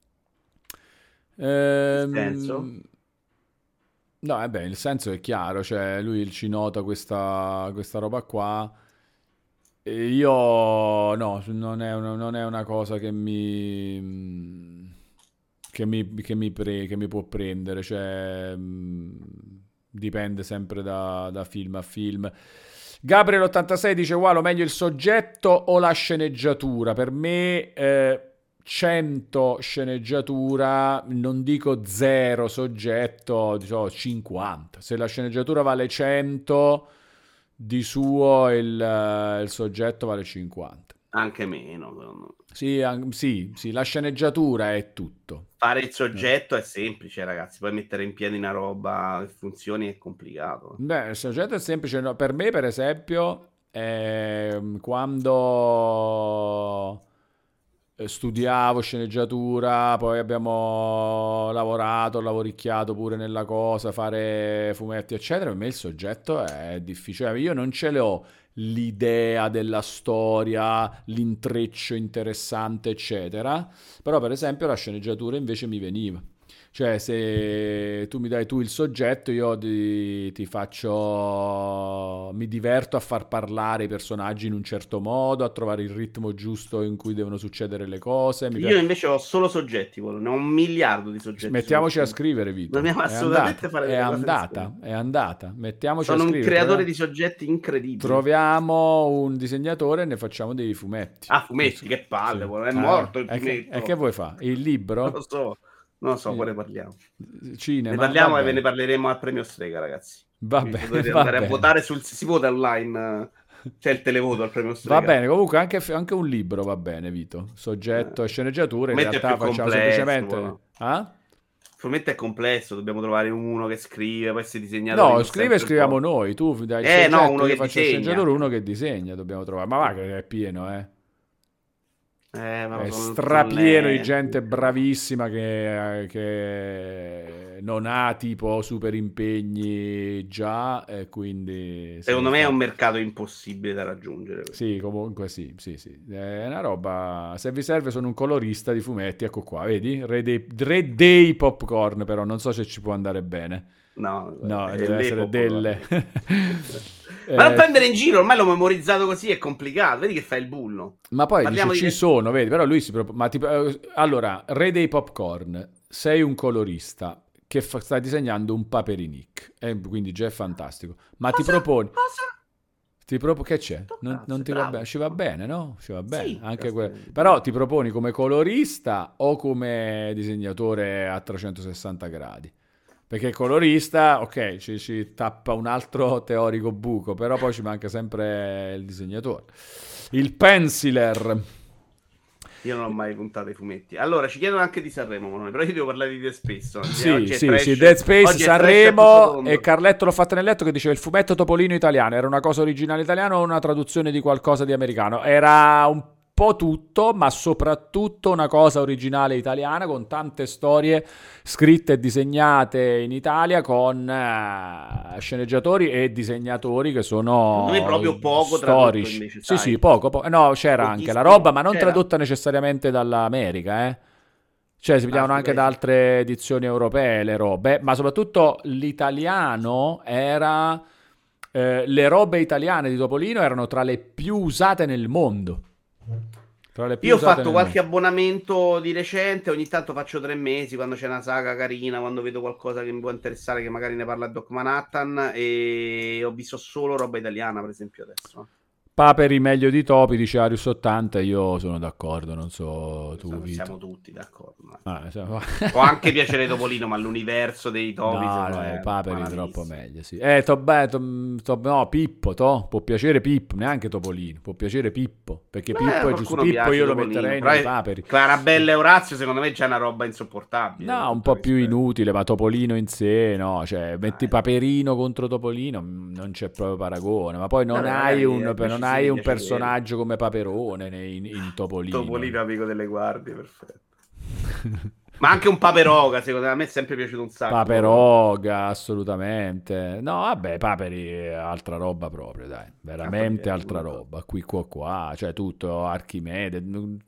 Senso? No, il senso è chiaro, cioè lui ci nota questa roba qua. E io no, non è una cosa che mi può prendere, cioè dipende sempre da film a film. Gabriel 86 dice wow, meglio il soggetto o la sceneggiatura? Per me 100 sceneggiatura, non dico 0 soggetto, diciamo 50. Se la sceneggiatura vale 100, di suo il soggetto vale 50. Anche meno. Sì, la sceneggiatura è tutto. Fare il soggetto è semplice, ragazzi. Poi mettere in piedi una roba che funzioni è complicato. Beh, il soggetto è semplice. No? Per me, per esempio, quando studiavo sceneggiatura, poi abbiamo lavoricchiato pure nella cosa, fare fumetti eccetera. Per me il soggetto è difficile, io non ce l'ho l'idea della storia, l'intreccio interessante eccetera, però per esempio la sceneggiatura invece mi veniva. Cioè, se tu mi dai tu il soggetto, io ti faccio... mi diverto a far parlare i personaggi in un certo modo, a trovare il ritmo giusto in cui devono succedere le cose. Io invece ho solo soggetti, ne ho 1 miliardo di soggetti. Mettiamoci a scrivere, Vito. Dobbiamo assolutamente fare delle cose. È andata. Mettiamoci a scrivere. Sono un creatore di soggetti incredibile. Troviamo un disegnatore e ne facciamo dei fumetti. Ah, fumetti, che palle, è morto il fumetto. E che vuoi fare? Il libro? Non lo so, poi ne parliamo. Cinema, ne parliamo e ve ne parleremo al premio Strega, ragazzi. Dovete andare a votare si vota online. C'è il televoto al premio Strega. Va bene, comunque anche un libro va bene, Vito. Soggetto e sceneggiatura. In realtà facciamo semplicemente. Il fumetto è complesso, dobbiamo trovare uno che scrive, poi si disegna. No, scriviamo noi. Tu dai il soggetto, no, uno io che faccio disegna. Il sceneggiatore, uno che disegna. Dobbiamo trovare. Ma va che è pieno, è strapieno di gente bravissima che non ha tipo super impegni già, e quindi secondo me è un mercato impossibile da raggiungere. Sì, comunque sì. È una roba. Se vi serve, sono un colorista di fumetti, ecco qua, vedi? Re dei popcorn, però non so se ci può andare bene. No, deve essere delle. Ma non prendere in giro, ormai l'ho memorizzato così, è complicato. Vedi che fai il bullo. Ma poi dice, ci sono, vedi, però lui si propone. Allora, Re dei popcorn, sei un colorista che sta disegnando un Paperinik, quindi già è fantastico. Ma ti proponi. Che c'è? Non ti va bene? Ci va bene, no? Ci va bene. Sì, anche però ti proponi come colorista o come disegnatore a 360 gradi? Perché colorista, ok, ci tappa un altro teorico buco, però poi ci manca sempre il disegnatore. Il penciler. Io non ho mai puntato i fumetti. Allora, ci chiedono anche di Sanremo, però io devo parlare di Dead Space. Sì, Dead Space, Sanremo, e Carletto l'ho fatta nel letto che diceva il fumetto Topolino italiano. Era una cosa originale italiana o una traduzione di qualcosa di americano? Era un po' tutto, ma soprattutto una cosa originale italiana, con tante storie scritte e disegnate in Italia, con sceneggiatori e disegnatori che sono proprio poco storici. Invece, sì, poco. No, c'era anche la roba, ma non tradotta necessariamente dall'America, Cioè si pigliavano anche da altre edizioni europee le robe, ma soprattutto l'italiano era... le robe italiane di Topolino erano tra le più usate nel mondo. Io ho fatto qualche abbonamento di recente, ogni tanto faccio 3 mesi quando c'è una saga carina, quando vedo qualcosa che mi può interessare, che magari ne parla Doc Manhattan, e ho visto solo roba italiana, per esempio, adesso. Paperi meglio di Topi, dice Arius 80, io sono d'accordo, non so tu, Vito. Siamo tutti d'accordo. Può anche piacere Topolino, ma l'universo dei Topi Paperi è troppo meglio, sì. No, Pippo, può piacere Pippo, neanche Topolino, può piacere Pippo, perché Pippo è giusto, Pippo io lo metterei nei Paperi. Clarabella e Orazio secondo me c'è una roba insopportabile. No, un po' più inutile, ma Topolino in sé, no, cioè metti Paperino contro Topolino, non c'è proprio paragone, ma poi non hai un personaggio come Paperone in Topolino. Topolino amico delle guardie, perfetto. Ma anche un Paperoga, secondo me, a me è sempre piaciuto un sacco. Paperoga, assolutamente. No, vabbè, Paperi è altra roba proprio, dai. Veramente altra roba. Qui, qua, cioè tutto, Archimede,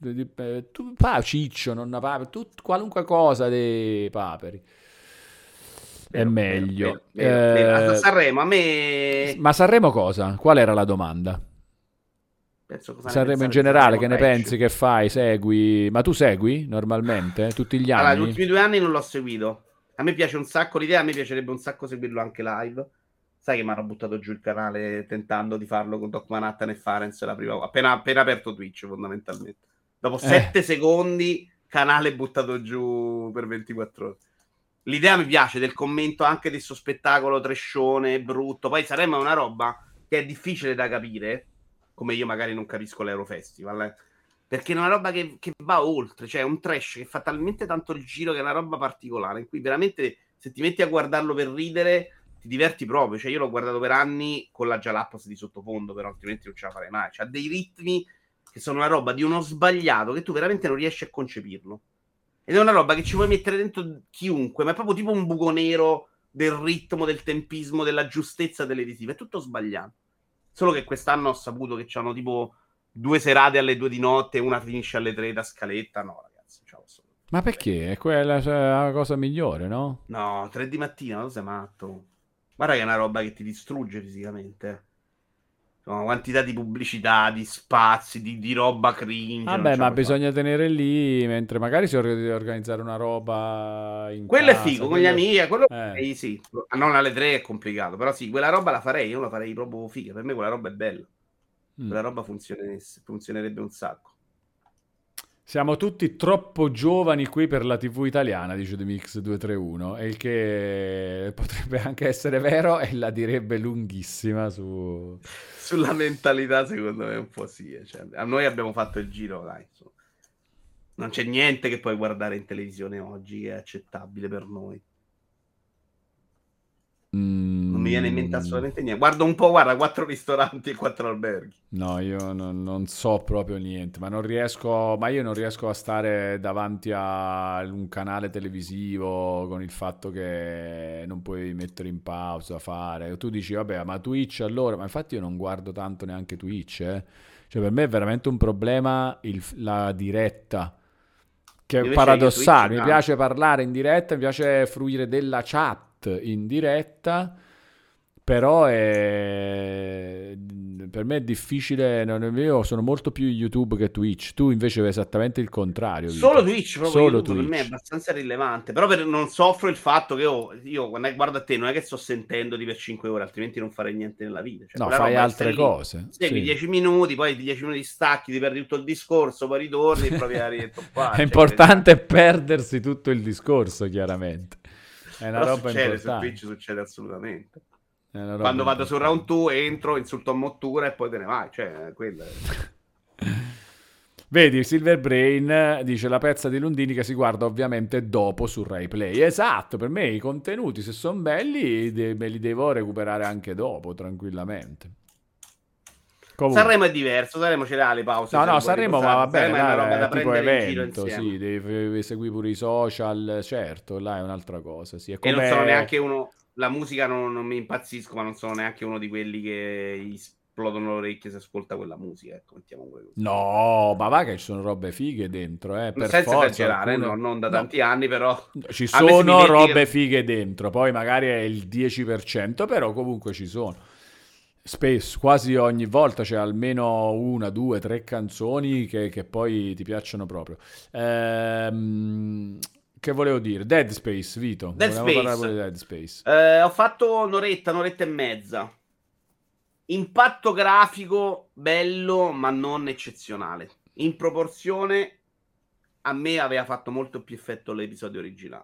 Ciccio, nonna Paperi, qualunque cosa dei Paperi. È meglio. Vero. Sanremo, a me... Ma Sanremo cosa? Qual era la domanda? Sanremo in generale, che ne pensi, che fai, segui? Ma tu segui normalmente, tutti gli anni? Allora, gli ultimi 2 anni non l'ho seguito. A me piace un sacco l'idea, a me piacerebbe un sacco seguirlo anche live. Sai che mi hanno buttato giù il canale tentando di farlo con Doc Manhattan e Farenz la prima appena aperto Twitch, fondamentalmente. Dopo 7 secondi, canale buttato giù per 24 ore. L'idea mi piace, del commento anche di questo spettacolo trescione, brutto. Poi Sanremo è una roba che è difficile da capire, come io magari non capisco l'Eurofestival, perché è una roba che va oltre, cioè è un trash che fa talmente tanto il giro che è una roba particolare, in cui veramente se ti metti a guardarlo per ridere ti diverti proprio. Cioè io l'ho guardato per anni con la Jalapas di sottofondo, però altrimenti non ce la farei mai. C'ha dei ritmi che sono una roba di uno sbagliato che tu veramente non riesci a concepirlo. Ed è una roba che ci puoi mettere dentro chiunque, ma è proprio tipo un buco nero del ritmo, del tempismo, della giustezza televisiva. È tutto sbagliato. Solo che quest'anno ho saputo che c'hanno tipo 2 serate alle 2 di notte, una finisce alle 3 da scaletta. No, ragazzi, ciao. Ma perché? È quella la cosa migliore, no? No, 3 di mattina, tu sei matto. Guarda che è una roba che ti distrugge fisicamente. Sono quantità di pubblicità, di spazi, di roba cringe. Vabbè, ma bisogna tenere lì, mentre magari si organizzare una roba in quello casa. È figo, con gli amici, quello sì. Non alle 3 è complicato, però sì, quella roba la farei, io la farei proprio figa. Per me quella roba è bella. Quella roba funzionerebbe un sacco. Siamo tutti troppo giovani qui per la TV italiana, dice The Mix 231, e il che potrebbe anche essere vero e la direbbe lunghissima sulla mentalità, secondo me un po' sì. Cioè, noi abbiamo fatto il giro, dai. Non c'è niente che puoi guardare in televisione oggi che è accettabile per noi. Non mi viene in mente assolutamente niente. Guarda un po', guarda, 4 ristoranti e 4 alberghi. No, io non so proprio niente, ma io non riesco a stare davanti a un canale televisivo con il fatto che non puoi mettere in pausa, fare. Tu dici, vabbè, ma Twitch allora? Ma infatti io non guardo tanto neanche Twitch, Cioè per me è veramente un problema la diretta. Che è paradossale, mi piace parlare in diretta, mi piace fruire della chat in diretta, però per me è difficile. Io sono molto più YouTube che Twitch. Tu invece è esattamente il contrario. Solo Twitch, proprio solo YouTube, Twitch. per me è abbastanza rilevante. Però non soffro il fatto che io quando guardo a te non è che sto sentendoti per 5 ore, altrimenti non farei niente nella vita. Cioè, no, fai altre cose. Segui 10 minuti, poi 10 minuti stacchi, ti perdi tutto il discorso, poi ritorni e provi a rientrare. È importante perdersi tutto il discorso, chiaramente. È una però roba succede, importante. su Twitch succede assolutamente. Quando vado su Round 2 entro, insulto a Mottura e poi te ne vai. Cioè, quello è... Vedi, Silver Brain dice la pezza di Lundini che si guarda ovviamente dopo su Rai Play. Esatto, per me i contenuti, se sono belli, me li devo recuperare anche dopo, tranquillamente. Comunque. Sanremo è diverso, Sanremo ce l'ha le pause. No, Sanremo va bene, è una roba da tipo prendere evento, in giro sì, devi seguire pure i social, certo, là è un'altra cosa, sì. E non sono neanche uno, la musica non mi impazzisco, ma non sono neanche uno di quelli che esplodono le orecchie se ascolta quella musica, ecco, mettiamo così. No, ma va che ci sono robe fighe dentro, per senza forza, esagerare, non da tanti anni, però ci sono robe fighe dentro, poi magari è il 10%, però comunque ci sono. Spesso, quasi ogni volta c'è almeno 1, 2, 3 canzoni che poi ti piacciono proprio. Che volevo dire? Dead Space, Vito. Parlare pure di Dead Space. Ho fatto un'oretta e mezza. Impatto grafico bello, ma non eccezionale. In proporzione, a me aveva fatto molto più effetto l'episodio originale.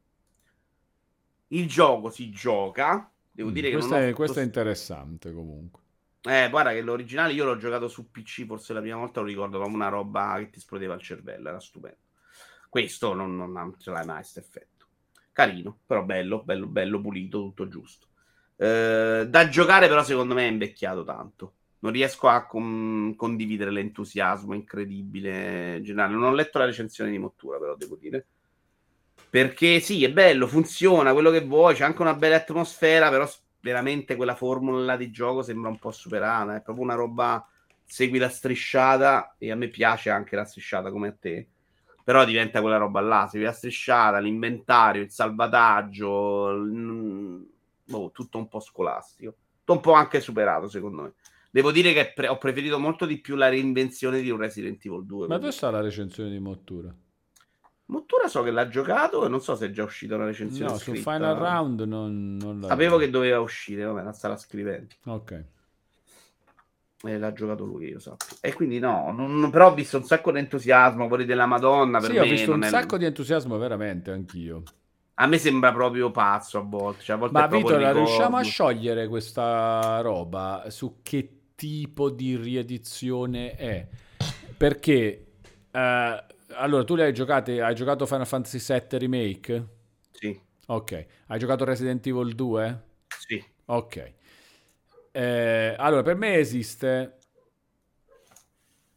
Il gioco si gioca. Devo dire che questo è interessante comunque. Guarda che l'originale io l'ho giocato su PC forse la prima volta, lo ricordo come una roba che ti esplodeva il cervello, era stupendo. Questo non ce l'hai mai questo effetto. Carino, però bello, pulito, tutto giusto. Da giocare però secondo me è invecchiato tanto. Non riesco a condividere l'entusiasmo incredibile generale. Non ho letto la recensione di Mottura, però devo dire. Perché sì, è bello, funziona, quello che vuoi, c'è anche una bella atmosfera, però veramente quella formula di gioco sembra un po' superata, è proprio una roba, segui la strisciata, e a me piace anche la strisciata come a te, però diventa quella roba là, segui la strisciata, l'inventario, il salvataggio, tutto un po' scolastico, tutto un po' anche superato secondo me. Devo dire che ho preferito molto di più la reinvenzione di un Resident Evil 2. Ma dove sta la recensione di Mottura? Mottura so che l'ha giocato e non so se è già uscita una recensione no, scritta. Su Final Round non sapevo che doveva uscire, vabbè, la stava scrivendo. Ok. E l'ha giocato lui, io so. E quindi però ho visto un sacco di entusiasmo, quelli della Madonna, per me ho visto un sacco di entusiasmo, veramente, anch'io. A me sembra proprio pazzo a volte. Cioè, a volte ma Vito, riusciamo a sciogliere questa roba su che tipo di riedizione è? Perché... allora, tu hai giocato Final Fantasy VII Remake? Sì. Ok. Hai giocato Resident Evil 2? Sì. Ok. Allora, per me esiste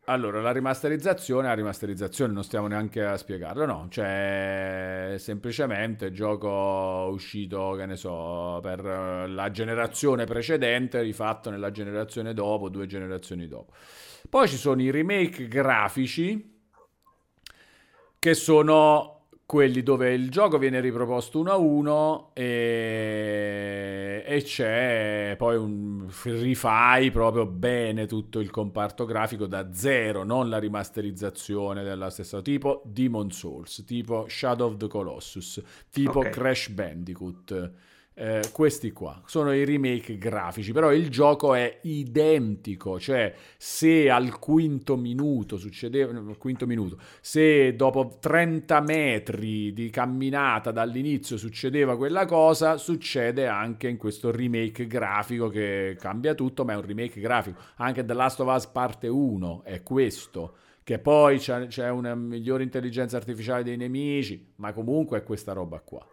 Allora, la rimasterizzazione non stiamo neanche a spiegarlo, no, cioè semplicemente gioco uscito, che ne so, per la generazione precedente, rifatto nella generazione dopo, 2 generazioni dopo. Poi ci sono i remake grafici, che sono quelli dove il gioco viene riproposto 1 a 1 e c'è poi rifai proprio bene tutto il comparto grafico da zero, non la rimasterizzazione della stessa tipo Demon Souls, tipo Shadow of the Colossus, tipo Crash Bandicoot. Questi qua sono i remake grafici, però il gioco è identico, cioè se al quinto minuto se dopo 30 metri di camminata dall'inizio succedeva quella cosa, succede anche in questo remake grafico che cambia tutto, ma è un remake grafico. Anche The Last of Us parte 1 è questo, che poi c'è una migliore intelligenza artificiale dei nemici, ma comunque è questa roba qua.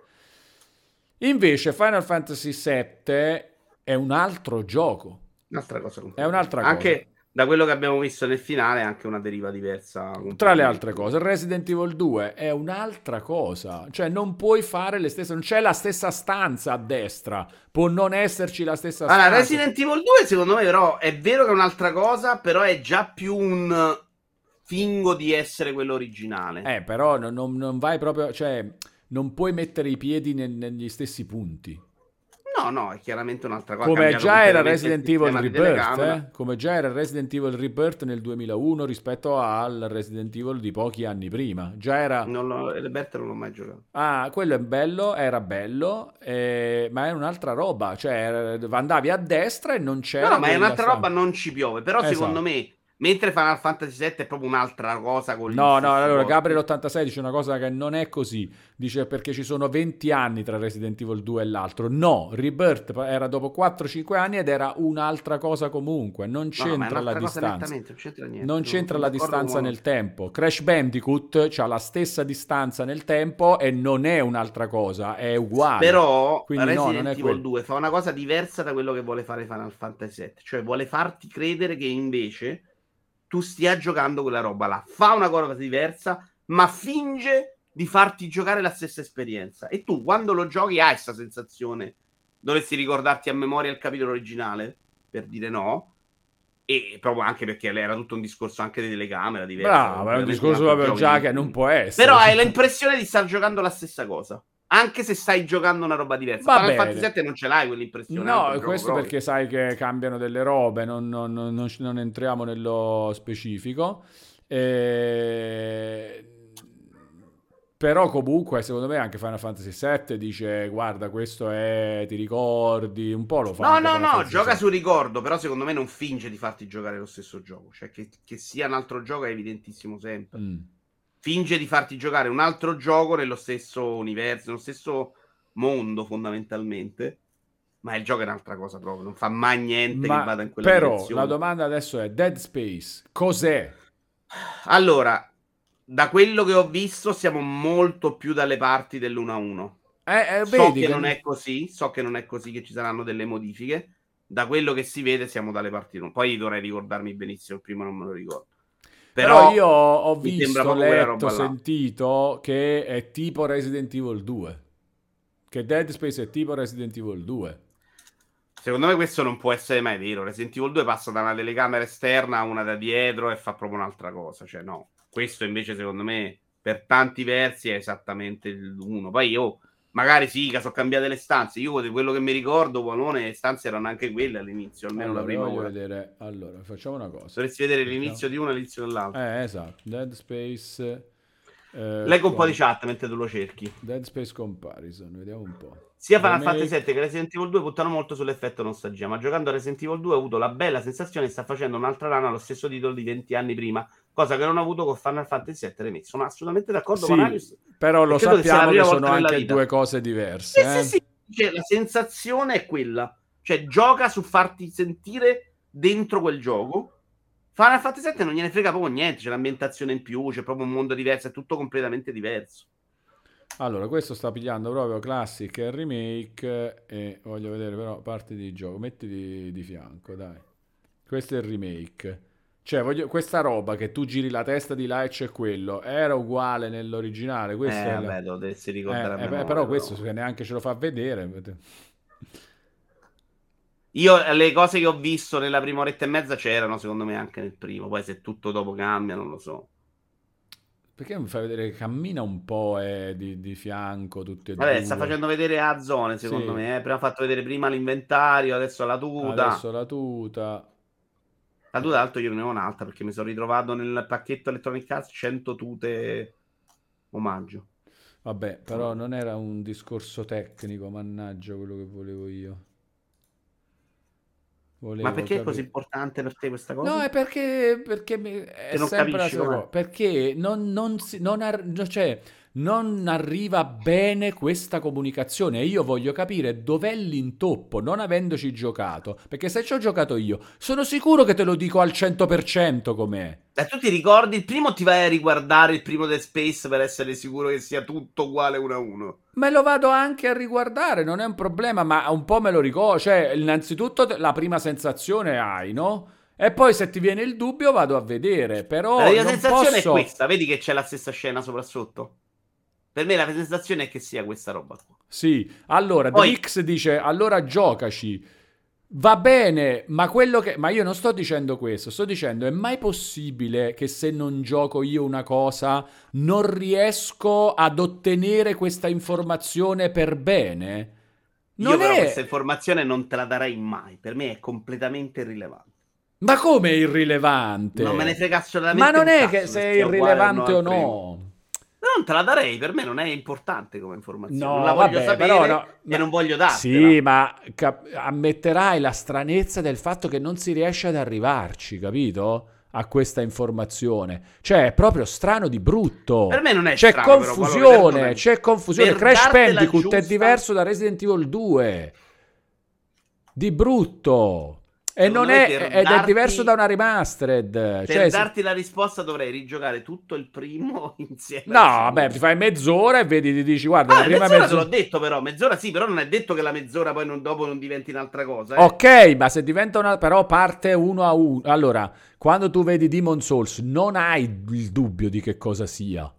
Invece Final Fantasy VII è un altro gioco. Un'altra cosa. È un'altra cosa. Anche da quello che abbiamo visto nel finale è anche una deriva diversa. Tra le altre cose, Resident Evil 2 è un'altra cosa. Cioè non puoi fare le stesse... Non c'è la stessa stanza a destra. Può non esserci la stessa stanza. Allora, Resident Evil 2 secondo me però è vero che è un'altra cosa, però è già più un fingo di essere quello originale. Però non vai proprio... Cioè... Non puoi mettere i piedi negli stessi punti. No, è chiaramente un'altra cosa. Come già era Resident Evil Rebirth, come già era Resident Evil Rebirth nel 2001 rispetto al Resident Evil di pochi anni prima. Già era... Rebirth non l'ho mai giocato. Quello è bello, era bello, ma è un'altra roba. Cioè, andavi a destra e non c'era... No, ma è un'altra roba, non ci piove. Però secondo me... Mentre Final Fantasy VII è proprio un'altra cosa. Allora Gabriel 86 dice una cosa che non è così. Dice perché ci sono 20 anni tra Resident Evil 2 e l'altro. No, Rebirth era dopo 4-5 anni ed era un'altra cosa comunque. Non c'entra la distanza. Non c'entra la distanza nel tempo. Crash Bandicoot c'ha la stessa distanza nel tempo e non è un'altra cosa, è uguale. Però Resident Evil 2 fa una cosa diversa da quello che vuole fare Final Fantasy VII. Cioè vuole farti credere che invece... tu stia giocando quella roba là, fa una cosa diversa, ma finge di farti giocare la stessa esperienza. E tu, quando lo giochi, hai questa sensazione. Dovresti ricordarti a memoria il capitolo originale, per dire no. E proprio anche perché era tutto un discorso anche di telecamera diverso. Bravo, è un discorso proprio già che non può essere. Però hai l'impressione di star giocando la stessa cosa. Anche se stai giocando una roba diversa. Final Fantasy VII non ce l'hai quell'impressione. No, questo perché sai che cambiano delle robe, non entriamo nello specifico. Però comunque secondo me anche Final Fantasy VII dice guarda questo è, ti ricordi, un po' lo fa. No, gioca sul ricordo, però secondo me non finge di farti giocare lo stesso gioco. Cioè che sia un altro gioco è evidentissimo sempre. Finge di farti giocare un altro gioco nello stesso universo, nello stesso mondo fondamentalmente, ma il gioco è un'altra cosa proprio, non fa mai niente che vada in quella direzione. Però la domanda adesso è Dead Space, cos'è? Allora, da quello che ho visto siamo molto più dalle parti dell'1-1. So che non è così, che ci saranno delle modifiche, da quello che si vede siamo dalle parti 1. Poi dovrei ricordarmi benissimo, il primo non me lo ricordo. Però io ho visto, letto, sentito che è tipo Resident Evil 2. Che Dead Space è tipo Resident Evil 2. Secondo me questo non può essere mai vero. Resident Evil 2 passa da una telecamera esterna a una da dietro e fa proprio un'altra cosa. Cioè no, questo invece secondo me per tanti versi è esattamente il 1. Poi magari sì, che sono cambiate le stanze. Io di quello che mi ricordo, Polone, le stanze erano anche quelle all'inizio, almeno la prima ora. Vedere. Allora, facciamo una cosa. Dovresti vedere l'inizio di uno e l'inizio dell'altro. Esatto. Dead Space... leggo un po' di chat mentre tu lo cerchi. Dead Space Comparison, vediamo un po'. Sia Final Fantasy VII che Resident Evil 2 puntano molto sull'effetto nostalgia, ma giocando a Resident Evil 2 ho avuto la bella sensazione che sta facendo un'altra run allo stesso titolo di 20 anni prima, cosa che non ho avuto con Final Fantasy VII Remake. Sono assolutamente d'accordo con Arius. Però lo sappiamo che sono anche due cose diverse. Sì. Cioè, la sensazione è quella. Cioè, gioca su farti sentire dentro quel gioco. Final Fantasy VII non gliene frega proprio niente, c'è l'ambientazione in più, c'è proprio un mondo diverso, è tutto completamente diverso. Allora, questo sta pigliando proprio Classic e Remake e voglio vedere però parti di gioco. Metti di fianco, dai. Questo è il Remake. Cioè, questa roba che tu giri la testa di là e c'è quello, era uguale nell'originale. Questo vabbè, lo dovresti ricordare a memoria, però questo neanche ce lo fa vedere. Io le cose che ho visto nella prima oretta e mezza c'erano, secondo me, anche nel primo. Poi se tutto dopo cambia, non lo so. Perché mi fai vedere che cammina un po' di fianco tutti e Vabbè, due? sta facendo vedere a zone, secondo me. Prima ha fatto vedere prima l'inventario, adesso la tuta. Adesso la tuta. La tuta, l'altro io non ne ho un'altra, perché mi sono ritrovato nel pacchetto Electronic Arts 100 tute omaggio. Vabbè, però non era un discorso tecnico, mannaggia quello che volevo io. Ma perché è così importante per te questa cosa? No, è perché è non sempre la capisci stessa cosa. Perché non arriva bene questa comunicazione e io voglio capire dov'è l'intoppo, non avendoci giocato. Perché se ci ho giocato io, sono sicuro che te lo dico al 100% com'è. E tu ti ricordi il primo o ti vai a riguardare il primo Dead Space per essere sicuro che sia tutto uguale 1-1? Me lo vado anche a riguardare, non è un problema, ma un po' me lo ricordo. Cioè, innanzitutto la prima sensazione hai, no? E poi se ti viene il dubbio vado a vedere, però la mia non sensazione posso... è questa, vedi che c'è la stessa scena sopra sotto? Per me la sensazione è che sia questa roba qua. Sì, allora, Poi... Drix dice, allora giocaci. Va bene, ma io non sto dicendo questo, sto dicendo, è mai possibile che se non gioco io una cosa non riesco ad ottenere questa informazione per bene? Io però questa informazione non te la darei mai, per me è completamente irrilevante. Ma come irrilevante? Non me ne frega assolutamente. Ma non è che se è irrilevante o no. Non te la darei, per me non è importante come informazione. No, non la voglio sapere però e non voglio dartela. Sì, ma ammetterai la stranezza del fatto che non si riesce ad arrivarci, capito? A questa informazione. Cioè, è proprio strano di brutto. Per me non è c'è strano, confusione, però, c'è confusione. Crash Bandicoot è diverso da Resident Evil 2. Di brutto. E non è, ed è diverso da una remastered. Per darti la risposta dovrei rigiocare tutto il primo insieme. No, vabbè, ti fai mezz'ora e vedi, ti dici, guarda, la prima mezz'ora te l'ho detto però, mezz'ora sì, però non è detto che la mezz'ora poi dopo non diventi un'altra cosa. Ok, ma se diventa una... però parte 1-1. Allora, quando tu vedi Demon's Souls non hai il dubbio di che cosa sia.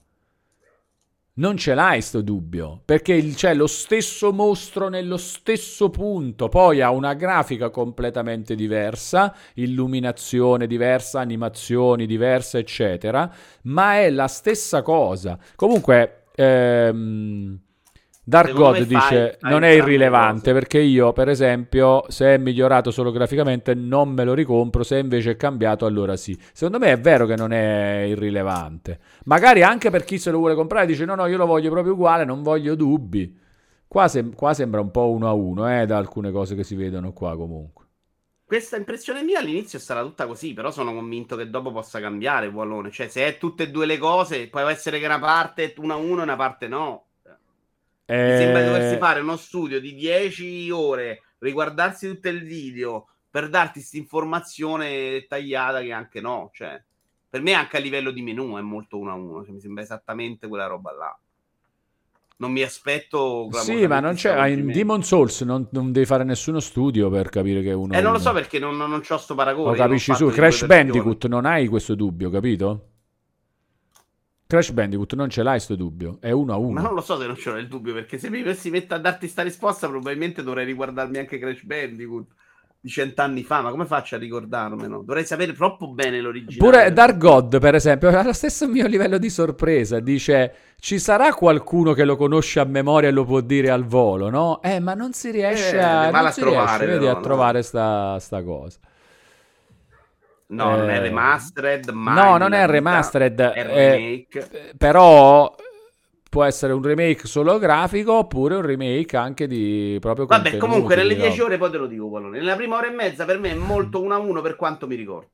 Non ce l'hai sto dubbio, perché c'è lo stesso mostro nello stesso punto, poi ha una grafica completamente diversa, illuminazione diversa, animazioni diverse, eccetera, ma è la stessa cosa. Comunque, Dark God dice non è irrilevante, perché io, per esempio, se è migliorato solo graficamente non me lo ricompro, se invece è cambiato allora sì. Secondo me è vero che non è irrilevante. Magari anche per chi se lo vuole comprare dice no, io lo voglio proprio uguale, non voglio dubbi. Qua sembra un po' 1-1, da alcune cose che si vedono qua comunque. Questa impressione mia all'inizio sarà tutta così, però sono convinto che dopo possa cambiare, Wallone. Cioè, se è tutte e due le cose, può essere che una parte è 1-1 e una parte no. Mi sembra doversi fare uno studio di 10 ore, riguardarsi tutto il video per darti questa informazione dettagliata che anche no. Cioè, per me anche a livello di menu è molto 1-1, cioè, mi sembra esattamente quella roba là. Non mi aspetto... Sì, ma non c'è... In Demon's Souls non devi fare nessuno studio per capire che è 1-1. Non lo so perché non c'ho sto paragone. Lo capisci su Crash Bandicoot, non hai questo dubbio, capito? Crash Bandicoot non ce l'hai sto dubbio, è 1-1. Ma non lo so se non ce l'ho il dubbio, perché se mi metto a darti sta risposta probabilmente dovrei riguardarmi anche Crash Bandicoot di 100 anni fa, ma come faccio a ricordarmelo? Dovrei sapere troppo bene l'originale. Pure Dark God, per esempio, ha lo stesso mio livello di sorpresa, dice ci sarà qualcuno che lo conosce a memoria e lo può dire al volo, no? Ma non si riesce a trovare sta cosa. No, non è remastered, no, non è remastered, è remake. Però può essere un remake solo grafico oppure un remake anche di proprio contenuti. Vabbè, comunque nelle 10 ore poi te lo dico, Pallone. Nella prima ora e mezza per me è molto 1-1 per quanto mi ricordo.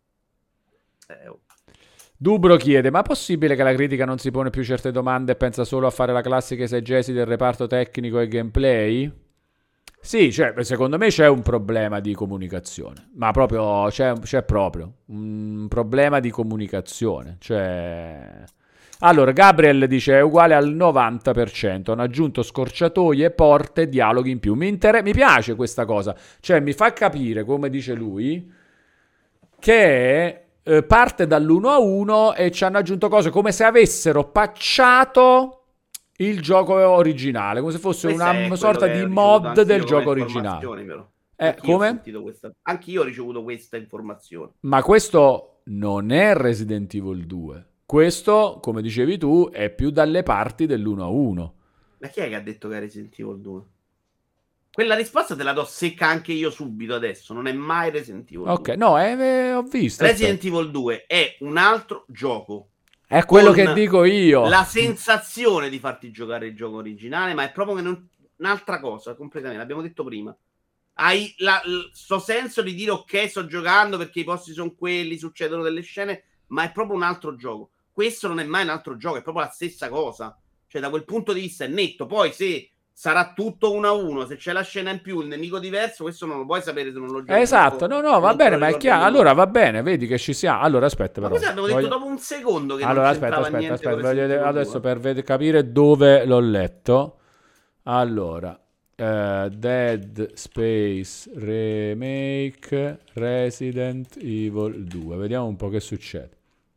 Dubro chiede, ma è possibile che la critica non si pone più certe domande e pensa solo a fare la classica esegesi del reparto tecnico e gameplay? Sì, cioè, secondo me c'è un problema di comunicazione, ma proprio c'è proprio un problema di comunicazione. Cioè... Allora, Gabriel dice è uguale al 90%, hanno aggiunto scorciatoie, porte, dialoghi in più. Mi piace questa cosa, cioè mi fa capire, come dice lui, che parte dall'1-1 e ci hanno aggiunto cose come se avessero patchato il gioco originale, come se fosse una sorta di mod del gioco originale. Come? Anch'io ho ricevuto questa informazione. Ma questo non è Resident Evil 2. Questo, come dicevi tu, è più dalle parti dell'1-1. Ma chi è che ha detto che è Resident Evil 2? Quella risposta te la do secca anche io subito adesso. Non è mai Resident Evil 2. Ok, no, ho visto. Resident Evil 2 è un altro gioco. È quello che dico io. La sensazione di farti giocare il gioco originale, ma è proprio che un'altra cosa, completamente. L'abbiamo detto prima. Hai sto senso di dire ok, sto giocando perché i posti sono quelli, succedono delle scene, ma è proprio un altro gioco. Questo non è mai un altro gioco, è proprio la stessa cosa. Cioè, da quel punto di vista è netto. Poi se sarà tutto 1-1, se c'è la scena in più, il nemico diverso, questo non lo puoi sapere se non lo giochi. Esatto, no, va bene, ma è chiaro. Allora va bene, vedi che ci siamo. Allora aspetta, però. Ma cosa abbiamo detto dopo un secondo che allora, non c'entrava niente. Adesso per capire dove l'ho letto. Allora, Dead Space Remake Resident Evil 2. Vediamo un po' che succede.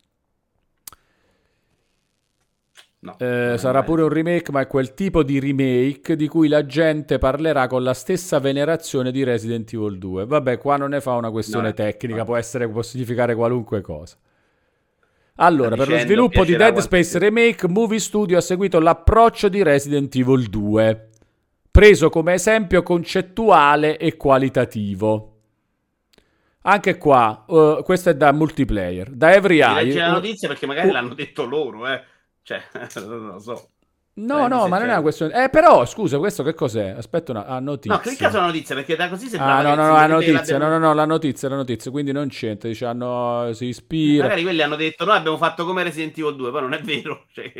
No, sarà pure un remake, ma è quel tipo di remake di cui la gente parlerà con la stessa venerazione di Resident Evil 2. Vabbè, qua non ne fa una questione tecnica, può significare qualunque cosa. Allora, per lo sviluppo di Dead Space Remake, Movie Studio ha seguito l'approccio di Resident Evil 2, preso come esempio concettuale e qualitativo. Anche qua, questo è da multiplayer, da Every Eye. Leggi la notizia perché magari l'hanno detto loro, Cioè, non lo so. No, ma non è una questione. Però, scusa, questo che cos'è? Aspetta una notizia. No, clicca sulla notizia perché da così sembra. La notizia. No, la notizia. Quindi non c'entra. Dice, si ispira. Magari quelli hanno detto, noi abbiamo fatto come Resident Evil 2, però non è vero. Cioè,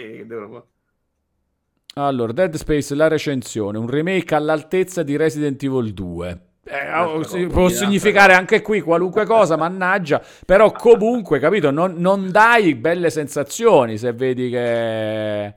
allora, Dead Space, la recensione. Un remake all'altezza di Resident Evil 2. Può significare anche qui qualunque cosa, mannaggia, però comunque, capito, non dai belle sensazioni se vedi che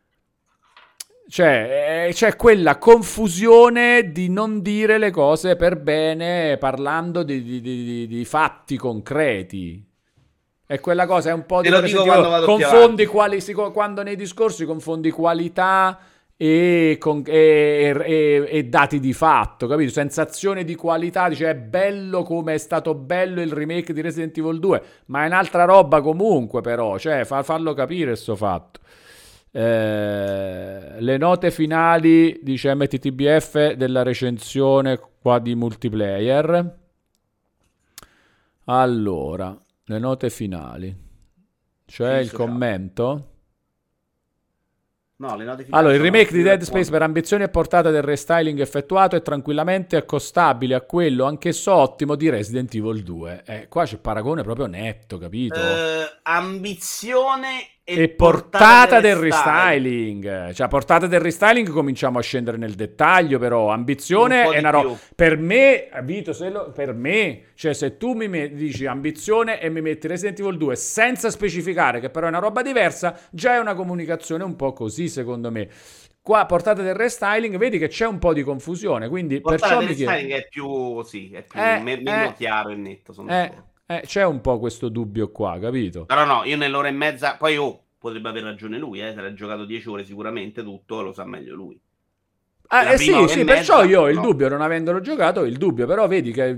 c'è quella confusione di non dire le cose per bene parlando di fatti concreti. E quella cosa è un po' di confondi quando nei discorsi confondi qualità e dati di fatto, capito? Sensazione di qualità, dice è bello come è stato bello il remake di Resident Evil 2, ma è un'altra roba comunque, però, cioè farlo capire sto fatto. Le note finali, dice MTTBF, della recensione qua di multiplayer. Allora, le note finali, cioè il commento. No, le note finali. Allora, il remake di Dead Space per ambizione e portata del restyling effettuato è tranquillamente accostabile a quello anch'esso ottimo di Resident Evil 2. Qua c'è paragone proprio netto, capito? Ambizione e portata del restyling. Cioè, portata del restyling cominciamo a scendere nel dettaglio, però ambizione è una roba. Per me, Vito, per me, cioè se tu mi dici ambizione e mi metti Resident Evil 2 senza specificare che però è una roba diversa, già è una comunicazione un po' così, secondo me. Qua portata del restyling, vedi che c'è un po' di confusione, quindi portata perciò del restyling è più meno chiaro e netto, sono c'è un po' questo dubbio qua, capito? Però no, io nell'ora e mezza, poi potrebbe aver ragione lui, se l'ha giocato 10 ore sicuramente tutto, lo sa meglio lui. Sì, perciò io ho il dubbio, non avendolo giocato, il dubbio, però vedi che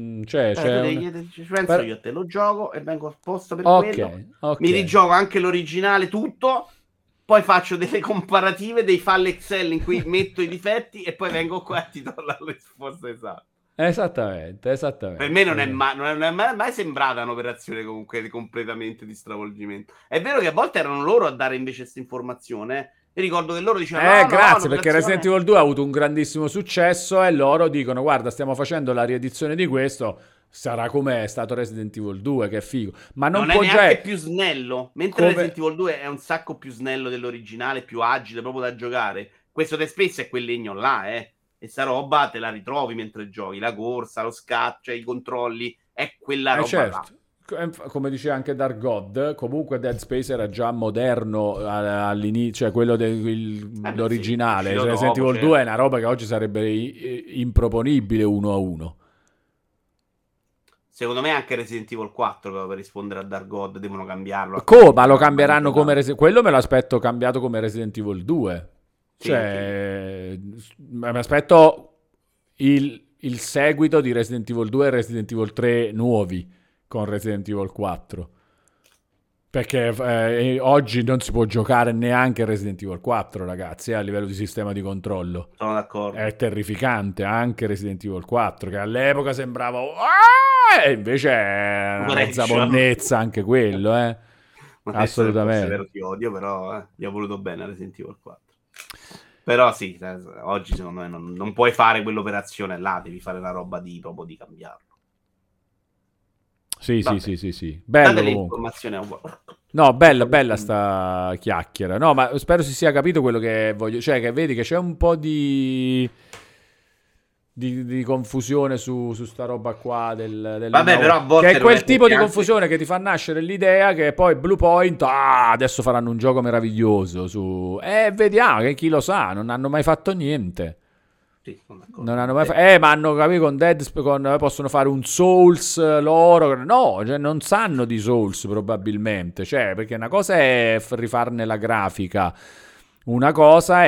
penso io te lo gioco e vengo apposta per quello. Mi rigioco anche l'originale tutto, poi faccio delle comparative, dei file Excel in cui metto i difetti e poi vengo qua e ti do la risposta esatta. Esattamente. Per me non è mai sembrata un'operazione comunque completamente di stravolgimento. È vero che a volte erano loro a dare invece questa informazione. Io ricordo che loro dicevano grazie, perché Resident Evil 2 ha avuto un grandissimo successo e loro dicono guarda, stiamo facendo la riedizione di questo, sarà come è stato Resident Evil 2, che è figo. Ma non può è neanche più snello, mentre Resident Evil 2 è un sacco più snello dell'originale, più agile proprio da giocare. Questo Dead Space è quel legno là, E sta roba te la ritrovi mentre giochi, la corsa, lo scatto, cioè i controlli, è quella roba là. Come dice anche Dark God, comunque Dead Space era già moderno all'inizio, cioè quello dell'originale. Sì, Resident Evil 2 è una roba che oggi sarebbe improponibile 1-1. Secondo me anche Resident Evil 4, per rispondere a Dark God, devono cambiarlo. Ma lo cambieranno come quello me lo aspetto cambiato come Resident Evil 2. Sì, cioè, mi aspetto il seguito di Resident Evil 2 e Resident Evil 3 nuovi con Resident Evil 4. Perché oggi non si può giocare neanche Resident Evil 4, ragazzi, a livello di sistema di controllo. Sono d'accordo. È terrificante anche Resident Evil 4, che all'epoca sembrava... e invece è una mezza bonnezza anche quello, Assolutamente. Vero, ti odio, però gli ho voluto bene a Resident Evil 4. Però sì, oggi secondo me non puoi fare quell'operazione là, devi fare una roba proprio di cambiarlo. Sì. Bello comunque. No, bella sta chiacchiera. No, ma spero si sia capito quello che voglio. Cioè, che vedi che c'è un po' di confusione su sta roba qua del vabbè, però a volte che è quel tipo di confusione che ti fa nascere l'idea che poi Blue Point adesso faranno un gioco meraviglioso vediamo, che chi lo sa, non hanno mai fatto niente. Sì, non hanno mai ma hanno capito possono fare un Souls loro, no, cioè non sanno di Souls probabilmente, cioè perché una cosa è rifarne la grafica, una cosa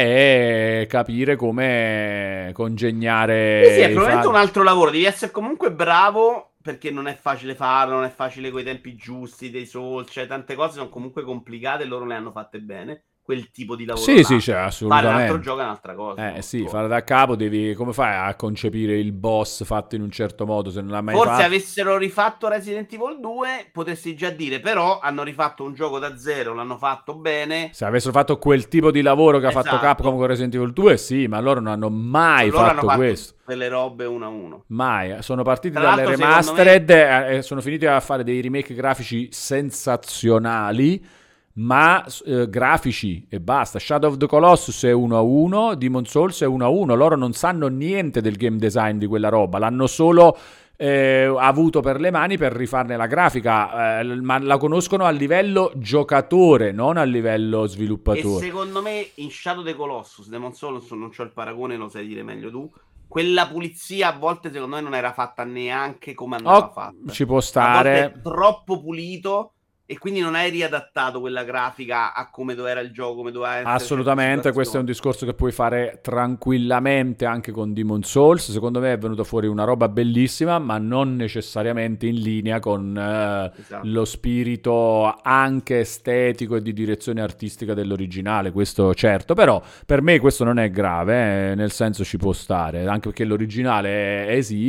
è capire come congegnare. Sì, è probabilmente un altro lavoro, devi essere comunque bravo, perché non è facile farlo, non è facile coi tempi giusti dei Souls, cioè tante cose sono comunque complicate e loro le hanno fatte bene. Quel tipo di lavoro sì, cioè, assolutamente. Fare un altro gioco è un'altra cosa. Fare da capo come fai a concepire il boss fatto in un certo modo se non l'ha mai fatto? Forse avessero rifatto Resident Evil 2 potresti già dire, però hanno rifatto un gioco da zero, l'hanno fatto bene. Se avessero fatto quel tipo di lavoro che ha fatto Capcom con Resident Evil 2, sì, ma loro non hanno mai fatto questo. Quelle robe 1-1. Mai. Sono partiti dalle remastered e sono finiti a fare dei remake grafici sensazionali, ma grafici e basta. Shadow of the Colossus è 1-1, Demon's Souls è 1-1. Loro non sanno niente del game design di quella roba, l'hanno solo avuto per le mani per rifarne la grafica, ma la conoscono a livello giocatore, non a livello sviluppatore. E secondo me in Shadow of the Colossus, Demon's Souls, non c'ho il paragone, lo sai dire meglio tu, quella pulizia a volte secondo me non era fatta neanche come andava fatta. Ci può stare. A volte è troppo pulito e quindi non hai riadattato quella grafica a come era il gioco, come doveva essere. Assolutamente, questo è un discorso che puoi fare tranquillamente anche con Demon's Souls. Secondo me è venuta fuori una roba bellissima, ma non necessariamente in linea con lo spirito anche estetico e di direzione artistica dell'originale, questo certo. Però per me questo non è grave, nel senso ci può stare, anche perché l'originale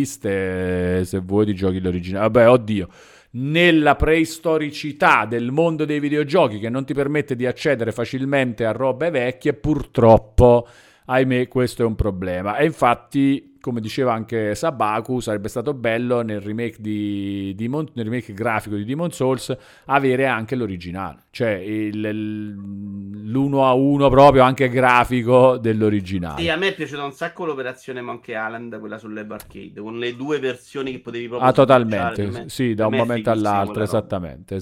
esiste, se vuoi ti giochi l'originale. Vabbè, oddio, nella preistoricità del mondo dei videogiochi che non ti permette di accedere facilmente a robe vecchie, purtroppo, ahimè, questo è un problema. E infatti, come diceva anche Sabaku, sarebbe stato bello nel remake nel remake grafico di Demon's Souls avere anche l'originale, cioè l'1-1 proprio anche grafico dell'originale. Sì, a me è piaciuta un sacco l'operazione Monkey Island, quella sull'Web Arcade, con le due versioni che potevi proprio totalmente, sì, da un momento all'altro, esattamente.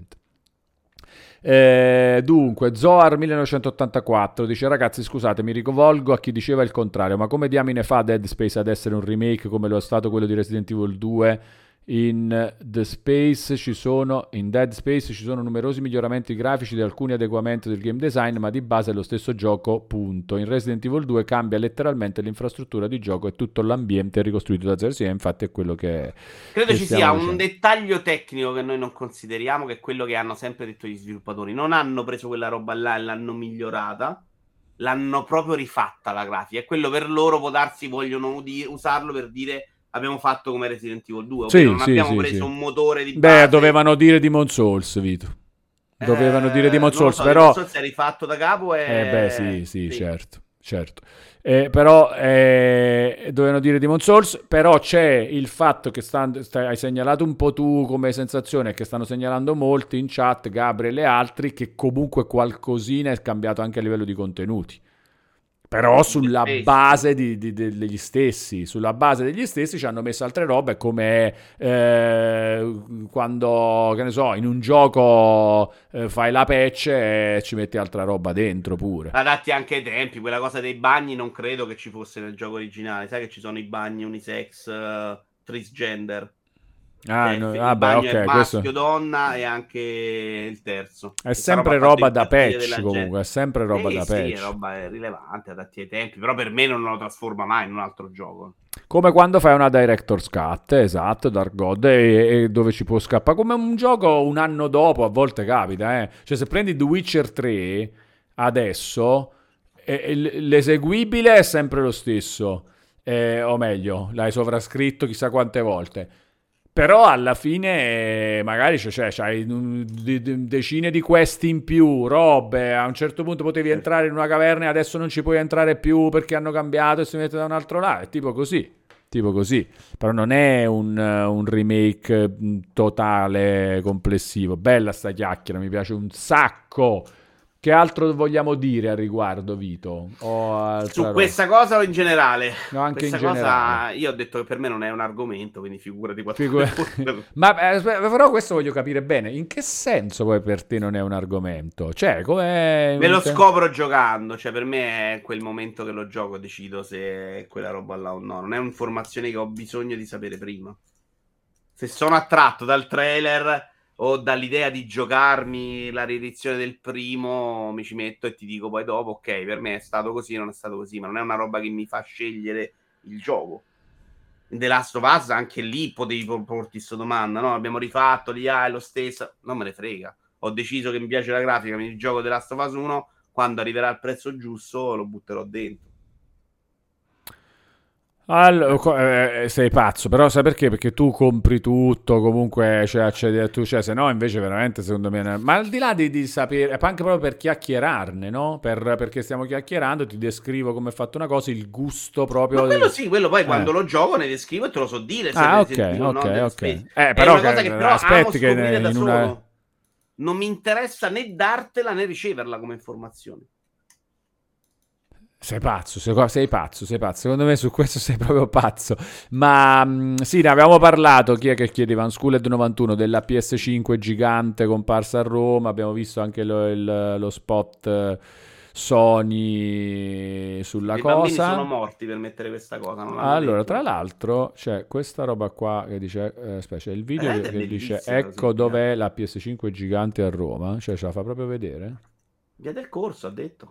Dunque Zoar 1984 dice: ragazzi, scusate, mi rivolgo a chi diceva il contrario, ma come diamine fa Dead Space ad essere un remake come lo è stato quello di Resident Evil 2? In Dead Space ci sono numerosi miglioramenti grafici ed alcuni adeguamenti del game design, ma di base è lo stesso gioco, punto. In Resident Evil 2 cambia letteralmente l'infrastruttura di gioco e tutto l'ambiente è ricostruito da zero. Sì, infatti è quello che credo ci sia un dettaglio tecnico che noi non consideriamo, che è quello che hanno sempre detto gli sviluppatori. Non hanno preso quella roba là e l'hanno migliorata, l'hanno proprio rifatta la grafica, e quello per loro può darsi vogliono usarlo per dire abbiamo fatto come Resident Evil 2, non abbiamo preso un motore di base. Beh, dovevano dire Demon's Souls, Vito. Dovevano dire Demon's Souls, però Demon's Souls è rifatto da capo sì, certo. Però dovevano dire Demon's Souls, però c'è il fatto che hai segnalato un po' tu come sensazione, che stanno segnalando molti in chat, Gabriel e altri, che comunque qualcosina è cambiato anche a livello di contenuti. Però sulla base degli stessi ci hanno messo altre robe, come quando, che ne so, in un gioco fai la patch e ci metti altra roba dentro pure. Adatti anche ai tempi, quella cosa dei bagni non credo che ci fosse nel gioco originale. Sai che ci sono i bagni unisex, trisgender? vabbè, ok, maschio, questo donna e anche il terzo. è sempre roba da patch, comunque, è sempre roba da patch. Sì, è roba rilevante, adatti ai tempi, però per me non lo trasforma mai in un altro gioco. Come quando fai una Director's Cut, esatto, Dark God, e dove ci può scappare. Come un gioco un anno dopo, a volte capita, eh. Cioè, se prendi The Witcher 3, adesso, l'eseguibile è sempre lo stesso. O meglio, l'hai sovrascritto chissà quante volte. Però alla fine magari c'hai decine di quest in più, robe, a un certo punto potevi entrare in una caverna e adesso non ci puoi entrare più perché hanno cambiato e si mette da un altro lato, è tipo così. Però non è un remake totale, complessivo. Bella sta chiacchiera, mi piace un sacco. Che altro vogliamo dire al riguardo, Vito? Su questa cosa o in generale? No, anche questa in generale. Io ho detto che per me non è un argomento, quindi figurati Ma però questo voglio capire bene. In che senso poi per te non è un argomento? Cioè, come me lo scopro giocando. Cioè, per me è quel momento che lo gioco decido se è quella roba là o no. Non è un'informazione che ho bisogno di sapere prima. Se sono attratto dal trailer o dall'idea di giocarmi la riedizione del primo, mi ci metto e ti dico poi dopo, ok, per me è stato così, non è stato così, ma non è una roba che mi fa scegliere il gioco. In The Last of Us anche lì potevi porti questa domanda, no? Abbiamo rifatto, l'IA è lo stesso, non me ne frega. Ho deciso che mi piace la grafica, mi gioco The Last of Us 1, quando arriverà il prezzo giusto lo butterò dentro. Allora, sei pazzo, però sai perché? Perché tu compri tutto, comunque accedi a tu, se no invece veramente secondo me... Ma al di là di sapere, anche proprio per chiacchierarne, no? Perché stiamo chiacchierando, ti descrivo come è fatta una cosa, il gusto proprio... Ma quello sì, quello poi quando lo gioco ne descrivo e te lo so dire. Se ok. Però è una cosa che però aspetti amo che da solo. Non mi interessa né dartela né riceverla come informazione. Sei pazzo. Secondo me su questo sei proprio pazzo. Ma sì, ne avevamo parlato. Chi è che chiedeva? Unschooled 91 della PS5 gigante comparsa a Roma. Abbiamo visto anche lo spot Sony sulla cosa. I bambini sono morti per mettere questa cosa. Allora, tra l'altro, c'è questa roba qua che dice: c'è il video che dice: ecco dov'è la PS5 gigante a Roma. Cioè, ce la fa proprio vedere. Via del Corso, ha detto.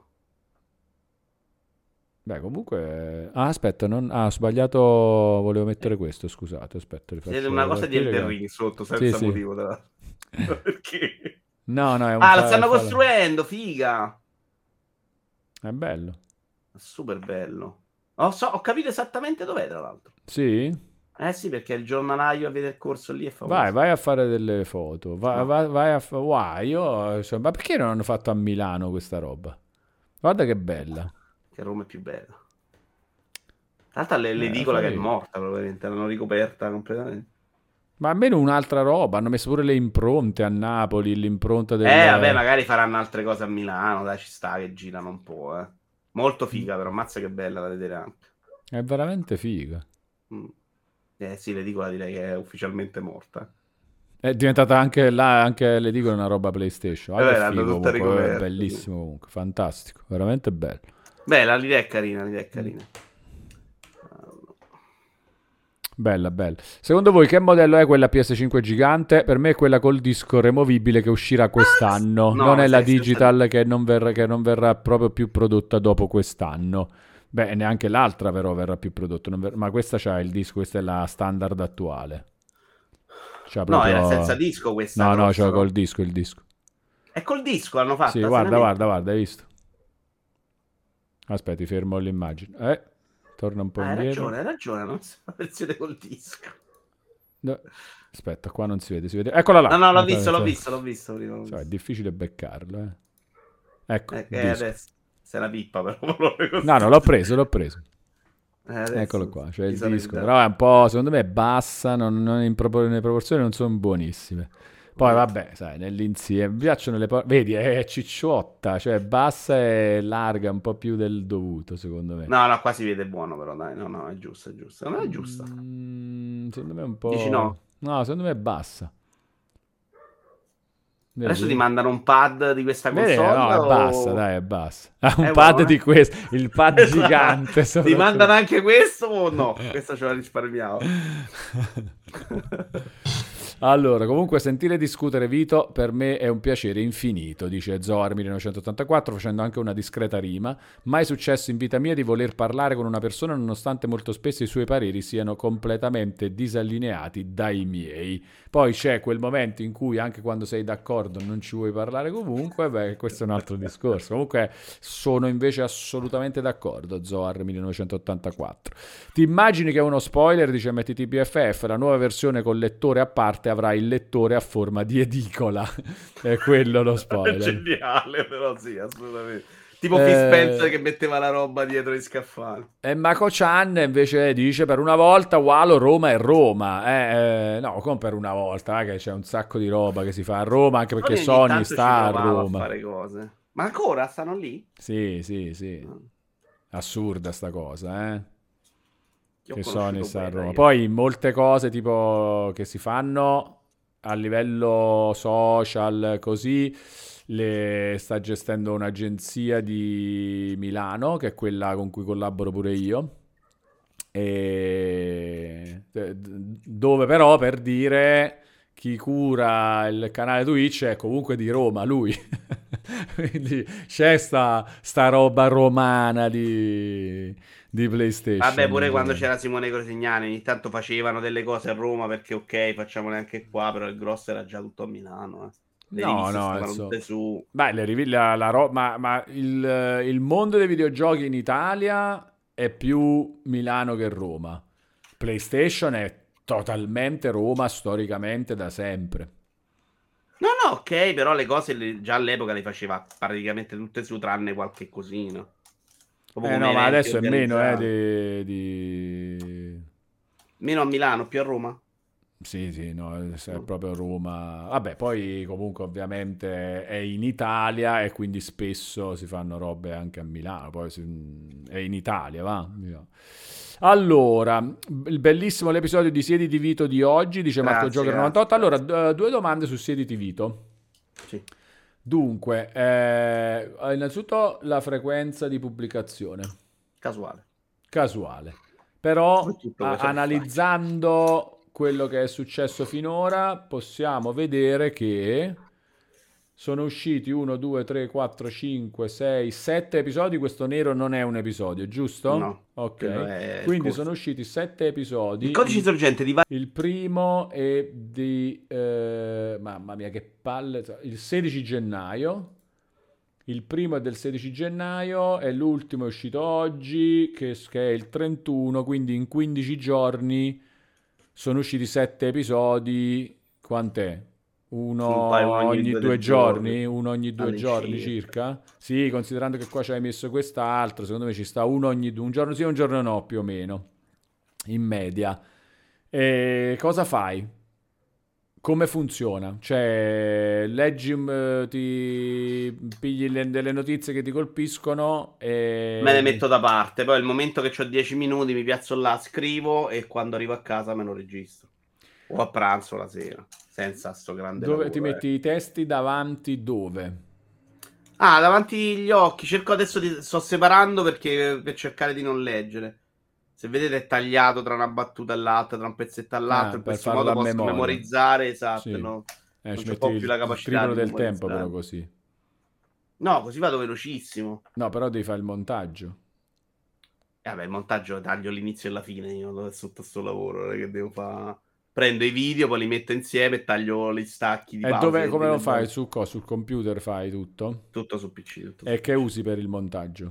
Beh, comunque... aspetta, ho sbagliato, volevo mettere questo, scusate, aspetta. Siete una cosa di Elden Ring sotto, senza motivo. Perché? No, è un la stanno costruendo, figa! È bello. Super bello. Ho capito esattamente dov'è, tra l'altro. Sì? Sì, perché il giornalaio a vedere il corso lì è famoso. Vai a fare delle foto. Vai a fare... ma perché non hanno fatto a Milano questa roba? Guarda che bella. Che Roma è più bella. Tra l'altro l'edicola che è morta, probabilmente l'hanno ricoperta completamente. Ma almeno un'altra roba, hanno messo pure le impronte a Napoli, l'impronta del... vabbè, magari faranno altre cose a Milano, dai, ci sta che girano un po', Molto figa, però, ammazza che bella da vedere anche. È veramente figa. Sì, l'edicola direi che è ufficialmente morta. È diventata anche l'edicola una roba PlayStation. È figo, comunque, è bellissimo comunque, fantastico, veramente bello. Beh, l'idea è carina, Bella. Secondo voi che modello è quella PS5 gigante? Per me è quella col disco removibile che uscirà quest'anno. Non è la digital che non verrà proprio più prodotta dopo quest'anno. Beh, neanche l'altra però verrà più prodotta. Ma questa c'ha il disco, questa è la standard attuale. No, era senza disco questa. No, c'ha col disco il disco. È col disco l'hanno fatta? Sì, guarda, hai visto? Aspetta, fermo l'immagine. Torna un po' indietro. Hai ragione, non si fa la versione col disco. No. Aspetta, qua non si vede. Eccola là. No, l'ho visto prima. È difficile beccarlo, Ecco, adesso. Sei una pippa, però. No, l'ho preso. Eccolo qua, c'è il disco. Però è un po', secondo me, bassa, le proporzioni non sono buonissime. Poi vabbè, sai, nell'insieme mi piacciono vedi, è cicciotta, cioè bassa e larga un po' più del dovuto, secondo me. No, qua si vede buono però, dai, no, è giusto. Non è giusta. Secondo me è un po'... Dici no? No, secondo me è bassa. Adesso ti mandano un pad di questa console. No, basta, dai, basta. Un pad di questo, il pad gigante. Ti mandano anche questo o no? Questo ce la risparmiamo. Allora, comunque sentire discutere Vito per me è un piacere infinito, dice Zohar 1984, facendo anche una discreta rima. Mai successo in vita mia di voler parlare con una persona nonostante molto spesso i suoi pareri siano completamente disallineati dai miei. Poi c'è quel momento in cui anche quando sei d'accordo non ci vuoi parlare comunque, beh, questo è un altro discorso. Comunque sono invece assolutamente d'accordo, Zohar 1984. Ti immagini che è uno spoiler, dice MTTBFF, la nuova versione con lettore a parte avrà il lettore a forma di edicola. È quello lo spoiler. È geniale, però sì, assolutamente. Tipo Phil Spencer che metteva la roba dietro gli scaffali. E Mako-chan invece dice per una volta Walo Roma è Roma. No, come per una volta, che c'è un sacco di roba che si fa a Roma, anche perché Sony sta a Roma. A fare cose. Ma ancora stanno lì? Sì. Assurda sta cosa, che Sony sta a Roma. Poi molte cose tipo che si fanno a livello social così le sta gestendo un'agenzia di Milano, che è quella con cui collaboro pure io, e dove però, per dire, chi cura il canale Twitch è comunque di Roma, lui. Quindi c'è sta roba romana di PlayStation. Vabbè, pure quando c'era Simone Grosignani ogni tanto facevano delle cose a Roma perché ok, facciamole anche qua, però il grosso era già tutto a Milano. Le tutte su. Beh, ma il mondo dei videogiochi in Italia è più Milano che Roma. PlayStation è totalmente Roma storicamente da sempre. No, ok, però le cose già all'epoca le faceva praticamente tutte su, tranne qualche cosina. Ma adesso è meno meno a Milano, più a Roma. Sì, no, è proprio Roma. Vabbè, poi comunque ovviamente è in Italia e quindi spesso si fanno robe anche a Milano, poi è in Italia, va? Allora, il bellissimo l'episodio di Siediti Vito di oggi, dice Marco Joker 98. Allora, due domande su Siediti Vito. Sì. Dunque, innanzitutto la frequenza di pubblicazione. Casuale. Però analizzando quello che è successo finora, possiamo vedere che sono usciti 1, 2, 3, 4, 5, 6, 7 episodi. Questo nero non è un episodio, giusto? No. Ok. Quindi sono usciti 7 episodi. Il codice sorgente di... Il primo è di... mamma mia, che palle. Il 16 gennaio. Il primo è del 16 gennaio e l'ultimo è uscito oggi, che è il 31. Quindi in 15 giorni sono usciti 7 episodi. Quant'è? Uno ogni 2 giorni? Uno ogni 2 giorni circa? Sì, considerando che qua ci hai messo quest'altro, secondo me ci sta uno ogni 2, un giorno sì, un giorno no, più o meno, in media. E cosa fai? Come funziona? Cioè, leggi, ti pigli delle notizie che ti colpiscono e... me le metto da parte, poi al momento che ho 10 minuti mi piazzo là, scrivo e quando arrivo a casa me lo registro. O a pranzo la sera, senza sto grande dove lavoro, ti metti i testi davanti dove? Davanti gli occhi. Cerco adesso sto separando perché per cercare di non leggere. Se vedete è tagliato tra una battuta e l'altra, tra un pezzetto all'altro, in questo modo posso memorizzare, esatto, sì. No? Non c'è più la capacità il del tempo però così. No, così vado velocissimo. No, però devi fare il montaggio. Vabbè, il montaggio taglio l'inizio e la fine, io sotto sto lavoro, non è che devo fare... Prendo i video, poi li metto insieme e taglio gli stacchi di pausa. E come lo fai? Sul computer fai tutto? Tutto su PC. Tutto e che usi per il montaggio?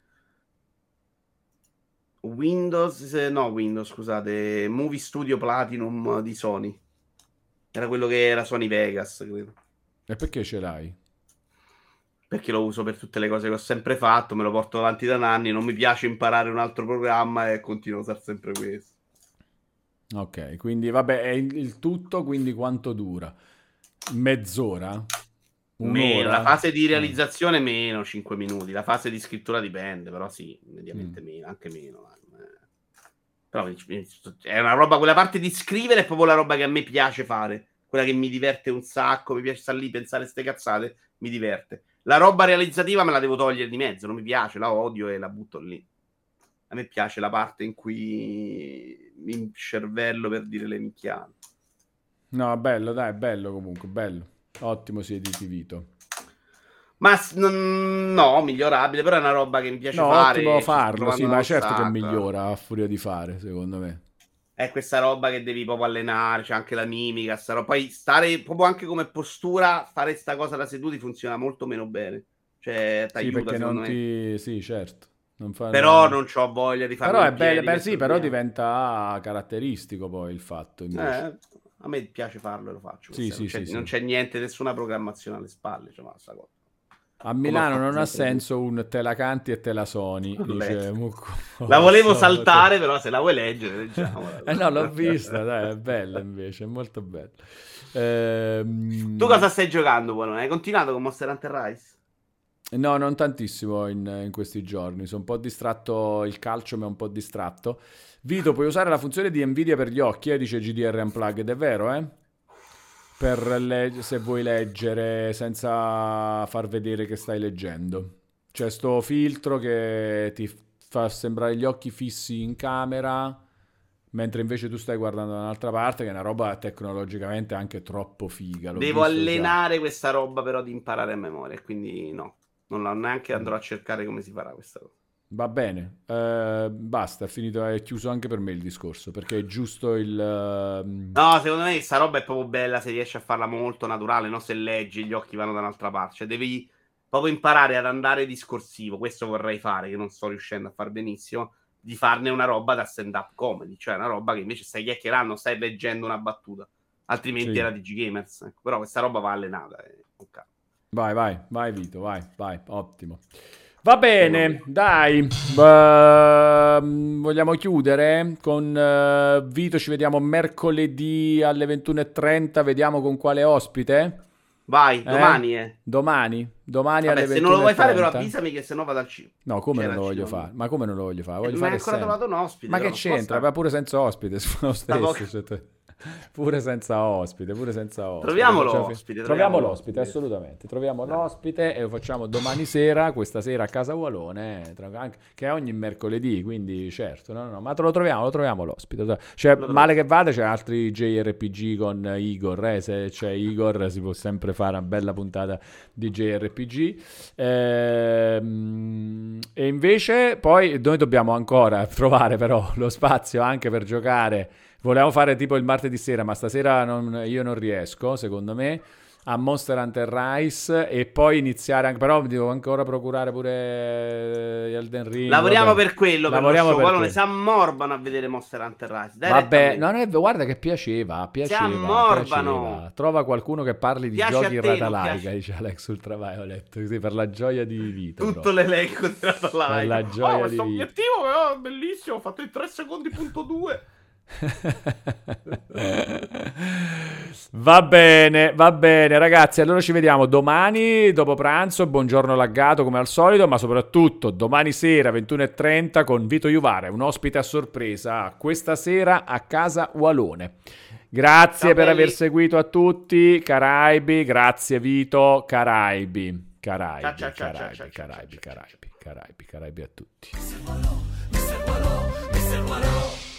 Windows, scusate, Movie Studio Platinum di Sony. Era quello che era Sony Vegas, credo. E perché ce l'hai? Perché lo uso per tutte le cose che ho sempre fatto, me lo porto avanti da anni, non mi piace imparare un altro programma e continuo a usare sempre questo. Ok, quindi vabbè, è il tutto, quindi quanto dura? Mezz'ora? Meno, la fase di realizzazione meno, 5 minuti, la fase di scrittura dipende, però sì, mediamente meno, anche meno. Però è una roba, quella parte di scrivere è proprio la roba che a me piace fare, quella che mi diverte un sacco, mi piace stare lì, pensare ste cazzate, mi diverte. La roba realizzativa me la devo togliere di mezzo, non mi piace, la odio e la butto lì. A me piace la parte in cui mi cervello per dire le minchiate. No, bello, dai, bello comunque, bello. Ottimo si editi Vito. Ma no, migliorabile, però è una roba che mi piace fare. Ottimo farlo, sì, ma certo che migliora a furia di fare, secondo me. È questa roba che devi proprio allenare, c'è anche la mimica, sta roba. Poi stare proprio anche come postura, fare sta cosa da seduti funziona molto meno bene. Cioè, ti aiuta, perché non me. Sì, certo. Però non c'ho voglia di fare. Però è bello, sì, però diventa caratteristico poi il fatto. A me piace farlo e lo faccio. Sì, non c'è niente, nessuna programmazione alle spalle. Cioè, sta cosa. A Milano non ha senso un te la canti e te la suoni. Dice, la volevo saltare, però se la vuoi leggere, leggiamola. No, l'ho vista, dai, è bella invece, è molto bella. Tu cosa stai giocando, Buono? Hai continuato con Monster Hunter Rise? No, non tantissimo in questi giorni. Sono un po' distratto, il calcio mi ha un po' distratto. Vito, puoi usare la funzione di Nvidia per gli occhi, dice GDR Unplugged, è vero, se vuoi leggere senza far vedere che stai leggendo. C'è sto filtro che ti fa sembrare gli occhi fissi in camera, mentre invece tu stai guardando da un'altra parte, che è una roba tecnologicamente anche troppo figa. Devo allenare questa roba però di imparare a memoria, quindi no, non neanche andrò a cercare come si farà questa cosa. Va bene, basta, è finito, è chiuso anche per me il discorso, perché è giusto il... No, secondo me questa roba è proprio bella se riesci a farla molto naturale, no? Se leggi gli occhi vanno da un'altra parte, cioè devi proprio imparare ad andare discorsivo, questo vorrei fare, che non sto riuscendo a far benissimo, di farne una roba da stand-up comedy, cioè una roba che invece stai chiacchierando, stai leggendo una battuta, altrimenti era DG Gamers, ecco. Però questa roba va allenata. Vai Vito, vai, ottimo. Va bene, dai, vogliamo chiudere con Vito, ci vediamo mercoledì alle 21:30, vediamo con quale ospite? Vai, domani Domani Vabbè, alle 21:30. Se non lo vuoi fare però avvisami che sennò vado al cinema. No, come non lo voglio fare? Ma come non lo voglio fare? Voglio fare ancora trovato un ospite. Ma che c'entra? Ma pure senza ospite, lo stesso. Pure senza ospite. Troviamo l'ospite, assolutamente. Troviamo l'ospite e lo facciamo domani sera, questa sera a Casa Walone, che è ogni mercoledì, quindi certo, no, ma lo troviamo l'ospite. Cioè, male che vada, c'è altri JRPG con Igor, se c'è Igor si può sempre fare una bella puntata di JRPG. E invece poi noi dobbiamo ancora trovare però lo spazio anche per giocare. Volevamo fare tipo il martedì sera, ma stasera io non riesco, secondo me, a Monster Hunter Rise e poi iniziare anche, però devo ancora procurare pure Elden Ring. Lavoriamo per quello, ne si ammorbano a vedere Monster Hunter Rise. Vabbè, guarda che piaceva. Si ammorbano. Trova qualcuno che parli di giochi in rata laica, dice Alex Ultraviolet, così per la gioia di Vito. Tutto l'elenco di rata laica. Per la gioia di Vito. Questo obiettivo è bellissimo, ho fatto in 3 secondi.2. Va bene ragazzi, allora ci vediamo domani dopo pranzo, buongiorno laggato come al solito, ma soprattutto domani sera 21:30 con Vito Iuvara, un ospite a sorpresa questa sera a Casa Walone. Grazie per aver seguito a tutti, Caraibi, grazie Vito, Caraibi a tutti.